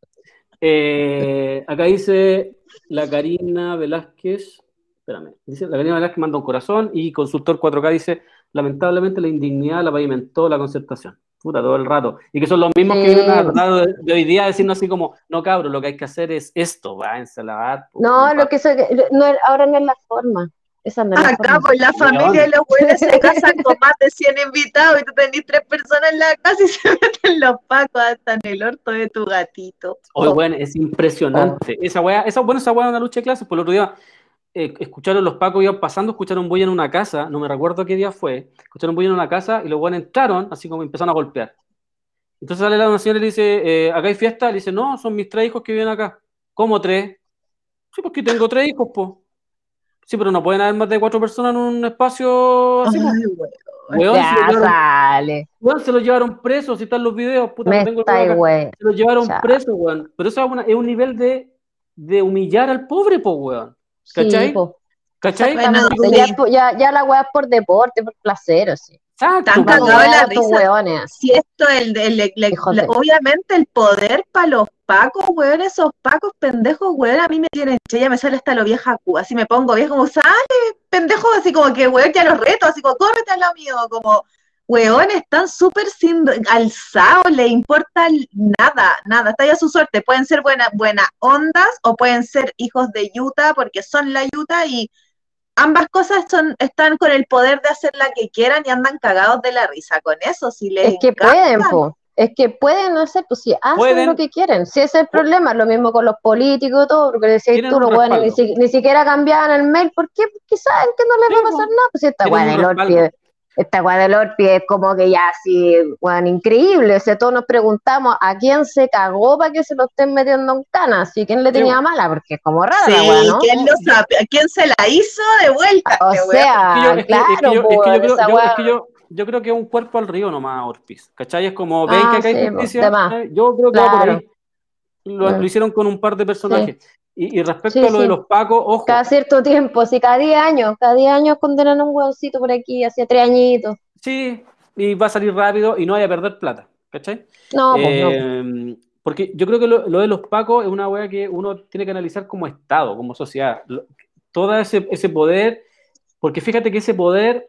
Eh, acá dice la Karina Velázquez, espérame, dice la Karina Velázquez manda un corazón y consultor cuatro K dice, lamentablemente la indignidad la pavimentó la concertación. Puta, todo el rato. Y que son los mismos Sí. que vienen a tratar de, de hoy día decirnos así como, no cabros, lo que hay que hacer es esto, váyanse a lavar. po, No, pa- lo que se, no, es- ahora no es la forma. Esa no es la acá, forma. pues la familia de los güeyes se casan con más de cien invitados y tú tenés tres personas en la casa y se meten los pacos hasta en el orto de tu gatito. Oye, bueno, es impresionante. Esa weá, esa, bueno, esa weá es una lucha de clases. Por el otro día, eh, escucharon los pacos, iban pasando, escucharon bulla en una casa, no me recuerdo qué día fue, escucharon bulla en una casa y los buenos entraron, así como empezaron a golpear. Entonces sale la una señora y le dice, eh, ¿acá hay fiesta? Le dice, no, son mis tres hijos que viven acá. ¿Cómo tres? Sí, porque tengo tres hijos, po. Sí, pero no pueden haber más de cuatro personas en un espacio así, po. Ay, güey. Weón, se lo Ya llevaron, sale. weón, se los llevaron presos, si están los videos, puta, Me no tengo el está video acá. güey. Se los llevaron Chao. presos, weón. Pero eso es, una- es un nivel de, de humillar al pobre, po, weón. ¿Cachai? Sí, po. ¿Cachai? Bueno, Así como- sí. Ya, po- ya, ya la weá es por deporte, por placer, así. Exacto, Tan po, cagado weón. de la Estos risa. weones. Si esto, el, el, el- el- Hijos la- de- obviamente el poder para los pacos, weón, esos pacos pendejos, weón, a mí me tienen, ya me sale hasta lo vieja, cu- así me pongo vieja, como, sale, pendejo, así como que, weón, ya los reto, así como, córrete al lado mío, como, weón, están súper sin alzados, le importa nada, nada, está ya su suerte, pueden ser buenas buenas ondas o pueden ser hijos de Utah porque son la Utah y ambas cosas son, están con el poder de hacer la que quieran y andan cagados de la risa con eso, si les Es que encanta. pueden, po. Es que pueden hacer, pues si hacen Pueden. lo que quieren. Si ese es el problema, lo mismo con los políticos y todo, porque decías Tienen tú, un los weones ni, respaldo. si- ni siquiera cambiaban el mail. ¿Por qué? Porque saben que no les Sí, va a pasar po. nada. Pues esta Tienen weá un del Orpi, respaldo. esta weá del Orpi es como que ya así, weón, increíble. O sea, todos nos preguntamos a quién se cagó para que se lo estén metiendo en canas y quién le Sí, tenía po. mala, porque es como rara Sí, la weá, ¿no? ¿quién lo sabe? ¿Quién se la hizo de vuelta? O este weón? sea, Es que yo- es que- claro, es que yo- es que po, yo creo- esa yo- es weá. que yo- yo creo que es un cuerpo al río nomás, Orpiz. ¿Cachai? Es como, ¿veis que Ah, acá hay sí, po, justicia? de más. Eh, Yo creo que va por Claro. ahí. Lo, Mm. lo hicieron con un par de personajes. Y, y respecto Sí, a lo de sí. los pacos, ojo, Cada cierto tiempo, sí, cada diez años, cada diez años condenan a un hueoncito por aquí, hacía tres añitos. sí, y va a salir rápido y no vaya a perder plata. ¿Cachai? No, pues no. Eh, porque yo creo que lo, lo de los pacos es una wea que uno tiene que analizar como Estado, como sociedad. Lo- todo ese, ese poder, porque fíjate que ese poder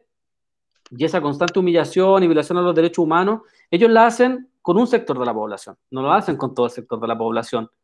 y esa constante humillación y violación a los derechos humanos, ellos la hacen con un sector de la población, no lo hacen con todo el sector de la población.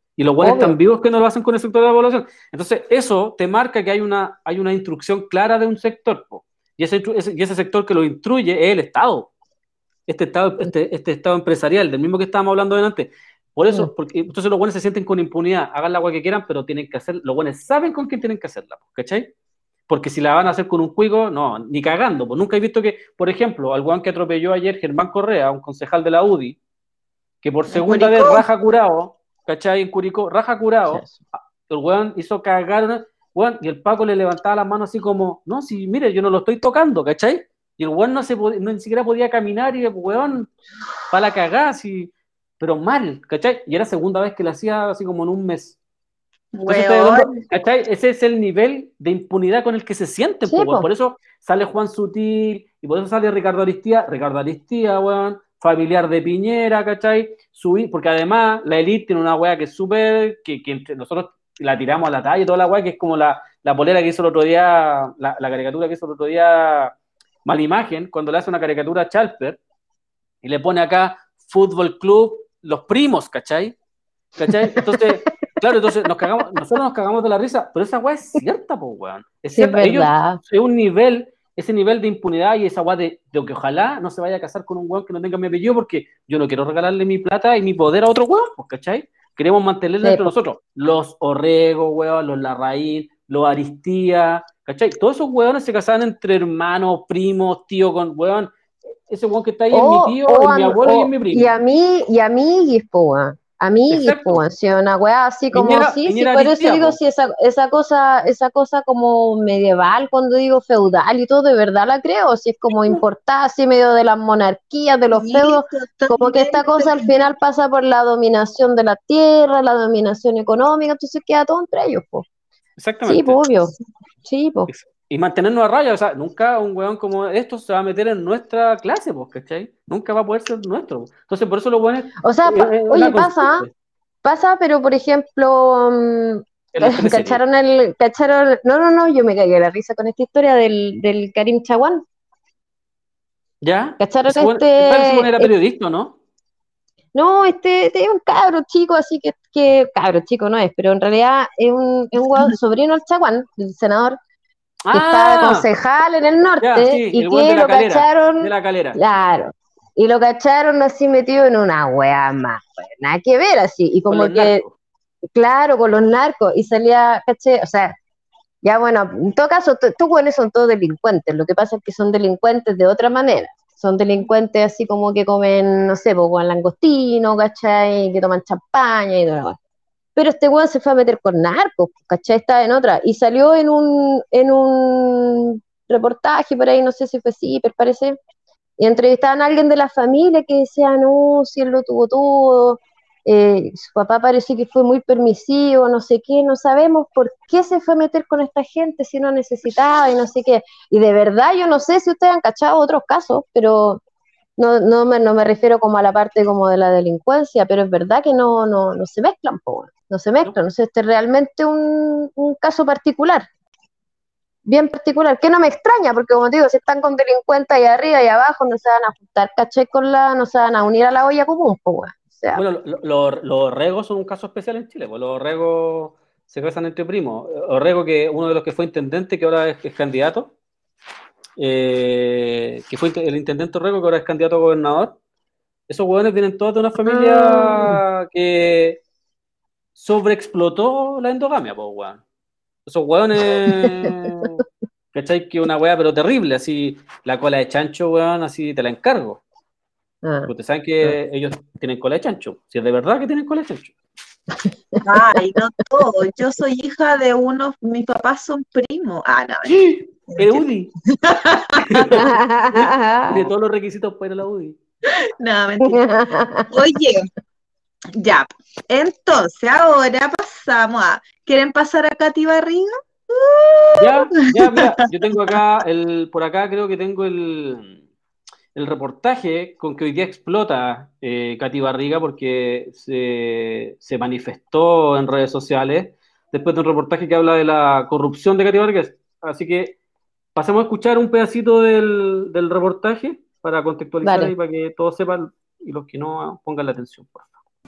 Y los buenos Obvio. están vivos que no lo hacen con el sector de la población. Entonces, eso te marca que hay una, hay una instrucción clara de un sector, po. Y, ese, ese, y ese sector que lo instruye es el Estado. Este Estado, este, este Estado empresarial, del mismo que estábamos hablando delante. Por eso, porque entonces los buenos se sienten con impunidad, hagan la agua que quieran, pero tienen que hacer, los buenos saben con quién tienen que hacerla, ¿cachai? Porque si la van a hacer con un cuico, no, ni cagando. Pues nunca he visto que, por ejemplo, al guan que atropelló ayer Germán Correa, un concejal de la U D I, que por segunda vez raja curado, ¿cachai? En Curicó, raja curado, Sí. el weón hizo cagar, weón, y el Paco le levantaba las manos así como, no, si mire, yo no lo estoy tocando, ¿cachai? Y el weón no, se podía, no ni siquiera podía caminar y el weón, para la cagada, así, pero mal, ¿cachai? Y era segunda vez que lo hacía así como en un mes. Entonces, estoy hablando, Weón. ¿cachai? Ese es el nivel de impunidad con el que se sienten, Sí, po, weón. po. Por eso sale Juan Sutil, y por eso sale Ricardo Aristía, Ricardo Aristía, weón, familiar de Piñera, ¿cachai? Subí, porque además la élite tiene una weá que es súper, que, que entre nosotros la tiramos a la talla y toda la weá, que es como la, la polera que hizo el otro día, la, la caricatura que hizo el otro día Mala Imagen, cuando le hace una caricatura a Chalper, y le pone acá Fútbol Club Los Primos, ¿cachai? ¿Cachai? Entonces, claro, entonces nos cagamos, nosotros nos cagamos de la risa, pero esa weá es cierta, pues, weón. Es Sí, es cierta. Ellos, verdad. es un nivel, ese nivel de impunidad y esa weá de, de que ojalá no se vaya a casar con un weón que no tenga mi apellido, porque yo no quiero regalarle mi plata y mi poder a otro weón, pues, ¿cachai? Queremos mantenerlo Sí, entre po. nosotros. Los Orrego, weón, los Larraín, los Aristía, ¿cachai? Todos esos weones se casaban entre hermanos, primos, tíos, con weón. Ese weón que está ahí es mi O, tío, o, es mi am- abuelo y es o- mi y primo. a mí, y a mí, po, weón. A mí, po, Exacto. weón. Si una weá así como, Piñera, sí, sí, Piñera por eso Aristía, digo, po. si esa, esa cosa, esa cosa como medieval, cuando digo feudal y todo, de verdad la creo, si es como importada, así medio de las monarquías, de los Sí, feudos, como que esta cosa al totalmente. final pasa por la dominación de la tierra, la dominación económica, entonces queda todo entre ellos, po. Sí, Exactamente. po, obvio. Sí, po. Y mantenernos a raya, o sea, nunca un weón como esto se va a meter en nuestra clase, pues, ¿cachai? Nunca va a poder ser nuestro. Entonces, por eso lo bueno es, O sea, es- pa- es una oye, pasa, constante pasa, pero por ejemplo, mm, en las teleseries. cacharon el, cacharon, no, no, no, yo me cagué de la risa con esta historia del, del Karim Chaguán. ¿Ya? ¿Cacharon Ese weón, espérate, ese weón este, era este- periodista, ¿no? no, este, este es un cabro chico, así que, que cabro chico no es, pero en realidad es un, es un weón sobrino al Chaguán, del senador, que está de Ah, concejal en el ya, norte sí, y el weón de que la lo calera, de cacharon, la calera. claro, y lo cacharon así metido en una wea más, wea, nada que ver así, y Con como los que, narcos. claro, con los narcos, y salía, caché, o sea, ya bueno, en todo caso, t- estos güeyes son todos delincuentes, lo que pasa es que son delincuentes de otra manera, son delincuentes así como que comen, no sé, pues, langostino, ¿cachai? Que toman champaña y todo lo demás. Pero este weón se fue a meter con narcos, ¿cachai? Está en otra. Y salió en un, en un reportaje por ahí, no sé si fue Ciper, parece, y entrevistaban a alguien de la familia que decía, no, si él lo tuvo todo, eh, su papá parece que fue muy permisivo, no sé qué, no sabemos por qué se fue a meter con esta gente si no necesitaba y no sé qué. Y de verdad yo no sé si ustedes han cachado otros casos, pero no, no, me, no me refiero como a la parte como de la delincuencia, pero es verdad que no, no, no se mezclan, po, no se ¿No? mezclan, no sé, este es realmente un, un caso particular, bien particular, que no me extraña, porque como te digo, si están con delincuentes ahí arriba y abajo, no se van a juntar, caché con la, no se van a unir a la olla común, pues, weón. O sea, Bueno, lo- lo- los Orregos son un caso especial en Chile, pues los Orregos se casan entre primos. Orrego, que uno de los que fue intendente, que ahora es, es candidato, eh, que fue el intendente Orrego, que ahora es candidato a gobernador. Esos hueones vienen todos de una ah, familia que sobreexplotó la endogamia, pues, weón. Esos hueones, ¿cachai? Que una weá, pero terrible, así, la cola de chancho, weón, así te la encargo. ah, Ustedes saben ah. que ellos tienen cola de chancho, si es de verdad que tienen cola de chancho. Ay, no todo. Yo soy hija de uno, mis papás son primos. Ah, no, ¡El mentira. U D I! Tiene todos los requisitos para ir a la U D I. No, mentira. Oye, ya. Entonces, ahora pasamos a. ¿Quieren pasar a Katy Barriga? Ya, ya, mira, yo tengo acá, el, por acá creo que tengo el, el reportaje con que hoy día explota eh, Katy Barriga porque se, se manifestó en redes sociales después de un reportaje que habla de la corrupción de Katy Barriga. Así que pasemos a escuchar un pedacito del, del reportaje para contextualizar Vale. y para que todos sepan y los que no pongan la atención, por favor.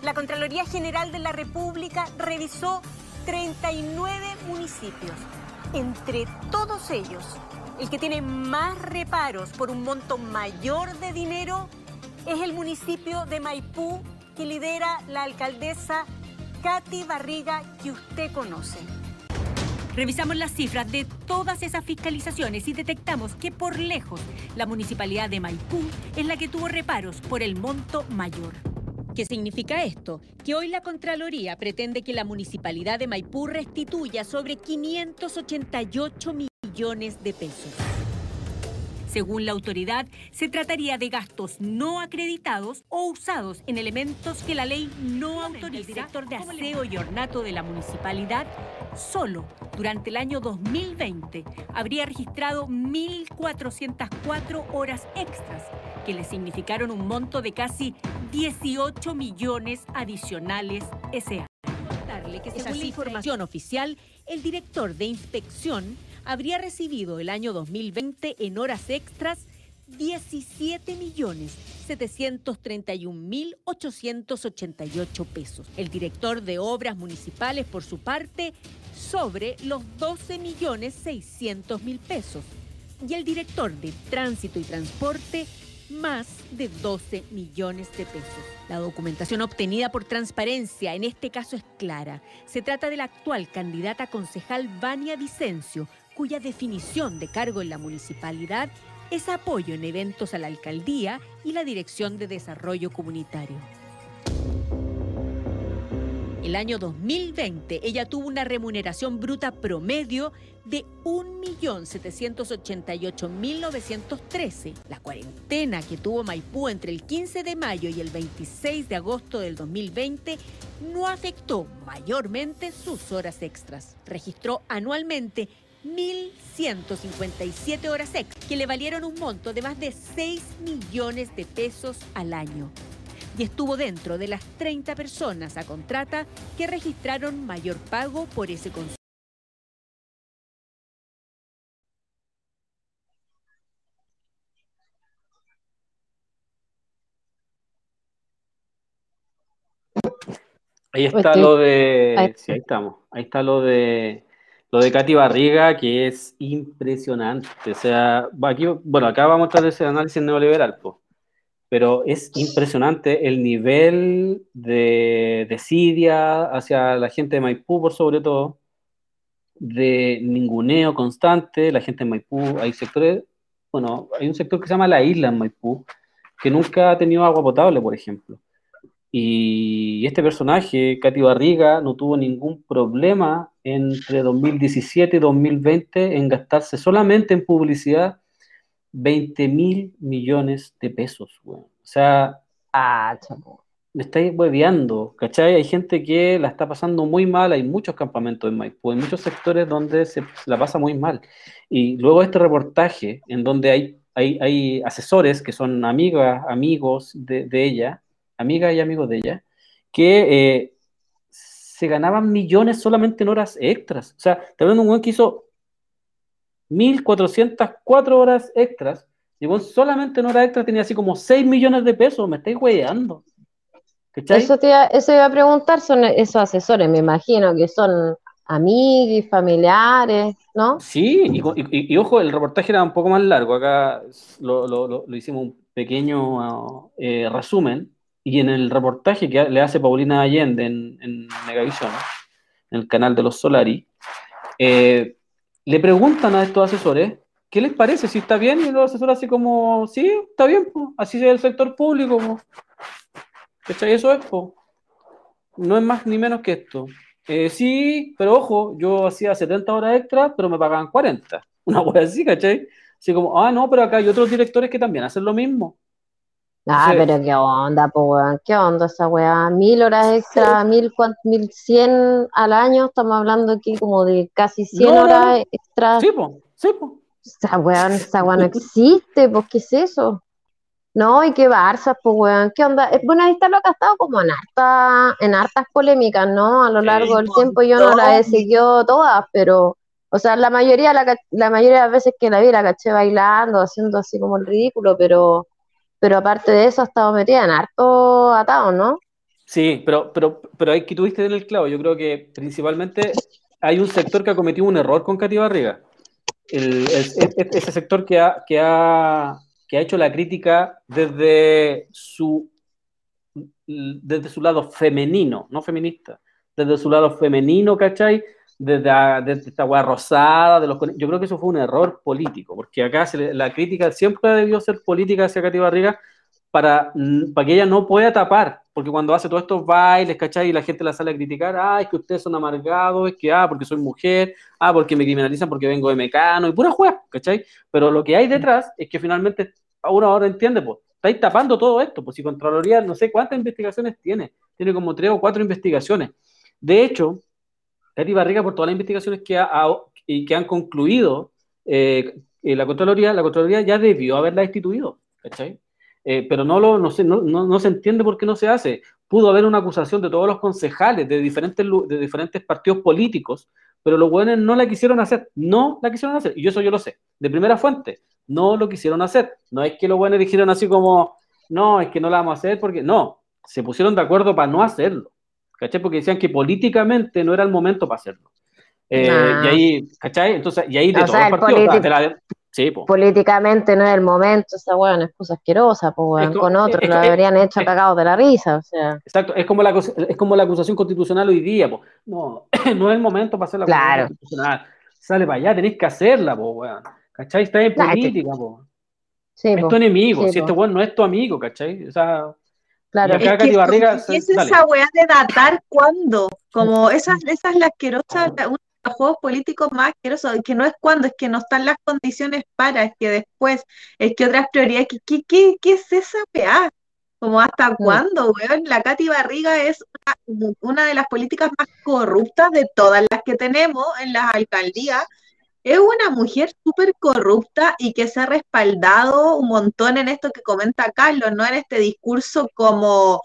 La Contraloría General de la República revisó treinta y nueve municipios. Entre todos ellos, el que tiene más reparos por un monto mayor de dinero es el municipio de Maipú, que lidera la alcaldesa Katy Barriga, que usted conoce. Revisamos las cifras de todas esas fiscalizaciones y detectamos que por lejos la municipalidad de Maipú es la que tuvo reparos por el monto mayor. ¿Qué significa esto? Que hoy la Contraloría pretende que la municipalidad de Maipú restituya sobre quinientos ochenta y ocho millones de pesos. Según la autoridad, se trataría de gastos no acreditados o usados en elementos que la ley no autoriza. El director de aseo y ornato de la municipalidad, solo durante el año dos mil veinte, habría registrado mil cuatrocientas cuatro horas extras, que le significaron un monto de casi dieciocho millones adicionales ese año. Darle que según la información oficial, el director de inspección habría recibido el año dos mil veinte en horas extras diecisiete millones setecientos treinta y un mil ochocientos ochenta y ocho pesos. El director de obras municipales, por su parte, sobre los doce millones seiscientos mil pesos. Y el director de tránsito y transporte, más de doce millones de pesos. La documentación obtenida por Transparencia en este caso es clara. Se trata de la actual candidata concejal Vania Vicencio, cuya definición de cargo en la municipalidad es apoyo en eventos a la alcaldía y la Dirección de Desarrollo Comunitario. El año dos mil veinte, ella tuvo una remuneración bruta promedio de un millón setecientos ochenta y ocho mil novecientos trece. La cuarentena que tuvo Maipú entre el quince de mayo y el veintiséis de agosto del dos mil veinte no afectó mayormente sus horas extras. Registró anualmente mil ciento cincuenta y siete horas extras, que le valieron un monto de más de seis millones de pesos al año. Y estuvo dentro de las treinta personas a contrata que registraron mayor pago por ese consumo. Ahí está lo de... Sí, ahí estamos. Ahí está lo de... Lo de Katy Barriga, que es impresionante. O sea, aquí, bueno, acá vamos a entrar ese análisis neoliberal, pues. Pero es impresionante el nivel de desidia hacia la gente de Maipú, por sobre todo, de ninguneo constante. La gente de Maipú, hay sectores, bueno, hay un sector que se llama La Isla en Maipú, que nunca ha tenido agua potable, por ejemplo. Y este personaje, Katy Barriga, no tuvo ningún problema entre dos mil diecisiete y dos mil veinte en gastarse solamente en publicidad veinte mil millones de pesos, güey. O sea, Ah, chapo. me estáis hueveando, ¿cachai? Hay gente que la está pasando muy mal, hay muchos campamentos en Maipú, hay muchos sectores donde se la pasa muy mal. Y luego este reportaje, en donde hay, hay, hay asesores que son amigas, amigos de, de ella, amigas y amigos de ella, que eh, se ganaban millones solamente en horas extras. O sea, te hablando de un güey que hizo mil cuatrocientas cuatro horas extras, y vos solamente en horas extras tenía así como seis millones de pesos, me estáis hueveando. ¿Cachai? Eso te iba, eso iba a preguntar, son esos asesores, me imagino que son amigos, familiares, ¿no? Sí, y, y, y ojo, el reportaje era un poco más largo, acá lo, lo, lo, lo hicimos un pequeño eh, resumen, y en el reportaje que le hace Paulina Allende en, en Megavisión, en el canal de los Solari, eh, le preguntan a estos asesores qué les parece, si está bien, y los asesores así como, sí, está bien, pues, así es el sector público, pues. ¿Cachai? Eso es, pues. No es más ni menos que esto. Eh, sí, pero ojo, yo hacía setenta horas extras, pero me pagaban cuarenta. Una wea así, ¿cachai? Así como, ah, no, pero acá hay otros directores que también hacen lo mismo. Ah, Entonces, pero qué onda, pues, weón, qué onda esa weá, mil horas extra, mil, cuan- mil cien al año, estamos hablando aquí como de casi cien no, no, horas no. extras. Sí, pues, sí, pues. Esa weá, esa weá no existe, pues, ¿qué es eso? No, y qué Barça, pues, weón, ¿qué onda? Eh, Bueno, esta loca ha estado como en harta, en hartas polémicas, ¿no? A lo largo del tiempo yo no la he seguido todas, pero, o sea, la mayoría, la, ca- la mayoría de las veces que la vi la caché bailando, haciendo así como el ridículo, pero, pero aparte de eso ha estado metida en harto atado, ¿no? Sí, pero, pero, pero hay que tuviste en el clavo. Yo creo que principalmente hay un sector que ha cometido un error con Katy Barriga. El, el- e- ese sector que ha, que, ha, que ha hecho la crítica desde su, desde su lado femenino, no feminista, desde su lado femenino, ¿cachai? Desde, a- desde esta weá rosada, de los, yo creo que eso fue un error político, porque acá se le- la crítica siempre debió ser política hacia Katy Barriga para, mm, para que ella no pueda tapar, porque cuando hace todos estos bailes, ¿cachai? Y la gente la sale a criticar, ah, es que ustedes son amargados, es que, ah, porque soy mujer, ah, porque me criminalizan porque vengo de Mecano, y pura juega, ¿cachai? Pero lo que hay detrás es que finalmente uno ahora entiende, pues, estáis tapando todo esto, pues si Contraloría no sé cuántas investigaciones tiene, tiene como tres o cuatro investigaciones. De hecho, Katy Barriga, por todas las investigaciones que, ha, ha- y que han concluido eh, eh, la Contraloría, la Contraloría ya debió haberla destituido, ¿cachai? Eh, pero no, lo, no, se, no, no, no se entiende por qué no se hace. Pudo haber una acusación de todos los concejales de diferentes, de diferentes partidos políticos, pero los buenos no la quisieron hacer, no la quisieron hacer, y eso yo lo sé, de primera fuente, no lo quisieron hacer. No es que los buenos dijeron así como, no, es que no la vamos a hacer, porque no, se pusieron de acuerdo para no hacerlo. ¿Cachai? Porque decían que políticamente no era el momento para hacerlo. Eh, y Nah. ahí, ¿cachai? Entonces, y ahí de O todos sea, los el partidos, político de la, sí, po. políticamente no es el momento, esa weón es cosa asquerosa, pues Es, weón, co- con es, otros lo es- habrían hecho es- cagados de la risa, o sea, exacto, es como, la, acus- es como la acusación constitucional hoy día, po. No, no es el momento para hacer la acusación claro, constitucional. Sale para allá, tenéis que hacerla, po, weón. ¿Cachai? Está en nah, es que, política, po. sí, Es tu pues, enemigo, sí, si este pues, weón no es tu amigo, ¿cachai? O sea, y claro. Es acá que, Katy Barriga, ¿qué se- es dale. esa weá de datar cuándo? Como esa, esa es la asquerosa, la- uno de los juegos políticos más asquerosos, que no es cuándo, es que no están las condiciones para, es que después, es que otras prioridades, ¿qué, qué, qué, qué es esa weá? Como hasta Mm. cuándo, weón. La Katy Barriga es una, una de las políticas más corruptas de todas las que tenemos en las alcaldías. Es una mujer súper corrupta y que se ha respaldado un montón en esto que comenta Carlos, ¿no? En este discurso como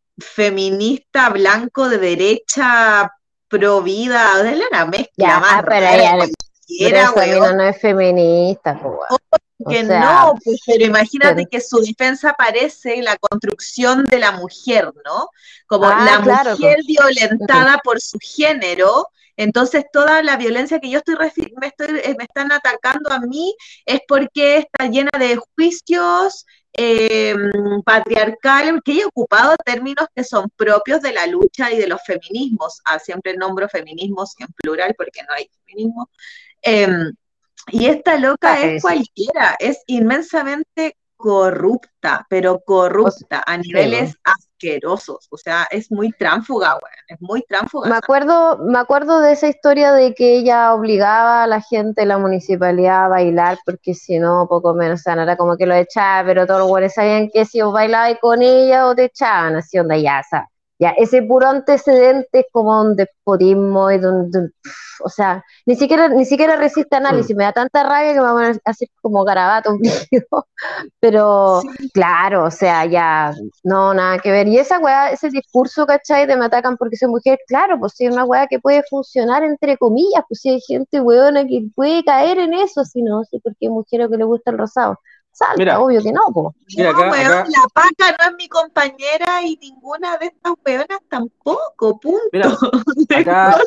feminista, blanco, de derecha, pro vida, es una mezcla Ya, más pero rara ella, pero cualquiera, esa mina weón. no es feminista, pues weón, o Que sea, no, pues, pero imagínate pero- que su defensa parece la construcción de la mujer, ¿no? Como ah, la claro, pues, mujer violentada por su género, entonces toda la violencia que yo estoy, me, estoy me están atacando a mí es porque está llena de juicios eh, patriarcales, porque ella ha ocupado términos que son propios de la lucha y de los feminismos, ah, siempre nombro feminismos en plural porque no hay feminismo. Eh, y esta loca es es, cualquiera, es inmensamente corrupta, pero o s- corrupta a sí, pues. niveles asquerosos. O sea, es muy tránfuga, weón, es muy tránfuga Me esa. acuerdo, me acuerdo de esa historia de que ella obligaba a la gente de la municipalidad a bailar, porque si no, poco menos, o sea, no era como que lo echaba, pero todos los güeyes sabían que si os bailabais con ella o te echaban, así onda ya, o sea, ya, ese puro antecedente es como un despotismo y de un, de un- pf, o sea, ni siquiera, ni siquiera resiste análisis, me da tanta rabia que me van a hacer como garabato un video, pero Sí, claro, o sea, ya, no, nada que ver. Y esa weá, ese discurso, ¿cachai? De me atacan porque soy mujer, claro, pues sí, es una weá que puede funcionar entre comillas, pues sí hay gente weona que puede caer en eso, si no sé por qué mujer o que le gusta el rosado. Salta, Mira, obvio que no, pues. mira, no, acá, weón, acá, la Paca no es mi compañera y ninguna de estas weonas tampoco, punto. mira, acá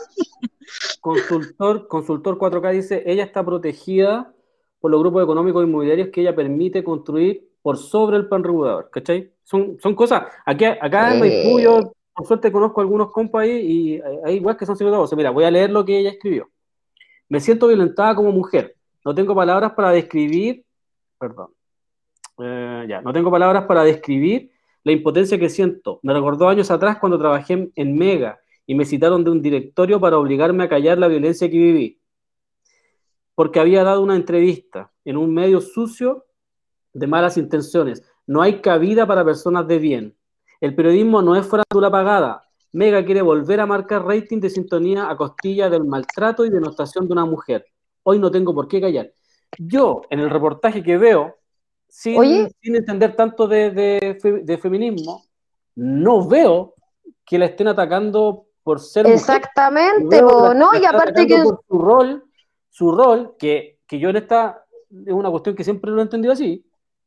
consultor, consultor cuatro K dice, ella está protegida por los grupos económicos inmobiliarios que ella permite construir por sobre el plan regulador, ¿cachai? Son, son cosas, aquí, acá en Maipú Eh, yo por suerte conozco algunos compas ahí y hay igual que son psicólogos. Mira, voy a leer lo que ella escribió. Me siento violentada como mujer. No tengo palabras para describir, perdón, eh, ya, no tengo palabras para describir la impotencia que siento. Me recordó años atrás cuando trabajé en, en Mega y me citaron de un directorio para obligarme a callar la violencia que viví, porque había dado una entrevista en un medio sucio de malas intenciones. No hay cabida para personas de bien. El periodismo no es farándula pagada. Mega quiere volver a marcar rating de sintonía a costilla del maltrato y denostación de una mujer. Hoy no tengo por qué callar. Yo, en el reportaje que veo, sin, oye, sin entender tanto de, de, fe- de feminismo, no veo que la estén atacando por ser mujer. Yo exactamente, veo que la, po, no, la y están aparte atacando que, por su rol, su rol, que, que yo en esta, es una cuestión que siempre lo he entendido así,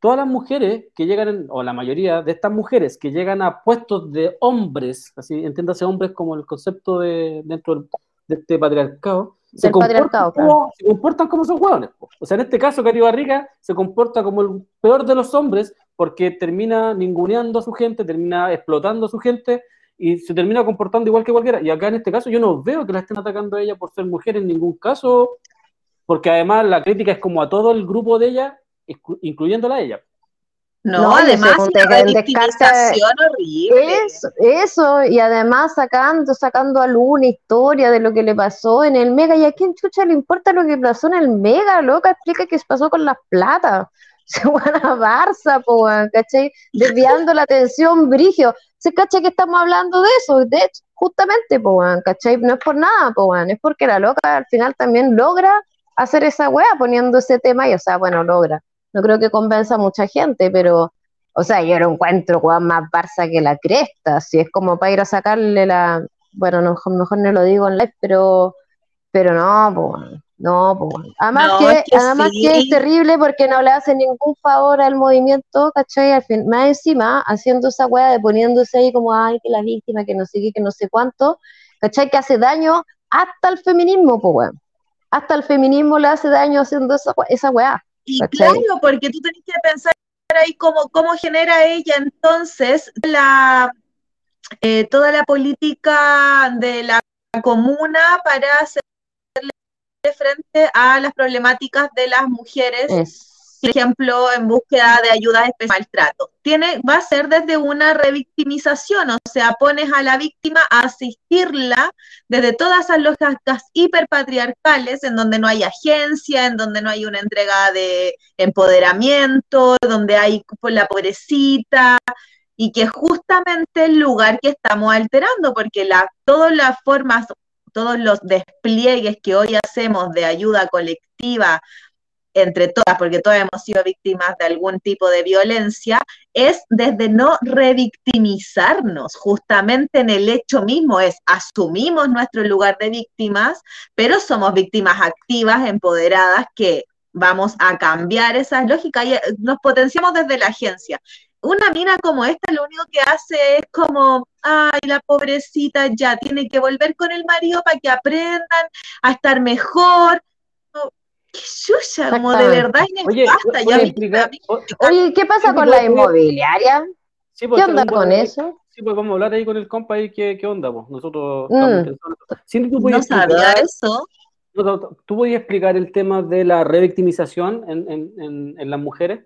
todas las mujeres que llegan, en, o la mayoría de estas mujeres que llegan a puestos de hombres, así entiéndase hombres como el concepto de dentro de este patriarcado, se comportan, patriarcado, como, claro. se comportan como esos hueones. O sea, en este caso, Katy Barriga se comporta como el peor de los hombres porque termina ninguneando a su gente, termina explotando a su gente y se termina comportando igual que cualquiera. Y acá en este caso yo no veo que la estén atacando a ella por ser mujer en ningún caso, porque además la crítica es como a todo el grupo de ella, incluyéndola a ella. No, No, y además ese una descarte- revictimización horrible. Eso, eso, y además sacando, sacando a luz una historia de lo que le pasó en el Mega, y a quién chucha le importa lo que pasó en el Mega, loca, explica qué pasó con las platas. Se van a Barça, po, weón, ¿cachai? Desviando la atención, brigio. Se cacha que estamos hablando de eso, de hecho, justamente, po, weón, ¿cachai? No es por nada, po, weón, es porque la loca al final también logra hacer esa wea poniendo ese tema, y o sea, bueno, logra. No creo que convenza a mucha gente, pero, o sea, yo lo encuentro, weón, más Barça que la cresta, si es como para ir a sacarle la, bueno, no, mejor no lo digo en live, pero, pero no, pues, no, pues. Además No, que, es que además que es sí. terrible porque no le hace ningún favor al movimiento, ¿cachai? Al fin, más encima, haciendo esa weá de poniéndose ahí como, ay, que la víctima, que no sé qué, que no sé cuánto, ¿cachai? Que hace daño hasta el feminismo, pues, weón. Hasta el feminismo le hace daño haciendo esa, esa weá. Y ¿cachai? claro, porque tú tenés que pensar ahí cómo, cómo genera ella entonces la, eh, toda la política de la comuna para hacerle frente a las problemáticas de las mujeres, Es. por ejemplo, en búsqueda de ayudas especiales, maltrato. Tiene, va a ser desde una revictimización, o sea, pones a la víctima a asistirla desde todas esas lógicas hiperpatriarcales, en donde no hay agencia, en donde no hay una entrega de empoderamiento, donde hay pues, la pobrecita, y que es justamente el lugar que estamos alterando, porque la, todas las formas, todos los despliegues que hoy hacemos de ayuda colectiva, entre todas, porque todas hemos sido víctimas de algún tipo de violencia, es desde no revictimizarnos, justamente en el hecho mismo, es asumimos nuestro lugar de víctimas, pero somos víctimas activas, empoderadas, que vamos a cambiar esas lógicas y nos potenciamos desde la agencia. Una mina como esta lo único que hace es como, ay, la pobrecita ya tiene que volver con el marido para que aprendan a estar mejor. ¡Qué suya! Como de verdad es Oye, basta. ¿puedes Ya explicar? Oye, ¿qué pasa Sí, con pues, la inmobiliaria? Sí, pues, ¿Qué onda un buen- con eso? Sí, pues vamos a hablar ahí con el compa y qué, qué onda, pues. Nosotros Mm. estamos interesados en eso. Cindy, ¿tú No podías sabía explicar, eso. no, no, ¿tú podías explicar el tema de la revictimización en, en, en, en las mujeres?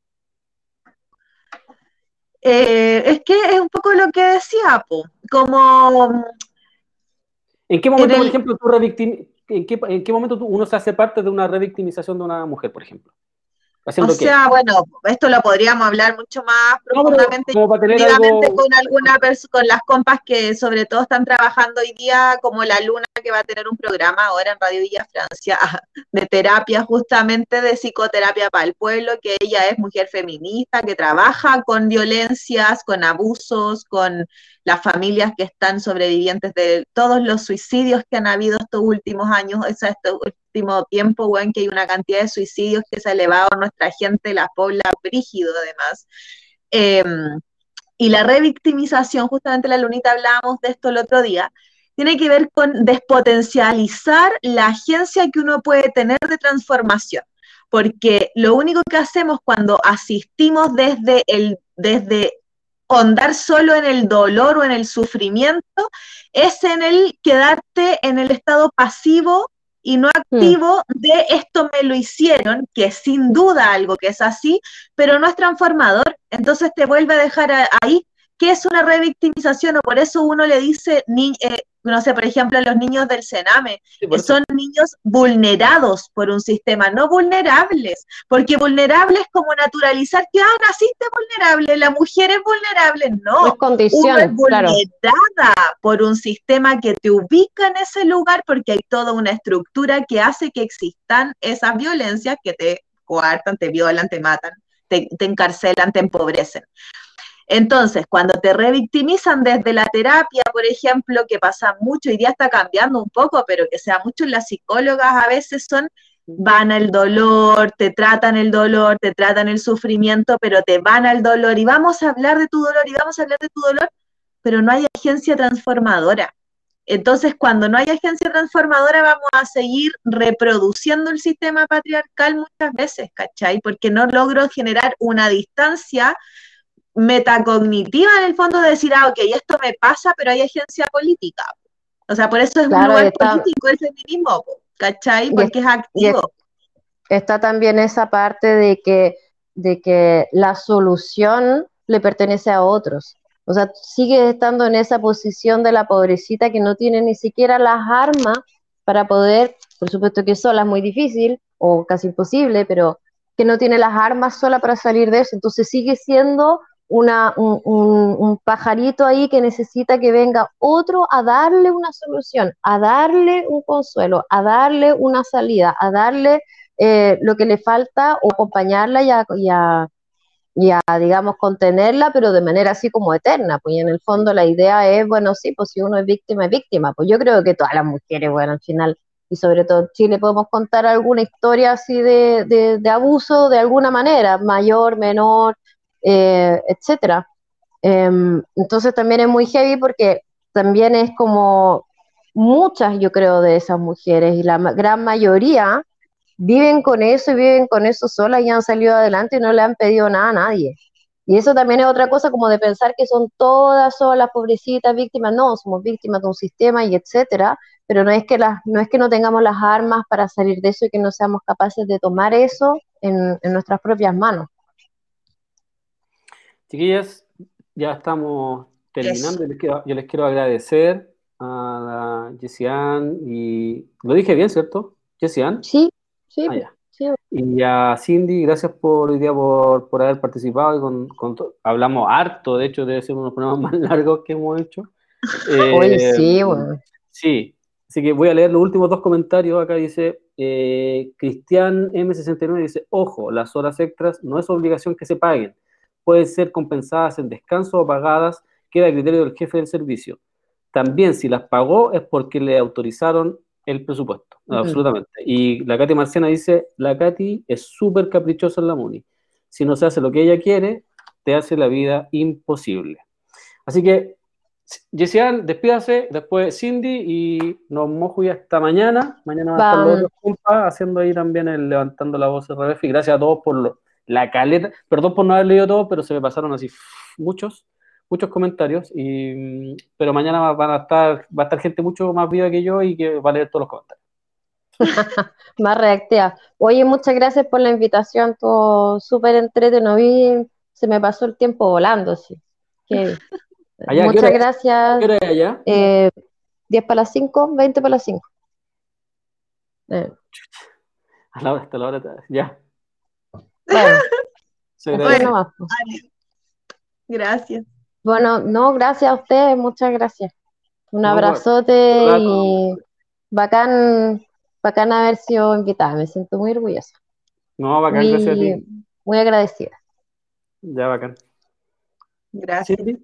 Eh, es que es un poco lo que decía, po. Como ¿En qué en momento, por el, ejemplo, tú revictim- en qué, en qué momento tú- uno se hace parte de una revictimización de una mujer, por ejemplo? o ¿Haciendo qué? sea, bueno, esto lo podríamos hablar mucho más No, pero profundamente, como para tener definitivamente algo... con alguna persona, con las compas que sobre todo están trabajando hoy día, como la Luna, que va a tener un programa ahora en Radio Villa Francia de terapia, justamente de psicoterapia para el pueblo, que ella es mujer feminista, que trabaja con violencias, con abusos, con las familias que están sobrevivientes de todos los suicidios que han habido estos últimos años, o sea, este último tiempo, bueno, que hay una cantidad de suicidios que se ha elevado a nuestra gente, la pobla brígido además. Eh, y la revictimización, justamente la Lunita hablábamos de esto el otro día, tiene que ver con despotencializar la agencia que uno puede tener de transformación, porque lo único que hacemos cuando asistimos desde el, desde ahondar solo en el dolor o en el sufrimiento, es en el quedarte en el estado pasivo y no activo mm. de esto me lo hicieron, que es sin duda algo que es así, pero no es transformador, entonces te vuelve a dejar a, ahí, que es una revictimización, o por eso uno le dice, ni, eh, no sé, por ejemplo, a los niños del Sename, sí, son niños vulnerados por un sistema, no vulnerables, porque vulnerable es como naturalizar que, ah, naciste vulnerable, la mujer es vulnerable, no, es condición, uno es vulnerada claro. por un sistema que te ubica en ese lugar, porque hay toda una estructura que hace que existan esas violencias que te coartan, te violan, te matan, te, te encarcelan, te empobrecen. Entonces, cuando te revictimizan desde la terapia, por ejemplo, que pasa mucho, hoy día está cambiando un poco, pero que sea mucho, las psicólogas a veces son van al dolor, te tratan el dolor, te tratan el sufrimiento, pero te van al dolor y vamos a hablar de tu dolor y vamos a hablar de tu dolor, pero no hay agencia transformadora. Entonces, cuando no hay agencia transformadora, vamos a seguir reproduciendo el sistema patriarcal muchas veces, ¿cachai? Porque no logro generar una distancia metacognitiva en el fondo de decir, ah, ok, esto me pasa, pero hay agencia política. O sea, por eso es Claro, un lugar está, político el feminismo, ¿cachai? y, Porque es y activo. está también esa parte de que, de que la solución le pertenece a otros. O sea, sigue estando en esa posición de la pobrecita que no tiene ni siquiera las armas para poder, por supuesto que sola es muy difícil o casi imposible, pero que no tiene las armas sola para salir de eso. Entonces sigue siendo una, un, un, un pajarito ahí que necesita que venga otro a darle una solución, a darle un consuelo, a darle una salida, a darle eh, lo que le falta o acompañarla y a, y a, y a, digamos, contenerla, pero de manera así como eterna, pues y en el fondo la idea es, bueno, sí, pues si uno es víctima, es víctima, pues yo creo que todas las mujeres, bueno, al final, y sobre todo en Chile podemos contar alguna historia así de, de, de abuso de alguna manera, mayor, menor, eh, etcétera. Eh, entonces también es muy heavy porque también es como muchas, yo creo, de esas mujeres, y la ma- gran mayoría viven con eso y viven con eso solas y han salido adelante y no le han pedido nada a nadie. Y eso también es otra cosa como de pensar que son todas solas, pobrecitas, víctimas. No, somos víctimas de un sistema y etcétera, pero no es que las, no es que no tengamos las armas para salir de eso y que no seamos capaces de tomar eso en, en nuestras propias manos. Chiquillas, ya estamos Eso. terminando. Yo les quiero, yo les quiero agradecer a la Jessiane y... Lo dije bien, ¿cierto? Jessiane. Sí, sí, Ah, ya. sí. Y a Cindy, gracias por hoy día por, por haber participado y con, con to- hablamos harto, de hecho debe ser uno de los programas más largos que hemos hecho. Oye, Eh, sí, bueno. sí, así que voy a leer los últimos dos comentarios. Acá dice eh, Cristian M sesenta y nueve, dice, ojo, las horas extras no es obligación que se paguen, pueden ser compensadas en descanso o pagadas, queda a criterio del jefe del servicio. También si las pagó es porque le autorizaron el presupuesto, Mm. absolutamente. Y la Katy Marciana dice, la Katy es súper caprichosa en la MUNI. Si no se hace lo que ella quiere, te hace la vida imposible. Así que, Jessian, despídase, después Cindy y nos mojo ya hasta mañana. Mañana van a estar los Va, otros compas haciendo ahí también el Levantando la Voz R F. Y gracias a todos por lo- la caleta. Perdón por no haber leído todo, pero se me pasaron así muchos, muchos comentarios. Y, pero mañana van a estar, va a estar gente mucho más viva que yo y que va a leer todos los comentarios. más reactiva. Oye, muchas gracias por la invitación, todo súper entretenido. Vi, se me pasó el tiempo volando, sí. Qué- Allá, ¿qué hora Muchas es? ¿Qué gracias. hora es allá? Eh, diez para las cinco, veinte para las cinco. Eh, A la hora, hasta la hora. Ya, bueno, se así Bueno, agradece. nomás, pues. vale, gracias. Bueno, no, gracias a ustedes, muchas gracias. Un No, pues, abrazote rato. y bacán, bacán haber sido invitada. Me siento muy orgullosa, No, bacán, gracias a ti. muy, muy agradecida. Ya, bacán. Gracias. Cindy,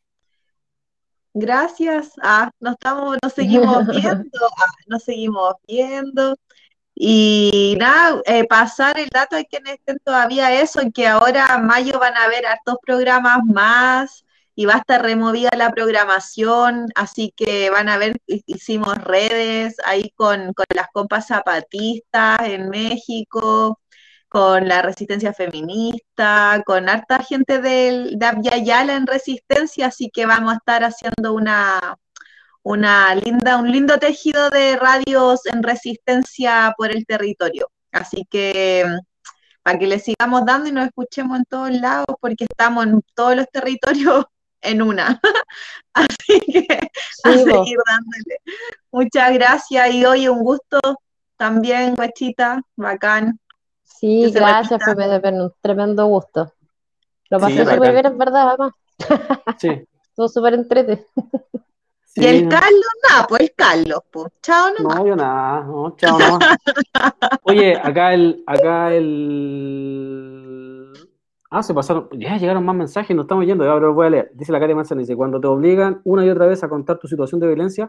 Gracias. Ah, nos estamos, nos seguimos viendo, ah, nos seguimos viendo. Y nada, eh, pasar el dato a quienes estén todavía eso, que ahora en mayo van a haber hartos programas más y va a estar removida la programación, así que van a ver, hi- hicimos redes ahí con, con las compas zapatistas en México, con la resistencia feminista, con harta gente del, de Abya Yala en resistencia, así que vamos a estar haciendo una una linda, un lindo tejido de radios en resistencia por el territorio. Así que para que le sigamos dando y nos escuchemos en todos lados, porque estamos en todos los territorios en una. Así que a Sí, vos. seguir dándole. Muchas gracias y hoy un gusto también, guachita, bacán, que Sí, se gracias, repita. fue me- me- un tremendo gusto. Lo sí, pasé súper bacán. bien, es verdad, además. Sí, Estuvo súper entrete. Y sí, el no, Carlos, nada, pues el Carlos, pues, chao nomás. no, yo nada, no, chao nomás. Oye, acá el, acá el... Ah, se pasaron, ya llegaron más mensajes, nos estamos yendo, ya, pero los voy a leer. Dice la Katy Manzana, dice, cuando te obligan una y otra vez a contar tu situación de violencia,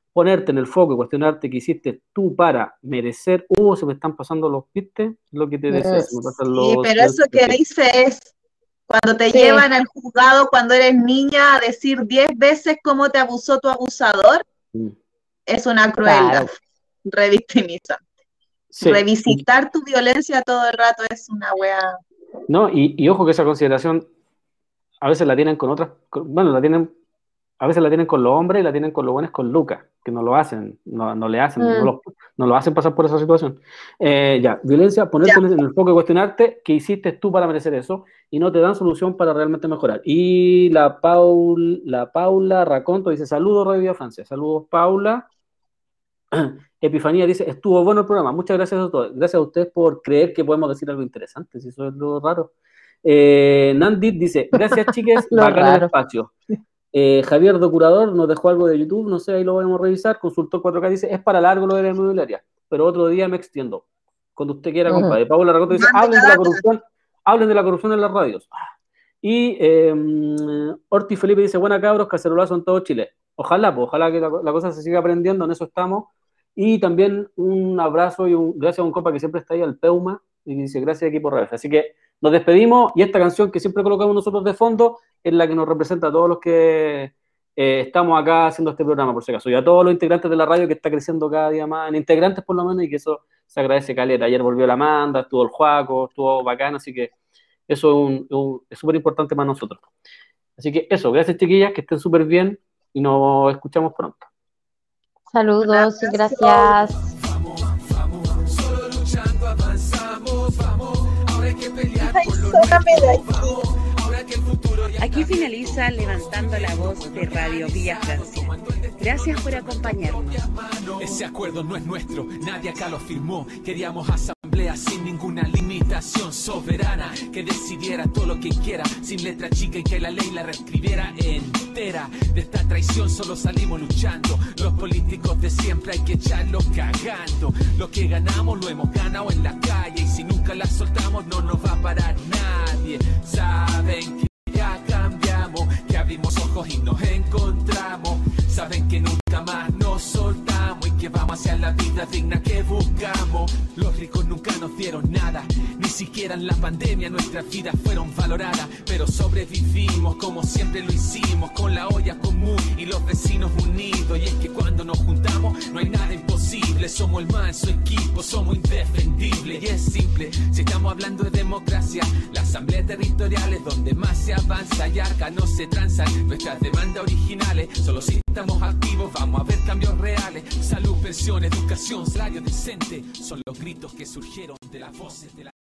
ponerte en el foco y cuestionarte qué hiciste tú para merecer, uh, se me están pasando los, ¿viste? Lo que te decía, se me pasan Sí, los... pero eso que dice es cuando te Sí. llevan al juzgado cuando eres niña a decir diez veces cómo te abusó tu abusador, Mm. es una crueldad, Claro. revictimizante. Sí. Revisitar tu violencia todo el rato es una wea. No, y, y ojo que esa consideración a veces la tienen con otras, con- bueno, la tienen, a veces la tienen con los hombres y la tienen con los buenos con Lucas, que no lo hacen, no, no le hacen, Mm. no lo, no lo hacen pasar por esa situación. Eh, ya, violencia, ponerte Ya. en el foco y cuestionarte qué hiciste tú para merecer eso y no te dan solución para realmente mejorar. Y la, Paul, la Paula Raconto dice, saludos Radio Vía Francia, saludos Paula. Epifanía dice, estuvo bueno el programa, muchas gracias a todos, gracias a ustedes por creer que podemos decir algo interesante, si eso es lo raro. Eh, Nandit dice, gracias chiques, Lo bacán el raro. espacio. Eh, Javier Docurador nos dejó algo de YouTube, no sé, ahí lo vamos a revisar. Consultor cuatro K dice, es para largo lo de la inmobiliaria, pero otro día me extiendo. Cuando usted quiera, Ujú. compadre. Paula Racoto dice, Mande hablen la de la data. corrupción, hablen de la corrupción en las radios. Ah. Y eh, Orti Felipe dice, buena cabros, cacerolazo en todo Chile. Ojalá, pues, ojalá que la, la cosa se siga aprendiendo, en eso estamos. Y también un abrazo y un, gracias a un compa que siempre está ahí, al Peuma, y dice, gracias equipo Rebef. Así que nos despedimos, y esta canción que siempre colocamos nosotros de fondo es la que nos representa a todos los que eh, estamos acá haciendo este programa, por si acaso, y a todos los integrantes de la radio que está creciendo cada día más, en integrantes por lo menos, y que eso se agradece caleta. Ayer volvió la Amanda, estuvo el Juaco, estuvo bacán, así que eso es un- un- es súper importante para nosotros. Así que eso, gracias chiquillas, que estén súper bien, y nos escuchamos pronto. Saludos y gracias. Solo luchando avanzamos, vamos. Ahora hay que pelear Ay, por lo sócame de nuestro, aquí. vamos. Ahora que el futuro ya Aquí está finaliza Levantando la Voz de Radio Villa Francia. Gracias por acompañarnos. Ese acuerdo no es nuestro, nadie acá lo firmó. Queríamos asamblea sin ninguna limitación, soberana, que decidiera todo lo que quiera, sin letra chica y que la ley la reescribiera entera. De esta traición solo salimos luchando. Los políticos de siempre hay que echarlos cagando. Lo que ganamos lo hemos ganado en la calle, y si nunca la soltamos no nos va a parar nadie. Saben que ya cambiamos, que abrimos ojos y nos encontramos. Saben que nunca más nos soltamos y que vamos hacia la vida digna que buscamos. Los ricos nunca nos dieron nada, ni siquiera en la pandemia nuestras vidas fueron valoradas. Pero sobrevivimos como siempre lo hicimos, con la olla común y los vecinos unidos. Y es que cuando nos juntamos no hay nada imposible. Somos el manso equipo, somos indefendibles. Y es simple, si estamos hablando de democracia, la asamblea territorial es donde más se avanza. Y acá no se transan nuestras demandas originales. Solo si estamos activos vamos a ver cambios reales. Salud, pensión, educación, salario decente son los gritos que surgieron de las voces de la